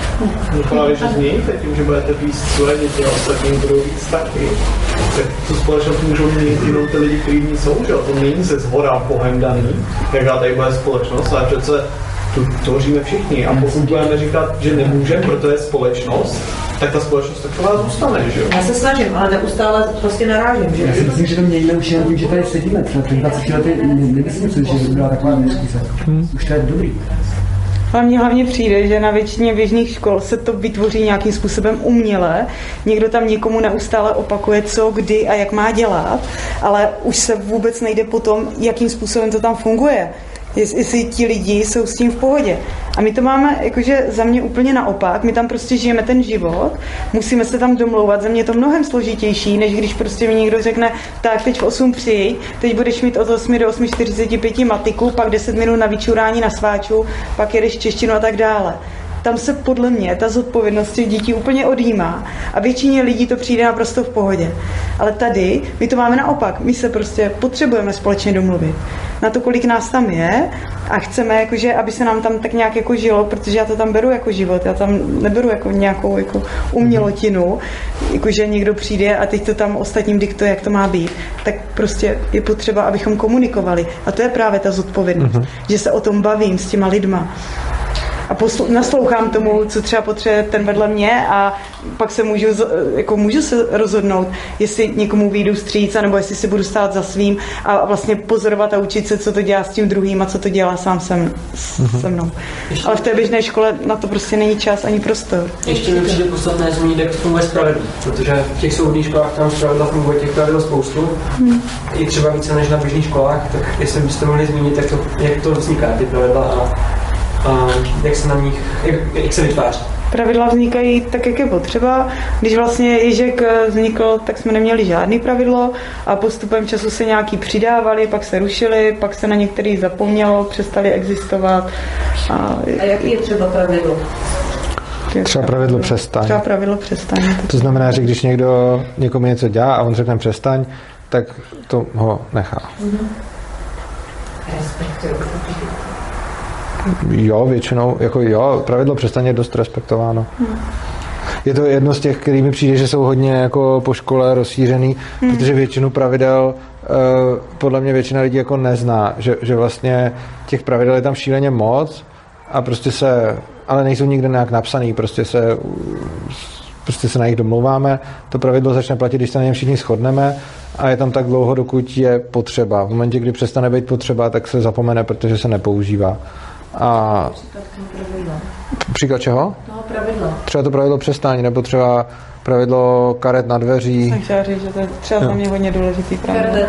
Právě, že změníte tím, že budete víc své děti a ostatní budou víc taky. Tak tu společnost můžou měnit jenom ty lidi, kteří v ní jsou, že to není ze zhora Bohem daný, jaká tady bude společnost, ale přece tu tvoříme všichni. A pokud budeme říkat, že nemůžeme, protože je společnost, tak ta společnost taková zůstane, že jo? Já se snažím, ale neustále prostě narážím, že? Já si myslím, že to měníme už jenom tím, že tady sedíme. Třeba před 20 lety nemyslím si, že byla taková diskuse. Už to je dobrý. Ale mně hlavně přijde, že na většině běžných škol se to vytvoří nějakým způsobem uměle. Někdo tam někomu neustále opakuje, co, kdy a jak má dělat, ale už se vůbec nejde po tom, jakým způsobem to tam funguje. Jestli ti lidi jsou s tím v pohodě. A my to máme jakože za mě úplně naopak, my tam prostě žijeme ten život, musíme se tam domlouvat, za mě je to mnohem složitější, než když prostě mi někdo řekne, tak teď v 8 přijď, teď budeš mít od 8 do 8:45 matiku, pak 10 minut na vyčurání na sváču, pak jedeš češtinu a tak dále. Tam se podle mě ta zodpovědnost těch dětí úplně odjímá a většině lidí to přijde naprosto v pohodě. Ale tady my to máme naopak. My se prostě potřebujeme společně domluvit na to, kolik nás tam je a chceme, jakože, aby se nám tam tak nějak jako žilo, protože já to tam beru jako život. Já tam neberu jako nějakou jako umělotinu, jakože někdo přijde a teď to tam ostatním diktuje, jak to má být. Tak prostě je potřeba, abychom komunikovali. A to je právě ta zodpovědnost, že se o tom bavím s těma lidma. A naslouchám tomu, co třeba potřebuje ten vedle mě a pak se můžu se rozhodnout, jestli někomu vyjdu vstříc, nebo jestli si budu stát za svým a vlastně pozorovat a učit se, co to dělá s tím druhým a co to dělá sám se mnou. Ale v té běžné škole na to prostě není čas ani prostor. Ještě mi přijde podstatné zmínit, jak to funguje spravedlí, protože v těch soudních školách tam spravedla funguje těch pravidel spoustu, i třeba více než na běžných školách, tak jestli byste mohli zmínit, jak to vzniká, ty pravidla a jak se na nich, jak se vytváří. Pravidla vznikají tak, jak je potřeba. Když vlastně Ježek vznikl, tak jsme neměli žádný pravidlo a postupem času se nějaký přidávali, pak se rušili, pak se na některý zapomnělo, přestali existovat. A jaký je třeba pravidlo? Třeba pravidlo přestaň. Třeba pravidlo přestaň. To znamená, že když někdo někomu něco dělá a on řekne přestaň, tak to ho nechá. Jo, většinou, jako jo, pravidlo přestaň je dost respektováno. Je to jedno z těch, který mi přijde, že jsou hodně jako po škole rozšířený, protože většinu pravidel podle mě většina lidí jako nezná, že vlastně těch pravidel je tam šíleně moc a prostě ale nejsou nikde nějak napsaný, prostě se na nich domlouváme, to pravidlo začne platit, když se na něm všichni shodneme a je tam tak dlouho, dokud je potřeba. V momentě, kdy přestane být potřeba, tak se zapomene, protože se nepoužívá. A příklad čeho? Toho pravidla. Třeba to pravidlo přestání, nebo třeba pravidlo karet na dveří. Jsem chtěla říct, že to je třeba za mě hodně důležitý pravidlo.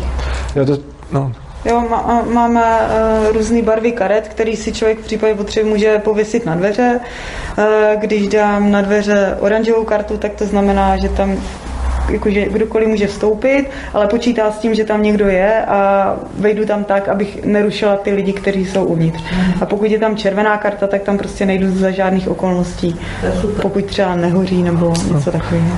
Jo, máme různé barvy karet, který si člověk v případě potřeby může pověsit na dveře. Když dám na dveře oranžovou kartu, tak to znamená, že tam jakože kdokoliv může vstoupit, ale počítá s tím, že tam někdo je a vejdu tam tak, abych nerušila ty lidi, kteří jsou uvnitř. A pokud je tam červená karta, tak tam prostě nejdu za žádných okolností, pokud třeba nehoří nebo něco takového.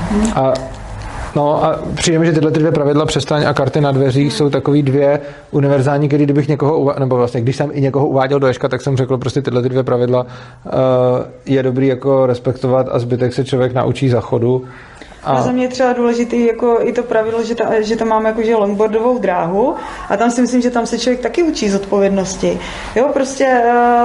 A přijde mi, že tyhle 2 pravidla přestaň a karty na dveřích jsou takový 2 univerzální, který kdybych někoho nebo vlastně když jsem i někoho uváděl do ješka, tak jsem řekl prostě tyhle 2 pravidla je dobrý jako respektovat a zbytek se člověk naučí za chodu. A za mě je třeba důležité jako i to pravidlo, že tam máme jakože longboardovou dráhu a tam si myslím, že tam se člověk taky učí zodpovědnosti. Jo, prostě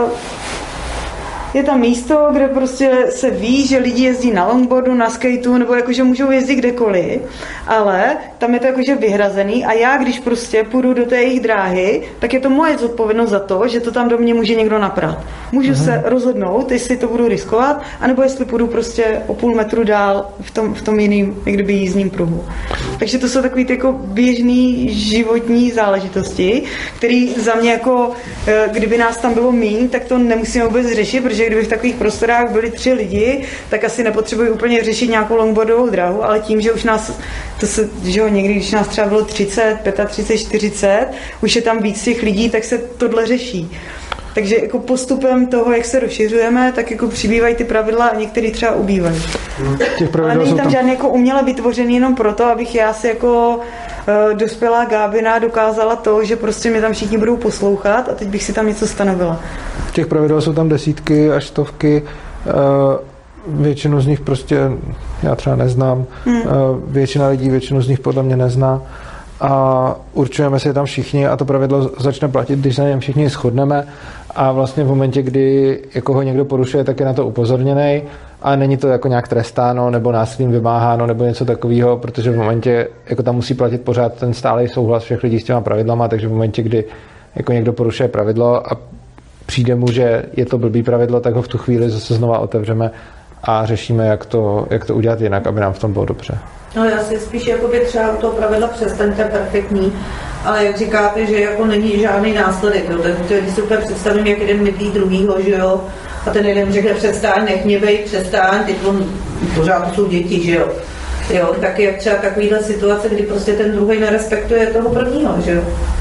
je tam místo, kde prostě se ví, že lidi jezdí na longboardu, na skateu, nebo jakože můžou jezdit kdekoliv, ale tam je to jakože vyhrazený a já, když prostě půjdu do té jejich dráhy, tak je to moje zodpovědnost za to, že to tam do mě může někdo naprat. Můžu se rozhodnout, jestli to budu riskovat, anebo jestli půjdu prostě o půl metru dál v tom jiným, kdyby jízdním pruhu. Takže to jsou takový ty jako běžný životní záležitosti, které za mě jako, kdyby nás tam bylo míň, tak to nemusíme vůbec řešit, protože kdyby v takových prostorách byli 3 lidi, tak asi nepotřebují úplně řešit nějakou longboardovou dráhu, ale tím, že už nás, že jo, někdy, když nás třeba bylo 30, 35, 40, už je tam víc těch lidí, tak se tohle řeší. Takže jako postupem toho, jak se rozšiřujeme, tak jako přibývají ty pravidla a některý třeba ubývají. Ale není tam žádný jako uměle vytvořený jenom proto, abych já si jako dospělá Gábina dokázala to, že prostě mě tam všichni budou poslouchat a teď bych si tam něco stanovila. Těch pravidel jsou tam desítky až stovky, většinu z nich prostě já třeba neznám, většina lidí většinu z nich podle mě nezná a určujeme si je tam všichni a to pravidlo začne platit, když se na něm všichni shodneme a vlastně v momentě, kdy jako ho někdo porušuje, tak je na to upozorněný a není to jako nějak trestáno nebo násilím vymáháno nebo něco takového, protože v momentě jako tam musí platit pořád ten stálý souhlas všech lidí s těma pravidlama, takže v momentě, kdy jako někdo porušuje pravidlo a přijde mu, že je to blbý pravidlo, tak ho v tu chvíli zase znova otevřeme a řešíme, jak to udělat jinak, aby nám v tom bylo dobře. No já si spíš jakoby třeba u toho pravidla přestaňte perfektní, ale jak říkáte, že jako není žádný následek, jo, takže když si úplně představím, jak jeden mytlí druhýho, že jo, a ten jeden řekne přestaň, nech mě bejt, přestaň, teď on pořád jsou děti, že jo. Jo, tak je třeba takovýhle situace, kdy prostě ten druhý nerespektuje toho prvního, že jo.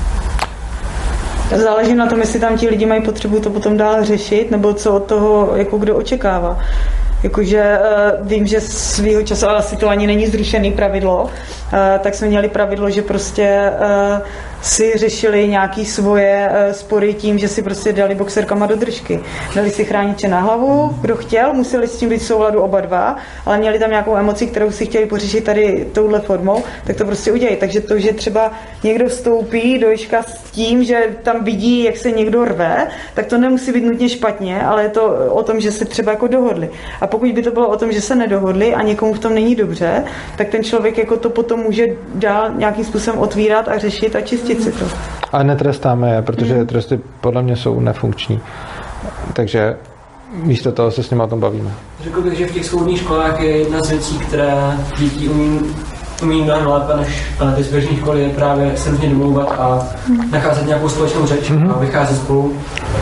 Záleží na tom, jestli tam ti lidi mají potřebu to potom dál řešit, nebo co od toho, jako kdo očekává. Jakože vím, že svýho času, ale asi to ani není zrušený pravidlo, tak jsme měli pravidlo, že prostě si řešili nějaký svoje spory tím, že si prostě dali boxerkama do držky. Dali si chrániče na hlavu, kdo chtěl, museli s tím být v souladu oba dva, ale měli tam nějakou emoci, kterou si chtěli pořešit tady touhle formou, tak to prostě udělají. Takže to, že třeba někdo vstoupí do ješka s tím, že tam vidí, jak se někdo rve, tak to nemusí být nutně špatně, ale je to o tom, že se třeba jako dohodli. A pokud by to bylo o tom, že se nedohodli a někomu v tom není dobře, tak ten člověk jako to potom může dál nějakým způsobem otvírat a řešit a čistit si to. Ale netrestáme je, protože tresty podle mě jsou nefunkční. Takže místo toho se s nimi o tom bavíme. Řekl bych, že v těch svobodných školách je jedna z věcí, které děti umí mnohem lépe než ty běžné školy, je právě se různě domlouvat a nacházet nějakou společnou řeč a vycházet spolu.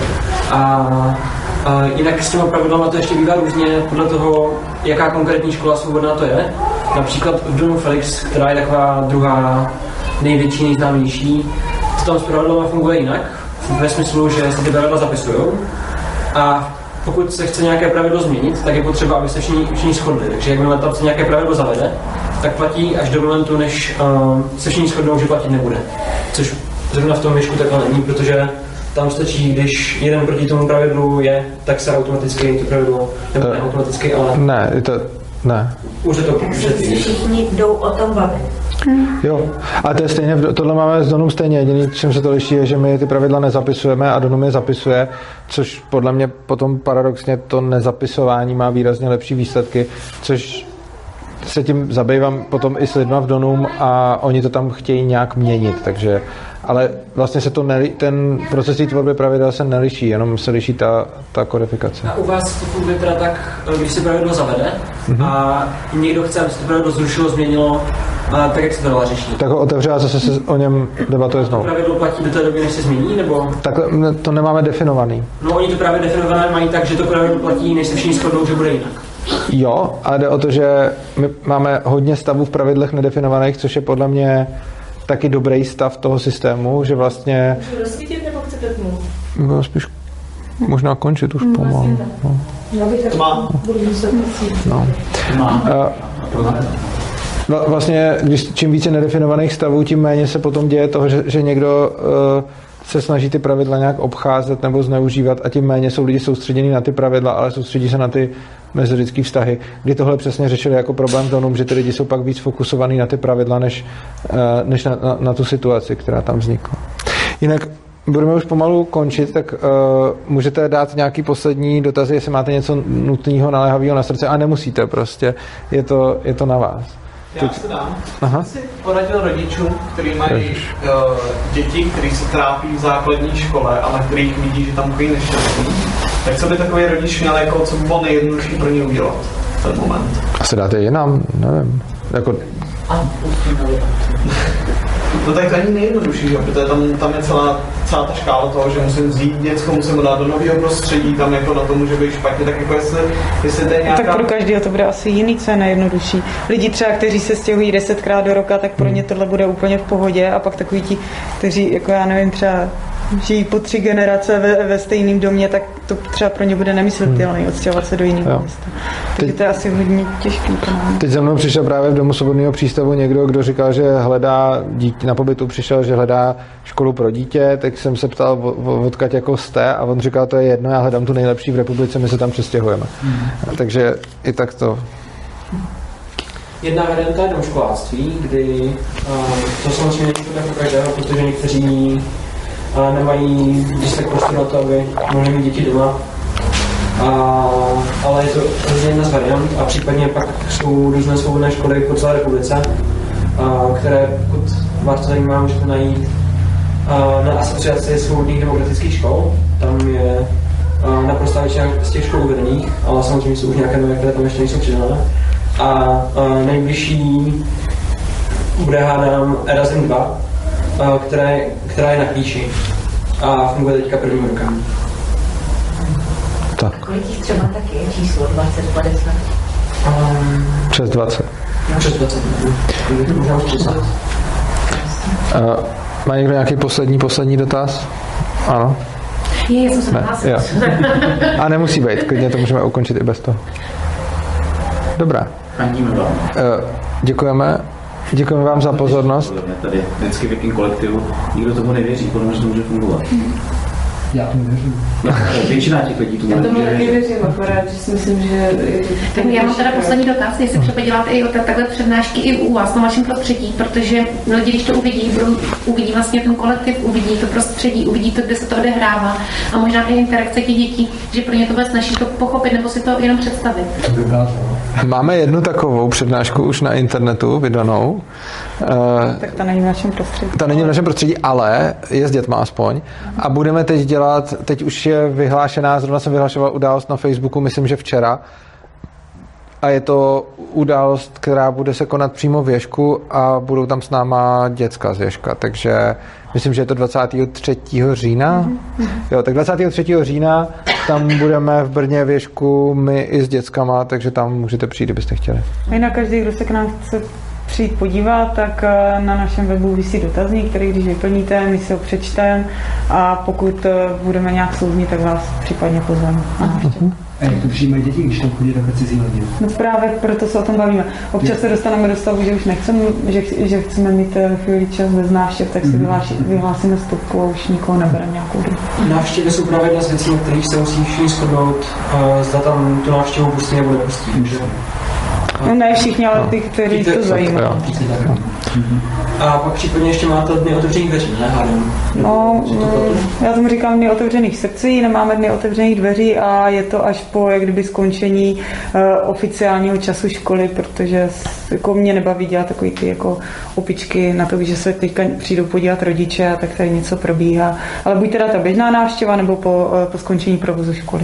A jinak s těma pravidlama to ještě bývá různě podle toho, jaká konkrétní škola svobodná to je. Například v Donu Felix, která je taková druhá největší, nejznámější, to tam s pravidlama funguje jinak, ve smyslu, že se ty pravidla zapisují a pokud se chce nějaké pravidlo změnit, tak je potřeba, aby se všichni shodli. Takže jakmile tam se nějaké pravidlo zavede, tak platí až do momentu, než se všichni shodnou, že platit nebude. Což zrovna v tom věšku takhle není, protože tam stačí, když jeden proti tomu pravidlu je, tak se automaticky to pravidlo, nebo ne automaticky, ale... Ne. Už je to všichni jdou o tom bavit. Jo, a to je stejně, tohle máme s Donem stejně, jediný, čím se to liší, je, že my ty pravidla nezapisujeme a Donum je zapisuje, což podle mě potom paradoxně to nezapisování má výrazně lepší výsledky, což se tím zabývám potom i s lidma v Donum a oni to tam chtějí nějak měnit, takže, ale vlastně se to ten proces tvorby pravidel se neliší, jenom se liší ta kodifikace. A u vás to funguje teda tak, když se pravidlo zavede a někdo chce, aby se to pravidlo zrušilo, změnilo, tak jak se to dala řešit? Tak ho otevře a zase se o něm debatuje znovu. Pravidlo platí do té doby, než se změní, nebo? Tak to nemáme definovaný. No oni to právě definované mají tak, že to pravidlo platí, než se všichni shodnou, že bude jinak. Jo, ale jde o to, že my máme hodně stavů v pravidlech nedefinovaných, což je podle mě taky dobrý stav toho systému, že vlastně... Můžu rozsvítit nebo chcete tmu? No, spíš možná končit už pomalu. No. Já bych tak budu muset no. Vlastně, čím více nedefinovaných stavů, tím méně se potom děje toho, že někdo se snaží ty pravidla nějak obcházet nebo zneužívat a tím méně jsou lidi soustředění na ty pravidla, ale soustředí se na ty mezilidský vztahy, kdy tohle přesně řešili jako problém Donum, že ty lidi jsou pak víc fokusovaný na ty pravidla, než na tu situaci, která tam vznikla. Jinak budeme už pomalu končit, tak můžete dát nějaký poslední dotazy, jestli máte něco nutného, naléhavého na srdce, a nemusíte prostě, je to na vás. Já se dám. Aha. Jsi poradil rodičům, kteří mají děti, kteří se trápí v základní škole a na kterých vidí, že tam chodí nešťastný, tak co by takový rodič měl, jako, co by bylo nejjednodušší pro ně udělat v ten moment? Asi dáte jinam, nevím. Jako... No tak to ani nejjednodušší, protože tam je celá ta škála toho, že musím vzít děcko, musím ho dát do nového prostředí, tam jako na to může být špatně, tak jako jestli to je nějaká... Tak pro každého to bude asi jiný, co je nejjednodušší. Lidi třeba, kteří se stěhují 10krát do roka, tak pro ně tohle bude úplně v pohodě, a pak takový ti, kteří, jako já nevím, třeba žijí po 3 generace ve stejném domě, tak to třeba pro ně bude nemyslitelné odstěhovat se do jiného města. Takže to je asi hodně těžký. Teď za mnou přišel právě v Domu svobodného přístavu někdo, kdo říkal, že hledá dítě, na pobytu přišel, že hledá školu pro dítě, tak jsem se ptal, odkud jako jste, a on říkal, to je jedno, já hledám tu nejlepší v republice, my se tam přestěhujeme. Takže i tak to... Jedna varianta je domškoláctví, kdy to samozřejmě není to jako každého, protože někteří nemají dostatek prostor na to, aby mohli mít děti doma. Ale je to jedna z variant, a případně pak jsou různé svobodné školy po celé republice, které, pokud vás to zajímá, můžete najít na asociaci svobodných demokratických škol. Tam je naprostá většina z těch škol uvedených, ale samozřejmě jsou už nějaké nové, které tam ještě nejsou přidané. A nejbližší bude hádám Erasmus 2, která je na klíči a funguje teďka prvním rokem. Tak. Kolik jich třeba taky je číslo 2050? Přes 20. Přes 20. Možná už 30. Má někdo nějaký poslední dotaz? Ano. Já jsem se A nemusí být, klidně to můžeme ukončit i bez toho. Dobrá. Děkujeme vám za pozornost. Tady vždycky v jakém kolektivu nikdo tomu nevěří, podle mě, že to může fungovat. Já tomu věřím. No, většina těch lidí tomu nevěří. Já tomu taky věřím, akorát, že si myslím, že... Tak já mám teda poslední dotaz, jestli třeba děláte i takhle přednášky i u vás na vašem prostředí, protože lidi, když to uvidí vlastně ten kolektiv, uvidí to prostředí, uvidí to, kde se to odehrává, a možná i interakce těch dětí, že pro ně to bude snaží to pochopit nebo si to jenom představit. Máme jednu takovou přednášku už na internetu vydanou. Tak ta není v našem prostředí. Ta není v našem prostředí, ale je s dětma aspoň. A budeme teď dělat, teď už je vyhlášená, zrovna jsem vyhlašoval událost na Facebooku, myslím, že včera. A je to událost, která bude se konat přímo v Ježku a budou tam s náma děcka z Ježka. Takže myslím, že je to 23. října. Jo, tak 23. října tam budeme v Brně v Ježku my i s dětskama, takže tam můžete přijít, kdybyste chtěli. A jinak každý, kdo se k nám chce přijít podívat, tak na našem webu visí dotazník, který když vyplníte, my si ho přečteme, a pokud budeme nějak soudní, tak vás případně pozveme. A jak to přijímají děti, když tam chodí takhle cizí lidi? No právě proto se o tom bavíme. Občas se dostaneme do stavu, že už nechceme, že chceme mít chvíli čas bez návštěv, tak si vyhlásíme stopku a už nikoho nebereme nějakou dobu. Návštěvy jsou právě jedna z věcí, na kterých se musí všichni shodnout, zda tam tu návštěvu pustí nebo nepustí. No ne všichni, ale ty, kteří to zajímá. A pak případně ještě máte dny otevřených dveří, ne? No, já tomu říkám dny otevřených sekcí, nemáme dny otevřených dveří a je to až po jak kdyby skončení oficiálního času školy, protože jako mě nebaví dělat takový ty jako opičky na to, že se teďka přijdou podívat rodiče a tak tady něco probíhá. Ale buď teda ta běžná návštěva, nebo po skončení provozu školy.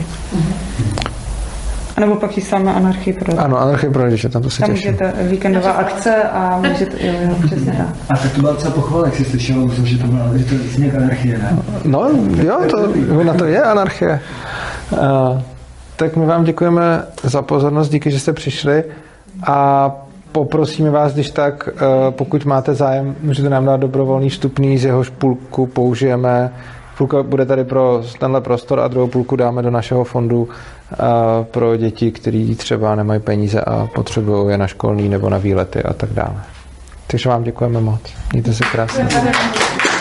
A nebo pak chystáme anarchii pro rodiče. Ano, anarchii pro rodiče, tam to se těším. Tam můžete víkendová akce a můžete, jo, přesně tak. A tak to byla docela pochvala, jak jsi slyšel, že to byla, že to je vznik anarchie, ne? No, jo, to na to je anarchie. Tak my vám děkujeme za pozornost, díky, že jste přišli a poprosíme vás, když tak, pokud máte zájem, můžete nám dát dobrovolný vstupný, z jehož půlku použijeme. Půlka bude tady pro tenhle prostor a druhou půlku dáme do našeho fondu pro děti, kteří třeba nemají peníze a potřebují je na školní nebo na výlety a tak dále. Takže vám děkujeme moc. Mějte se krásně.